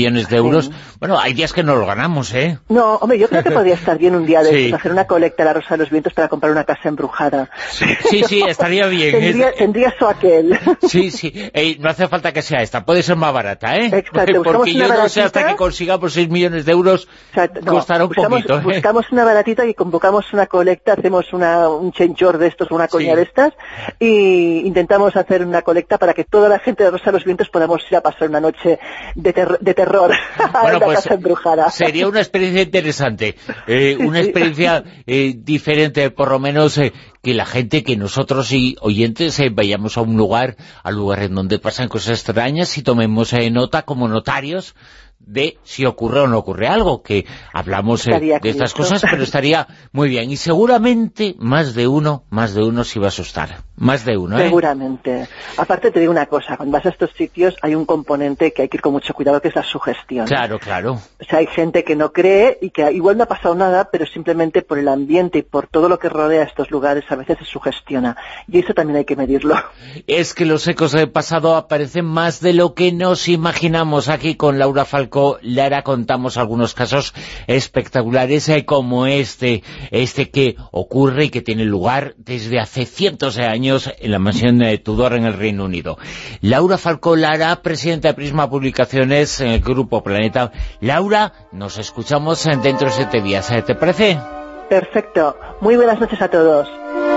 euros. Bueno, hay días que no lo ganamos, ¿eh? No, hombre, yo creo que podría estar bien un día de sí. estos, hacer una colecta a la Rosa de los Vientos para comprar una casa embrujada. Sí, sí, sí, estaría bien. tendría, es... tendría eso aquel. Sí, sí, Ey, no hace falta que sea esta, puede ser más barata, ¿eh? Exacto. Porque yo baratita, no sé hasta que consigamos seis millones de euros, Exacto, no, costará un buscamos, poquito. ¿eh? Buscamos una baratita y convocamos una colecta, hacemos una, un chenchor de estos, una coña sí. de estas, y intentamos hacer una colecta para que toda la gente de Rosa de los Vientos podamos ir a pasar una noche de, ter de terror bueno, en la pues, casa embrujada. Sería una experiencia interesante, eh, una sí. experiencia eh, diferente, por lo menos eh, que la gente, que nosotros y oyentes eh, vayamos a un lugar, al lugar en donde pasan cosas extrañas y tomemos eh, nota como notarios de si ocurre o no ocurre algo, que hablamos eh, de estas cosas, pero estaría muy bien. Y seguramente más de uno, más de uno se iba a asustar. Más de uno, ¿eh? Seguramente. Aparte te digo una cosa, cuando vas a estos sitios hay un componente que hay que ir con mucho cuidado, que es la sugestión. Claro, claro. O sea, hay gente que no cree y que igual no ha pasado nada, pero simplemente por el ambiente y por todo lo que rodea estos lugares a veces se sugestiona. Y eso también hay que medirlo. Es que los ecos del pasado aparecen más de lo que nos imaginamos. Aquí con Laura Falcó Lara contamos algunos casos espectaculares eh, como este, este que ocurre y que tiene lugar desde hace cientos de años en la mansión de Tudor en el Reino Unido. Laura Falcó Lara, presidenta de Prisma Publicaciones en el Grupo Planeta. Laura, nos escuchamos dentro de siete días, ¿te parece? Perfecto. Muy buenas noches a todos.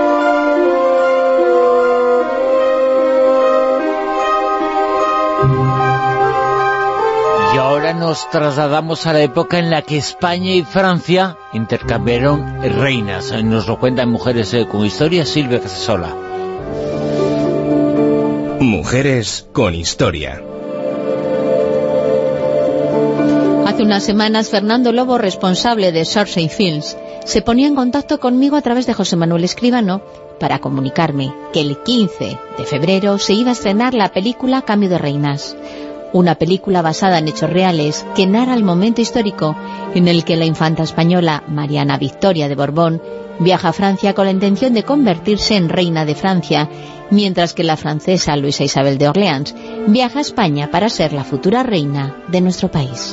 Y ahora nos trasladamos a la época en la que España y Francia intercambiaron reinas. Nos lo cuentan Mujeres con Historia, Silvia Casasola. Mujeres con Historia. Hace unas semanas, Fernando Lobo, responsable de Sorsey Films, se ponía en contacto conmigo a través de José Manuel Escribano para comunicarme que el quince de febrero se iba a estrenar la película Cambio de Reinas, una película basada en hechos reales que narra el momento histórico en el que la infanta española Mariana Victoria de Borbón viaja a Francia con la intención de convertirse en reina de Francia, mientras que la francesa Luisa Isabel de Orleans viaja a España para ser la futura reina de nuestro país.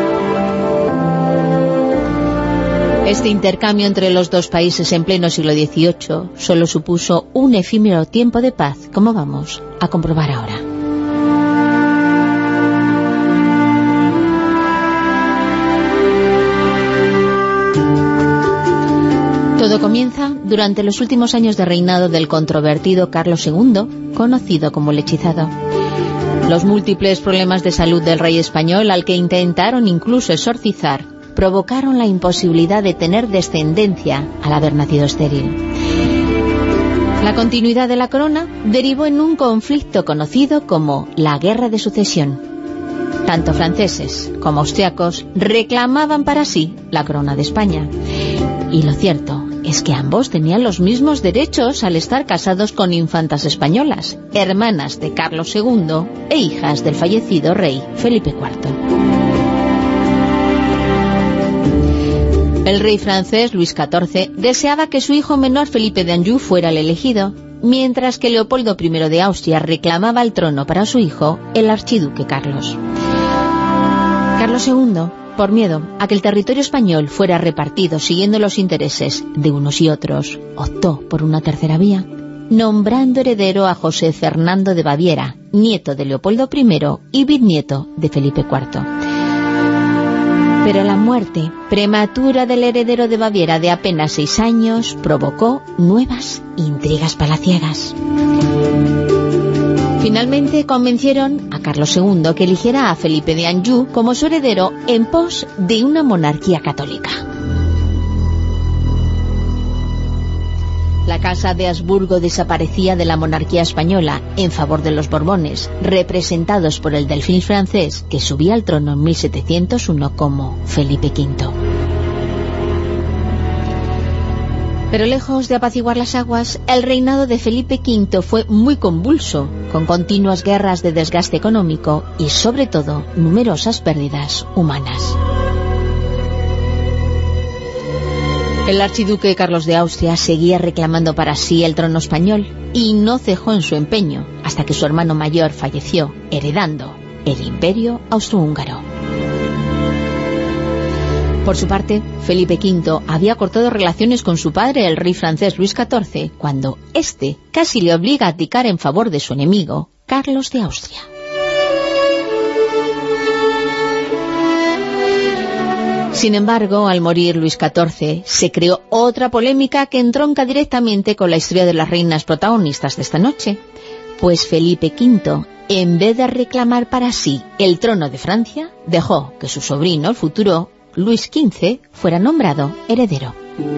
Este intercambio entre los dos países en pleno siglo dieciocho solo supuso un efímero tiempo de paz, como vamos a comprobar ahora. Todo comienza durante los últimos años de reinado del controvertido Carlos segundo, conocido como el hechizado. Los múltiples problemas de salud del rey español, al que intentaron incluso exorcizar, provocaron la imposibilidad de tener descendencia al haber nacido estéril. La continuidad de la corona derivó en un conflicto conocido como la Guerra de Sucesión. Tanto franceses como austriacos reclamaban para sí la corona de España. Y lo cierto es que ambos tenían los mismos derechos al estar casados con infantas españolas, hermanas de Carlos segundo e hijas del fallecido rey Felipe cuarto. El rey francés Luis catorce deseaba que su hijo menor Felipe de Anjou fuera el elegido, mientras que Leopoldo primero de Austria reclamaba el trono para su hijo, el archiduque Carlos. Carlos segundo, por miedo a que el territorio español fuera repartido siguiendo los intereses de unos y otros, optó por una tercera vía, nombrando heredero a José Fernando de Baviera, nieto de Leopoldo primero y bisnieto de Felipe cuarto. Pero la muerte prematura del heredero de Baviera de apenas seis años provocó nuevas intrigas palaciegas. Finalmente convencieron a Carlos segundo que eligiera a Felipe de Anjou como su heredero en pos de una monarquía católica. La Casa de Habsburgo desaparecía de la monarquía española en favor de los Borbones, representados por el delfín francés que subía al trono en mil setecientos uno como Felipe quinto. Pero lejos de apaciguar las aguas, el reinado de Felipe quinto fue muy convulso, con continuas guerras de desgaste económico y, sobre todo, numerosas pérdidas humanas. El archiduque Carlos de Austria seguía reclamando para sí el trono español y no cejó en su empeño hasta que su hermano mayor falleció, heredando el imperio austrohúngaro. Por su parte, Felipe quinto había cortado relaciones con su padre, el rey francés Luis catorce, cuando éste casi le obliga a abdicar en favor de su enemigo, Carlos de Austria. Sin embargo, al morir Luis catorce, se creó otra polémica que entronca directamente con la historia de las reinas protagonistas de esta noche, pues Felipe quinto, en vez de reclamar para sí el trono de Francia, dejó que su sobrino, el futuro Luis quince, fuera nombrado heredero.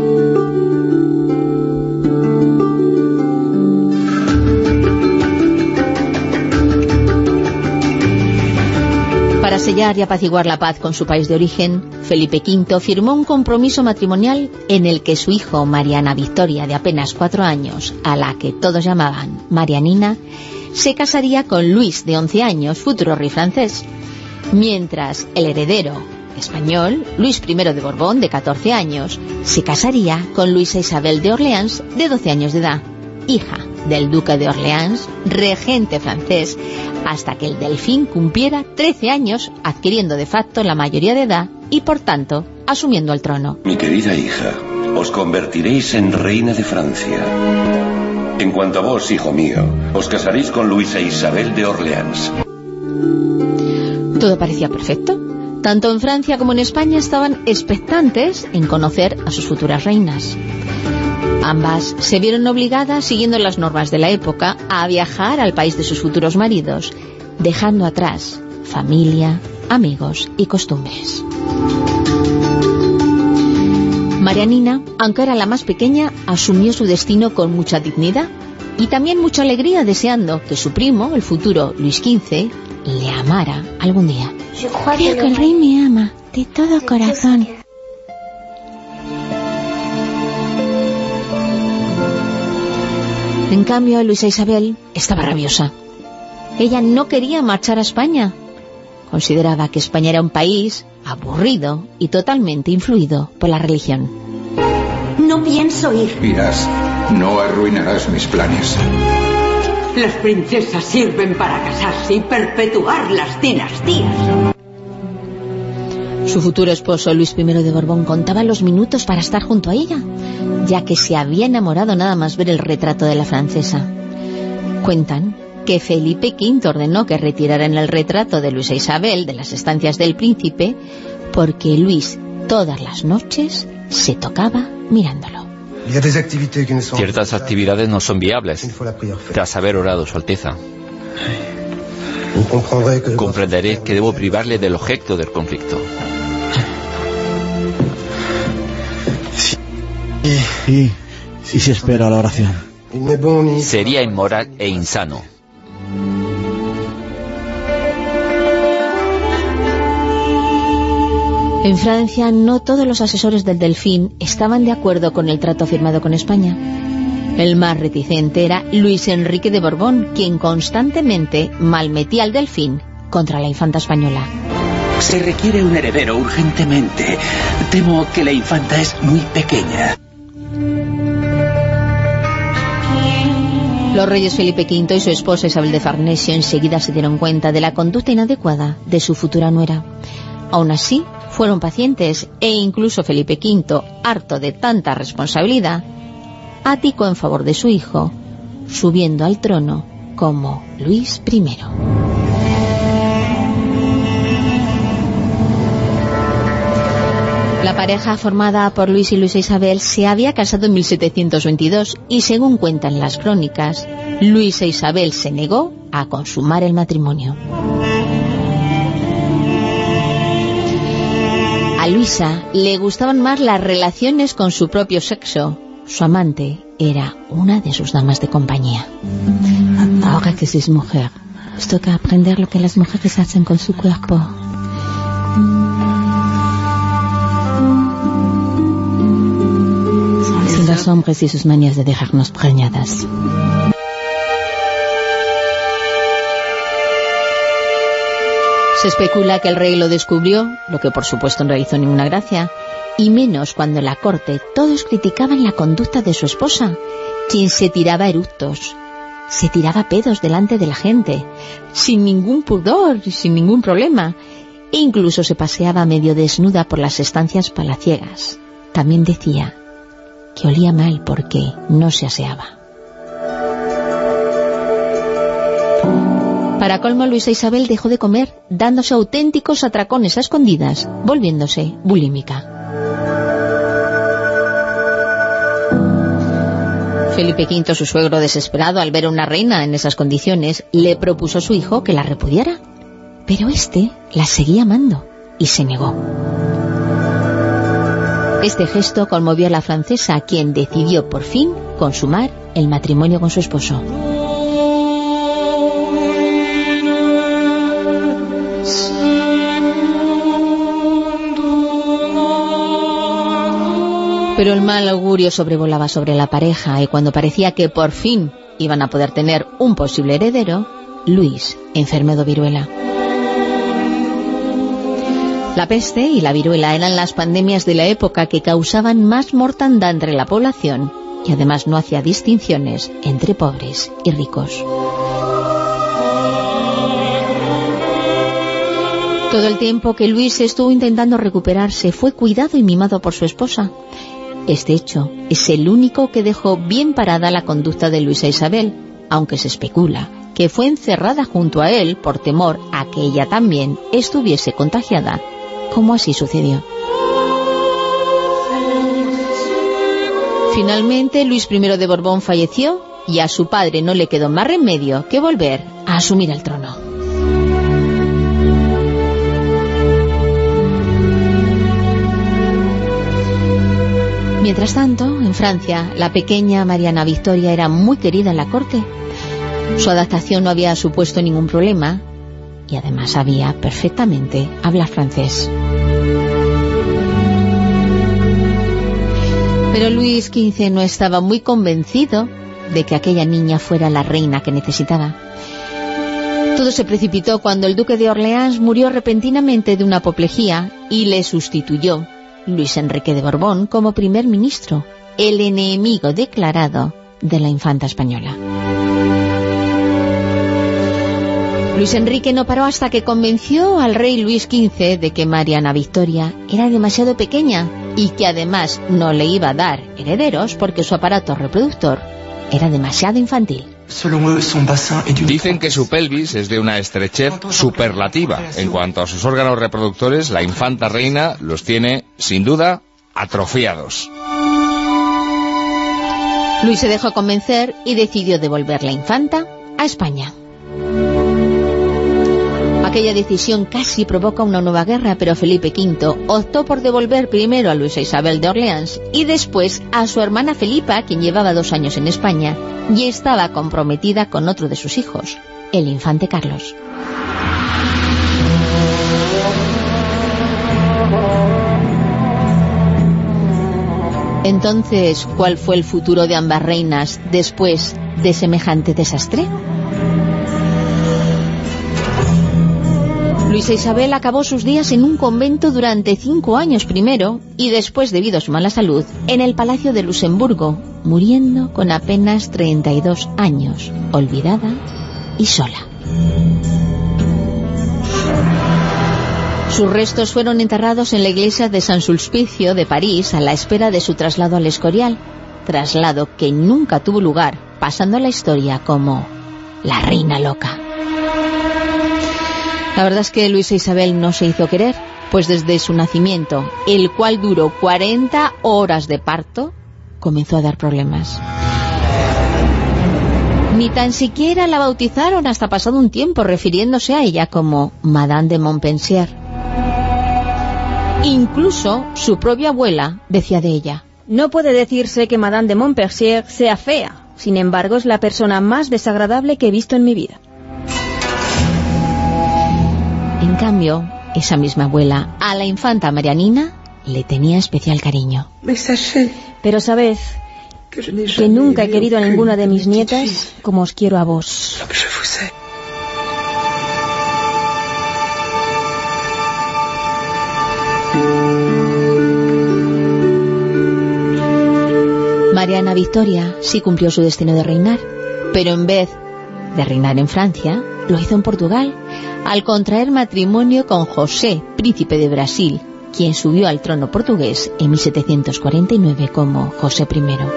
Para sellar y apaciguar la paz con su país de origen, Felipe quinto firmó un compromiso matrimonial en el que su hijo Mariana Victoria, de apenas cuatro años, a la que todos llamaban Marianina, se casaría con Luis, de once años, futuro rey francés, mientras el heredero español, Luis primero de Borbón, de catorce años, se casaría con Luisa Isabel de Orleans, de doce años de edad, hija del duque de Orleans, regente francés, hasta que el delfín cumpliera trece años, adquiriendo de facto la mayoría de edad y, por tanto, asumiendo el trono. Mi querida hija, os convertiréis en reina de Francia. En cuanto a vos, hijo mío, os casaréis con Luisa Isabel de Orleans. Todo parecía perfecto. Tanto en Francia como en España estaban expectantes en conocer a sus futuras reinas. Ambas se vieron obligadas, siguiendo las normas de la época, a viajar al país de sus futuros maridos, dejando atrás familia, amigos y costumbres. Marianina, aunque era la más pequeña, asumió su destino con mucha dignidad y también mucha alegría, deseando que su primo, el futuro Luis quince, le amara algún día. Creo que el rey me ama de todo corazón. En cambio, Luisa Isabel estaba rabiosa. Ella no quería marchar a España. Consideraba que España era un país aburrido y totalmente influido por la religión. No pienso ir. Irás. No arruinarás mis planes. Las princesas sirven para casarse y perpetuar las dinastías. Su futuro esposo, Luis primero de Borbón, contaba los minutos para estar junto a ella, ya que se había enamorado nada más ver el retrato de la francesa. Cuentan que Felipe quinto ordenó que retiraran el retrato de Luisa Isabel de las estancias del príncipe, porque Luis todas las noches se tocaba mirándolo. Ciertas actividades no son viables tras haber orado Su Alteza. Comprenderé que debo privarle del objeto del conflicto. Y, y si espera la oración. Sería inmoral e insano. En Francia, no todos los asesores del delfín estaban de acuerdo con el trato firmado con España. El más reticente era Luis Enrique de Borbón, quien constantemente malmetía al delfín contra la infanta española. Se requiere un heredero urgentemente. Temo que la infanta es muy pequeña. Los reyes Felipe quinto y su esposa Isabel de Farnesio enseguida se dieron cuenta de la conducta inadecuada de su futura nuera. Aún así, fueron pacientes e incluso Felipe quinto, harto de tanta responsabilidad, abdicó en favor de su hijo, subiendo al trono como Luis primero. La pareja formada por Luis y Luisa Isabel se había casado en mil setecientos veintidós y, según cuentan las crónicas, Luisa Isabel se negó a consumar el matrimonio. A Luisa le gustaban más las relaciones con su propio sexo. Su amante era una de sus damas de compañía. Ahora que sois mujer, os toca aprender lo que las mujeres hacen con su cuerpo. Sin los hombres y sus manías de dejarnos preñadas. Se especula que el rey lo descubrió, lo que por supuesto no realizó ninguna gracia, y menos cuando en la corte todos criticaban la conducta de su esposa, quien se tiraba eructos, se tiraba pedos delante de la gente, sin ningún pudor y sin ningún problema, e incluso se paseaba medio desnuda por las estancias palaciegas. También decía que olía mal porque no se aseaba. Para colmo, Luisa Isabel dejó de comer, dándose auténticos atracones a escondidas, volviéndose bulímica. Felipe quinto, su suegro desesperado al ver a una reina en esas condiciones, le propuso a su hijo que la repudiara. Pero éste la seguía amando y se negó. Este gesto conmovió a la francesa, quien decidió por fin consumar el matrimonio con su esposo. Pero el mal augurio sobrevolaba sobre la pareja y cuando parecía que por fin iban a poder tener un posible heredero, Luis enfermó de viruela. La peste y la viruela eran las pandemias de la época que causaban más mortandad entre la población y además no hacía distinciones entre pobres y ricos. Todo el tiempo que Luis estuvo intentando recuperarse fue cuidado y mimado por su esposa. Este hecho es el único que dejó bien parada la conducta de Luisa Isabel, aunque se especula que fue encerrada junto a él por temor a que ella también estuviese contagiada, como así sucedió. Finalmente, Luis primero de Borbón falleció y a su padre no le quedó más remedio que volver a asumir el trono. Mientras tanto, en Francia, la pequeña Mariana Victoria era muy querida en la corte. Su adaptación no había supuesto ningún problema y además sabía perfectamente hablar francés. Pero Luis quince no estaba muy convencido de que aquella niña fuera la reina que necesitaba. Todo se precipitó cuando el duque de Orleans murió repentinamente de una apoplejía y le sustituyó Luis Enrique de Borbón como primer ministro, el enemigo declarado de la infanta española. Luis Enrique no paró hasta que convenció al rey Luis quince de que Mariana Victoria era demasiado pequeña y que además no le iba a dar herederos porque su aparato reproductor era demasiado infantil. Dicen que su pelvis es de una estrechez superlativa. En cuanto a sus órganos reproductores, la infanta reina los tiene, sin duda, atrofiados. Luis se dejó convencer y decidió devolver la infanta a España. Aquella decisión casi provoca una nueva guerra, pero Felipe quinto optó por devolver primero a Luisa Isabel de Orleans y después a su hermana Felipa, quien llevaba dos años en España y estaba comprometida con otro de sus hijos, el infante Carlos. Entonces, ¿cuál fue el futuro de ambas reinas después de semejante desastre? Luisa Isabel acabó sus días en un convento durante cinco años primero y después, debido a su mala salud, en el Palacio de Luxemburgo, muriendo con apenas treinta y dos años, olvidada y sola. Sus restos fueron enterrados en la iglesia de San Sulpicio de París a la espera de su traslado al Escorial, traslado que nunca tuvo lugar, pasando a la historia como la reina loca. La verdad es que Luisa Isabel no se hizo querer, pues desde su nacimiento, el cual duró cuarenta horas de parto, comenzó a dar problemas. Ni tan siquiera la bautizaron hasta pasado un tiempo, refiriéndose a ella como Madame de Montpensier. Incluso su propia abuela decía de ella: no puede decirse que Madame de Montpensier sea fea, sin embargo es la persona más desagradable que he visto en mi vida. En cambio, esa misma abuela, a la infanta Marianina, le tenía especial cariño. Pero sabed que nunca he querido a ninguna de mis nietas como os quiero a vos. Mariana Victoria sí cumplió su destino de reinar, pero en vez de reinar en Francia, lo hizo en Portugal, al contraer matrimonio con José, príncipe de Brasil, quien subió al trono portugués en mil setecientos cuarenta y nueve como José primero.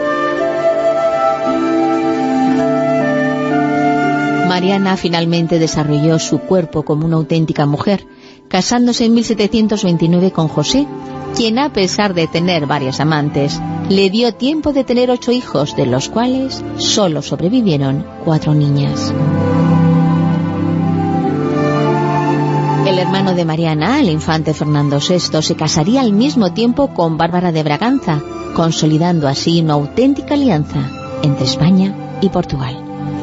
Mariana finalmente desarrolló su cuerpo como una auténtica mujer, casándose en mil setecientos veintinueve con José, quien, a pesar de tener varias amantes, le dio tiempo de tener ocho hijos, de los cuales solo sobrevivieron cuatro niñas. El hermano de Mariana, el infante Fernando sexto, se casaría al mismo tiempo con Bárbara de Braganza, consolidando así una auténtica alianza entre España y Portugal.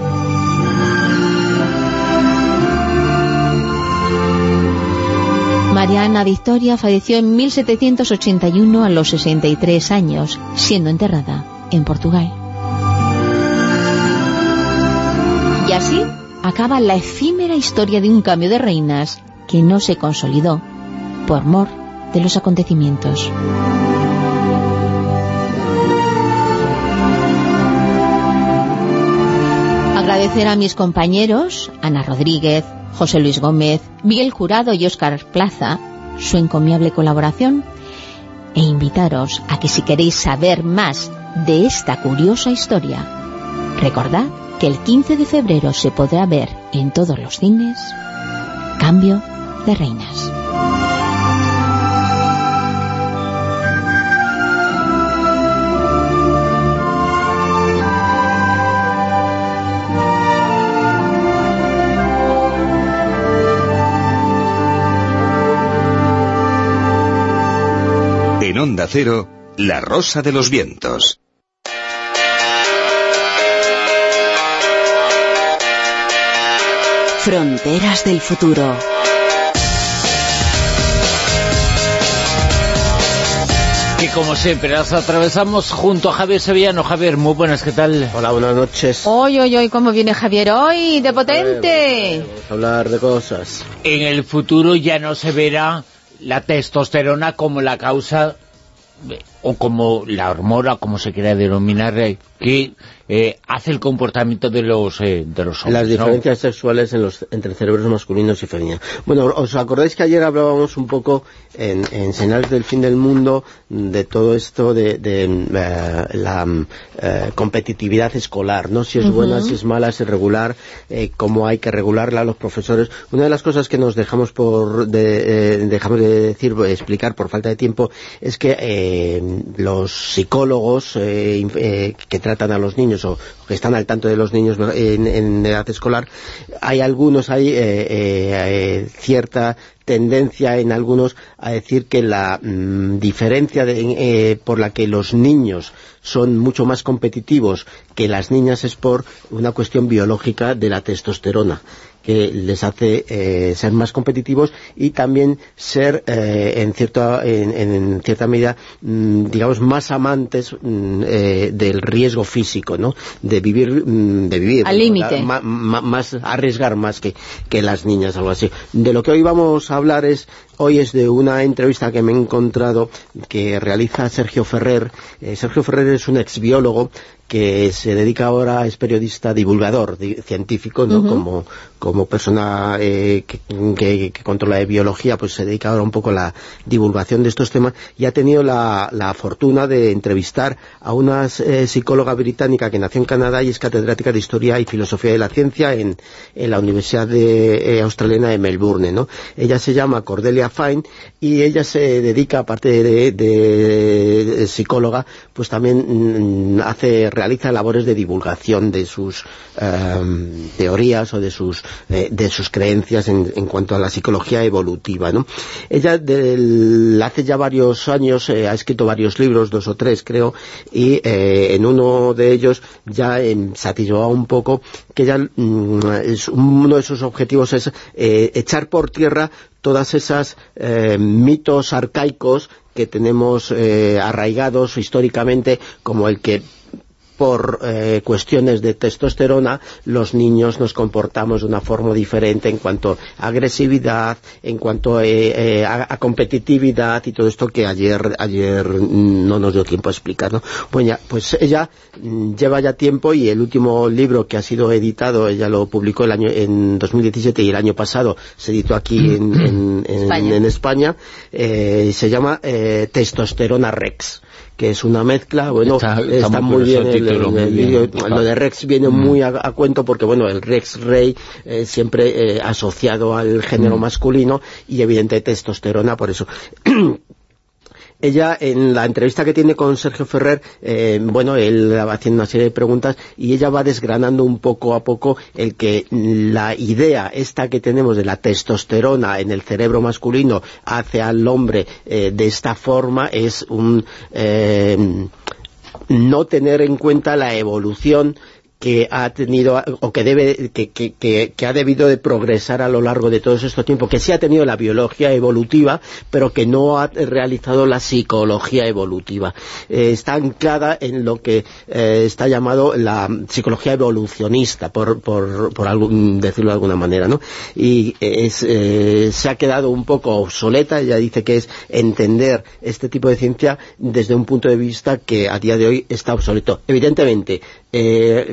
Mariana Victoria falleció en mil setecientos ochenta y uno a los sesenta y tres años, siendo enterrada en Portugal. Y así acaba la efímera historia de un cambio de reinas que no se consolidó por mor de los acontecimientos. Agradecer a mis compañeros, Ana Rodríguez, José Luis Gómez, Miguel Jurado y Óscar Plaza, su encomiable colaboración, e invitaros a que si queréis saber más de esta curiosa historia, recordad que el quince de febrero se podrá ver en todos los cines Cambio de Reinas. En Onda Cero, La Rosa de los Vientos. Fronteras del futuro. Y como siempre, las atravesamos junto a Javier Sevillano. Javier, muy buenas, ¿qué tal? Hola, buenas noches. Hoy, hoy, hoy, ¿cómo viene Javier hoy? ¡De potente! Vamos a hablar de cosas. En el futuro ya no se verá la testosterona como la causa, o como la hormona, como se quiera denominar, que eh, hace el comportamiento de los eh, de los hombres, las diferencias, ¿no?, sexuales en los, entre cerebros masculinos y femeninos. Bueno, ¿os acordáis que ayer hablábamos un poco en, en Señales del Fin del Mundo de todo esto de, de uh, la uh, competitividad escolar, ¿no? Si es uh-huh. buena, si es mala, si es regular, eh, cómo hay que regularla a los profesores. Una de las cosas que nos dejamos por de, eh, dejamos de decir, de explicar por falta de tiempo, es que eh, los psicólogos eh, eh, que tratan a los niños o que están al tanto de los niños en, en edad escolar, hay algunos, hay eh, eh, cierta tendencia en algunos a decir que la mmm, diferencia de, eh, por la que los niños son mucho más competitivos que las niñas es por una cuestión biológica de la testosterona, que les hace eh, ser más competitivos y también ser eh, en, cierta, en, en cierta medida mmm, digamos más amantes mmm, eh, del riesgo físico, ¿no? De vivir mmm, de vivir al límite, ma, ma, más arriesgar más que, que las niñas, algo así. De lo que hoy vamos a hablar es hoy es de una entrevista que me he encontrado que realiza Sergio Ferrer. Eh, Sergio Ferrer es un exbiólogo que se dedica ahora, es periodista divulgador di, científico, ¿no? Uh-huh. Como, como persona eh, que, que, que controla de biología, pues se dedica ahora un poco a la divulgación de estos temas y ha tenido la, la fortuna de entrevistar a una eh, psicóloga británica que nació en Canadá y es catedrática de Historia y Filosofía de la Ciencia en, en la Universidad de, eh, Australiana de Melbourne, ¿no? Ella se llama Cordelia Fine y ella se dedica, aparte de, de, de psicóloga, pues también mm, hace realiza labores de divulgación de sus eh, teorías o de sus eh, de sus creencias en, en cuanto a la psicología evolutiva, ¿no? Ella del, hace ya varios años eh, ha escrito varios libros, dos o tres creo, y eh, en uno de ellos ya eh, satisfacía un poco que ella mm, es, uno de sus objetivos es eh, echar por tierra todas esas eh, mitos arcaicos que tenemos eh, arraigados históricamente, como el que por eh, cuestiones de testosterona, los niños nos comportamos de una forma diferente en cuanto a agresividad, en cuanto eh, eh, a, a competitividad y todo esto que ayer ayer no nos dio tiempo a explicar, ¿no? Pues, ya, pues ella mm, lleva ya tiempo, y el último libro que ha sido editado, ella lo publicó el año en dos mil diecisiete, y el año pasado se editó aquí en, en, en España, en España eh, se llama eh, Testosterona Rex, que es una mezcla, bueno, está, está, está muy, muy bien, el, el, el, el, bien. Lo de Rex viene mm. muy a, a cuento porque, bueno, el Rex Rey eh, siempre eh, asociado al género mm. masculino, y evidentemente testosterona, por eso. Ella, en la entrevista que tiene con Sergio Ferrer, eh, bueno, él va haciendo una serie de preguntas y ella va desgranando un poco a poco el que la idea esta que tenemos de la testosterona en el cerebro masculino hace al hombre eh, de esta forma es un eh, no tener en cuenta la evolución que ha tenido, o que debe que, que, que, que ha debido de progresar a lo largo de todo este tiempo, que sí ha tenido la biología evolutiva, pero que no ha realizado la psicología evolutiva. Eh, está anclada en lo que eh, está llamado la psicología evolucionista, por, por, por algún, decirlo de alguna manera, ¿no? Y es, eh, se ha quedado un poco obsoleta. Ella dice que es entender este tipo de ciencia desde un punto de vista que a día de hoy está obsoleto. Evidentemente, eh,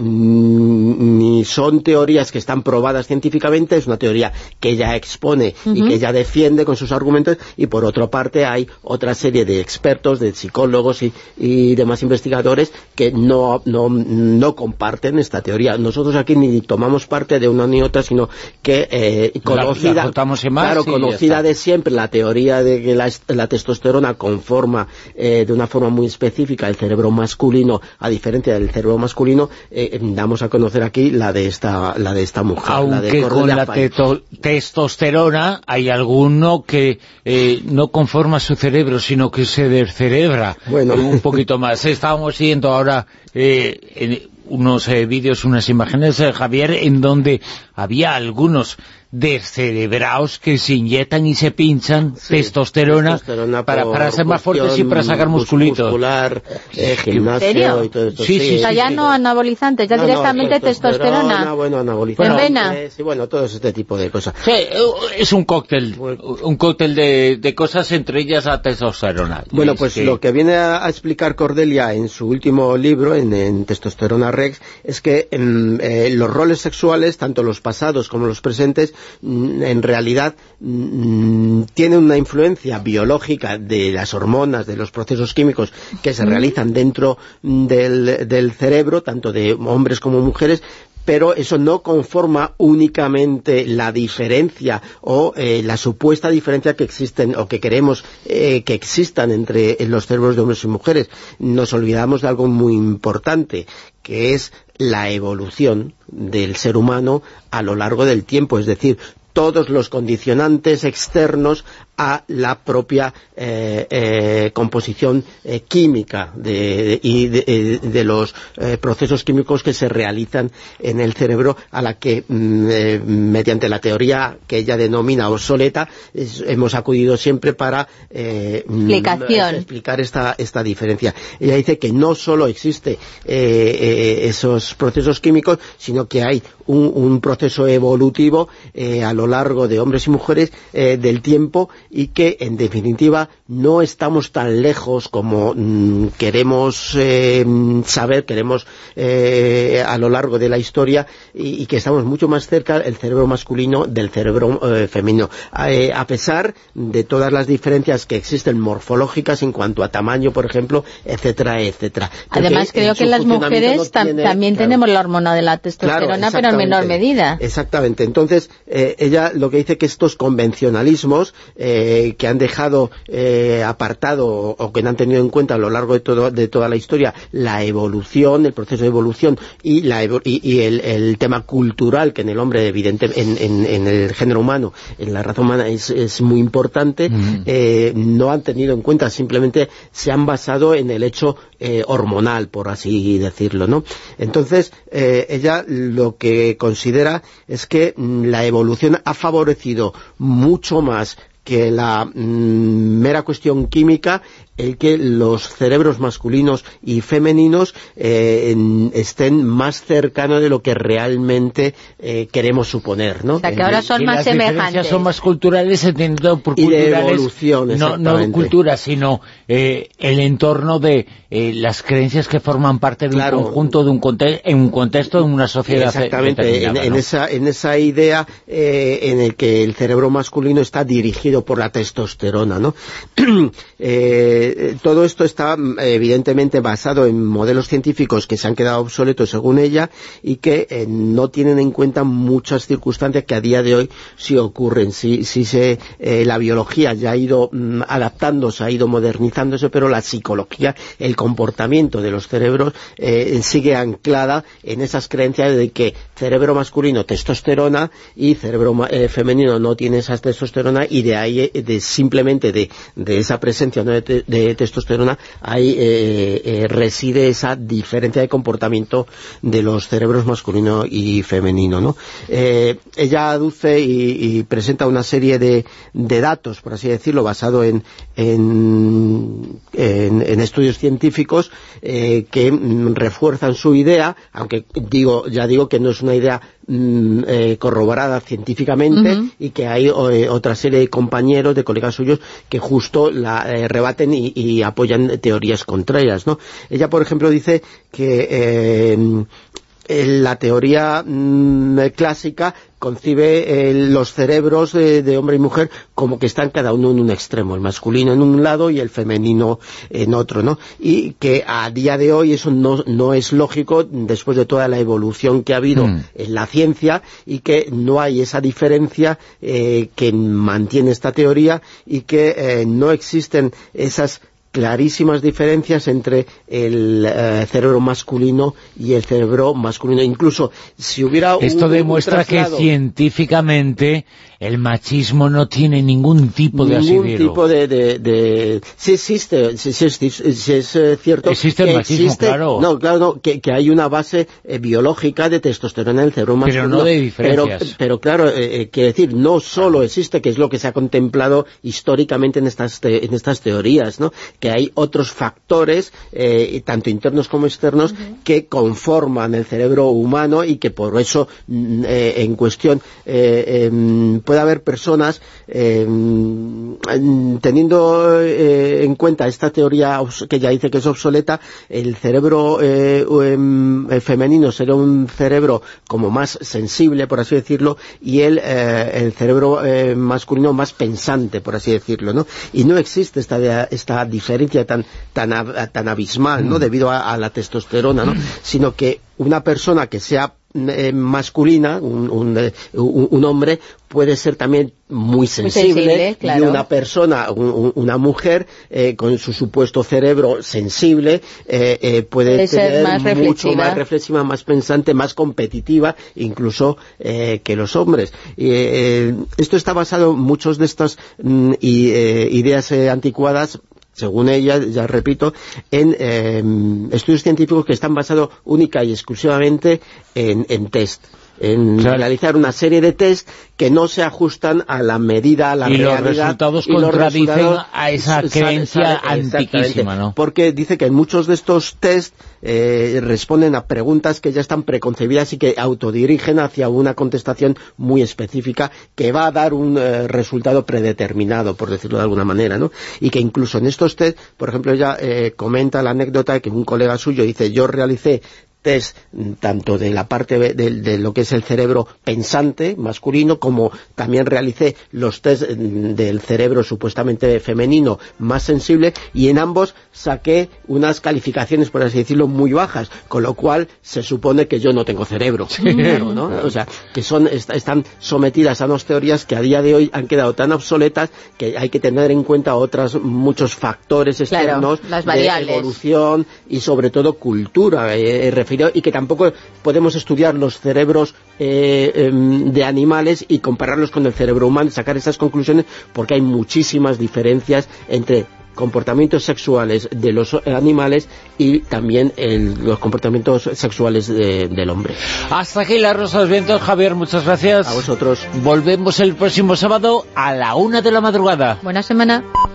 ni son teorías que están probadas científicamente, es una teoría que ella expone uh-huh. y que ella defiende con sus argumentos, y por otra parte hay otra serie de expertos, de psicólogos y, y demás investigadores que no, no, no comparten esta teoría. Nosotros aquí ni tomamos parte de una ni otra, sino que eh, conocida, la, la más, claro, conocida de siempre la teoría de que la, la testosterona conforma eh, de una forma muy específica el cerebro masculino, a diferencia del cerebro masculino, eh, damos a conocer aquí la de esta la de esta mujer. Aunque la de con la teto, testosterona hay alguno que eh, no conforma su cerebro, sino que se descerebra bueno. un poquito más. Estábamos siguiendo ahora eh, en unos eh, vídeos, unas imágenes, eh, Javier, en donde había algunos descerebrados que se inyectan y se pinchan sí, testosterona, testosterona para, para ser más fuertes y para sacar musculitos. Muscular, eh, gimnasio y todo esto. Sí, sí, sí, o sea, sí, ya sí, no sí. anabolizantes, ya no, directamente no, testosterona. testosterona. Bueno, anabolizantes. En vena. Eh, sí, bueno, todo este tipo de cosas. Sí, es un cóctel, un cóctel de, de cosas, entre ellas la testosterona. Bueno, pues que... lo que viene a, a explicar Cordelia en su último libro, en, en Testosterona Rex, es que en, eh, los roles sexuales, tanto los pasados como los presentes, en realidad mmm, tiene una influencia biológica de las hormonas, de los procesos químicos que se realizan dentro del, del cerebro, tanto de hombres como mujeres, pero eso no conforma únicamente la diferencia o eh, la supuesta diferencia que existen o que queremos eh, que existan entre los cerebros de hombres y mujeres. Nos olvidamos de algo muy importante, que es la evolución del ser humano a lo largo del tiempo, es decir, todos los condicionantes externos a la propia eh, eh, composición eh, química de, de, y de, de los eh, procesos químicos que se realizan en el cerebro, a la que mm, eh, mediante la teoría que ella denomina obsoleta es, hemos acudido siempre para eh, Explicación. explicar esta, esta diferencia. Ella dice que no solo existe eh, eh, esos procesos químicos, sino que hay un, un proceso evolutivo eh, a lo largo de hombres y mujeres eh, del tiempo, y que en definitiva no estamos tan lejos como mmm, queremos eh, saber, queremos eh, a lo largo de la historia, y, y que estamos mucho más cerca el cerebro masculino del cerebro eh, femenino, eh, a pesar de todas las diferencias que existen morfológicas en cuanto a tamaño, por ejemplo, etcétera, etcétera. Además creo que las mujeres no tiene, también claro, tenemos la hormona de la testosterona, claro, pero en menor medida. Exactamente. Entonces eh, ella lo que dice que estos convencionalismos eh, que han dejado eh, apartado o que no han tenido en cuenta a lo largo de, todo, de toda la historia la evolución, el proceso de evolución y, la evo y, y el, el tema cultural, que en el hombre, evidente, en, en, en el género humano, en la raza humana es, es muy importante, mm. eh, no han tenido en cuenta, simplemente se han basado en el hecho eh, hormonal, por así decirlo, ¿no? Entonces, eh, ella lo que considera es que mm, la evolución ha favorecido mucho más que la mmm, mera cuestión química el que los cerebros masculinos y femeninos eh, en, estén más cercanos de lo que realmente eh, queremos suponer, ¿no? O sea, que ahora son más semejantes. Las son más culturales, entendido por y culturales, de evolución, no, no cultura, sino eh, el entorno de eh, las creencias que forman parte de claro. un conjunto, de un conte en un contexto, en una sociedad. Exactamente, en, en, ¿no? esa, en esa idea eh, en el que el cerebro masculino está dirigido por la testosterona, ¿no? eh, todo esto está evidentemente basado en modelos científicos que se han quedado obsoletos según ella y que eh, no tienen en cuenta muchas circunstancias que a día de hoy sí ocurren. Sí, sí se, eh, la biología ya ha ido mm, adaptándose, ha ido modernizándose, pero la psicología, el comportamiento de los cerebros eh, sigue anclada en esas creencias de que cerebro masculino testosterona y cerebro eh, femenino no tiene esa testosterona, y de ahí de simplemente de, de esa presencia, ¿no?, de, te, de testosterona ahí eh, eh, reside esa diferencia de comportamiento de los cerebros masculino y femenino, ¿no? Eh, ella aduce y, y presenta una serie de, de datos, por así decirlo, basado en, en, en, en estudios científicos eh, que mm, refuerzan su idea, aunque digo ya digo que no es una idea mm, eh, corroborada científicamente, uh-huh. y que hay eh, otra serie de compañeros, de colegas suyos, que justo la eh, rebaten y, y apoyan teorías contrarias, ¿no? Ella, por ejemplo, dice que eh, la teoría mmm, clásica concibe eh, los cerebros de, de hombre y mujer como que están cada uno en un extremo, el masculino en un lado y el femenino en otro, ¿no? Y que a día de hoy eso no, no es lógico después de toda la evolución que ha habido mm. en la ciencia, y que no hay esa diferencia eh, que mantiene esta teoría, y que eh, no existen esas clarísimas diferencias entre el uh, cerebro masculino y el cerebro masculino. Incluso si hubiera esto un, demuestra un traslado, que científicamente el machismo no tiene ningún tipo de asidero. Ningún tipo de... de, de sí existe, sí, sí, sí, sí es eh, cierto. Existe el machismo, existe, claro. No, claro, no, que, que hay una base eh, biológica de testosterona en el cerebro masculino. Pero no de diferencias. Pero, pero claro, eh, quiere decir, no solo existe, que es lo que se ha contemplado históricamente en estas, te, en estas teorías, ¿no?, que hay otros factores, eh, tanto internos como externos, uh-huh. que conforman el cerebro humano, y que por eso eh, en cuestión eh, eh, puede haber personas eh, teniendo eh, en cuenta esta teoría que ya dice que es obsoleta. El cerebro eh, eh, femenino será un cerebro como más sensible, por así decirlo, y el, eh, el cerebro eh, masculino más pensante, por así decirlo, ¿no? Y no existe esta, esta diferencia tan tan, tan abismal, ¿no?, debido a, a la testosterona, ¿no?, sino que una persona que sea eh, masculina, un, un, un, un hombre, puede ser también muy sensible, muy sensible, claro. Y una persona, un, una mujer, eh, con su supuesto cerebro sensible, eh, eh, puede, puede tener más mucho más reflexiva, más pensante, más competitiva, incluso eh, que los hombres. Y, eh, esto está basado en muchos de estas mm, y, eh, ideas eh, anticuadas, según ella, ya repito, en eh, estudios científicos que están basados única y exclusivamente en, en test, en claro. realizar una serie de test que no se ajustan a la medida, a la y realidad. Los resultados y contradicen los resultados a esa creencia antiquísima, ¿no? Porque dice que muchos de estos test eh, responden a preguntas que ya están preconcebidas y que autodirigen hacia una contestación muy específica que va a dar un eh, resultado predeterminado, por decirlo de alguna manera, ¿no? Y que incluso en estos test, por ejemplo, ella eh, comenta la anécdota de que un colega suyo dice: yo realicé test tanto de la parte de, de, de lo que es el cerebro pensante masculino, como también realicé los test del cerebro supuestamente femenino más sensible, y en ambos saqué unas calificaciones, por así decirlo, muy bajas, con lo cual se supone que yo no tengo cerebro, sí. Claro, ¿no? O sea, que son est están sometidas a unas teorías que a día de hoy han quedado tan obsoletas que hay que tener en cuenta otros muchos factores externos, claro, las variables, de evolución y sobre todo cultura, eh, y que tampoco podemos estudiar los cerebros eh, eh, de animales y compararlos con el cerebro humano, sacar esas conclusiones, porque hay muchísimas diferencias entre comportamientos sexuales de los animales y también el, los comportamientos sexuales de, del hombre. Hasta aquí La Rosa de los Vientos. Javier, muchas gracias. A vosotros. Volvemos el próximo sábado a la una de la madrugada. Buena semana.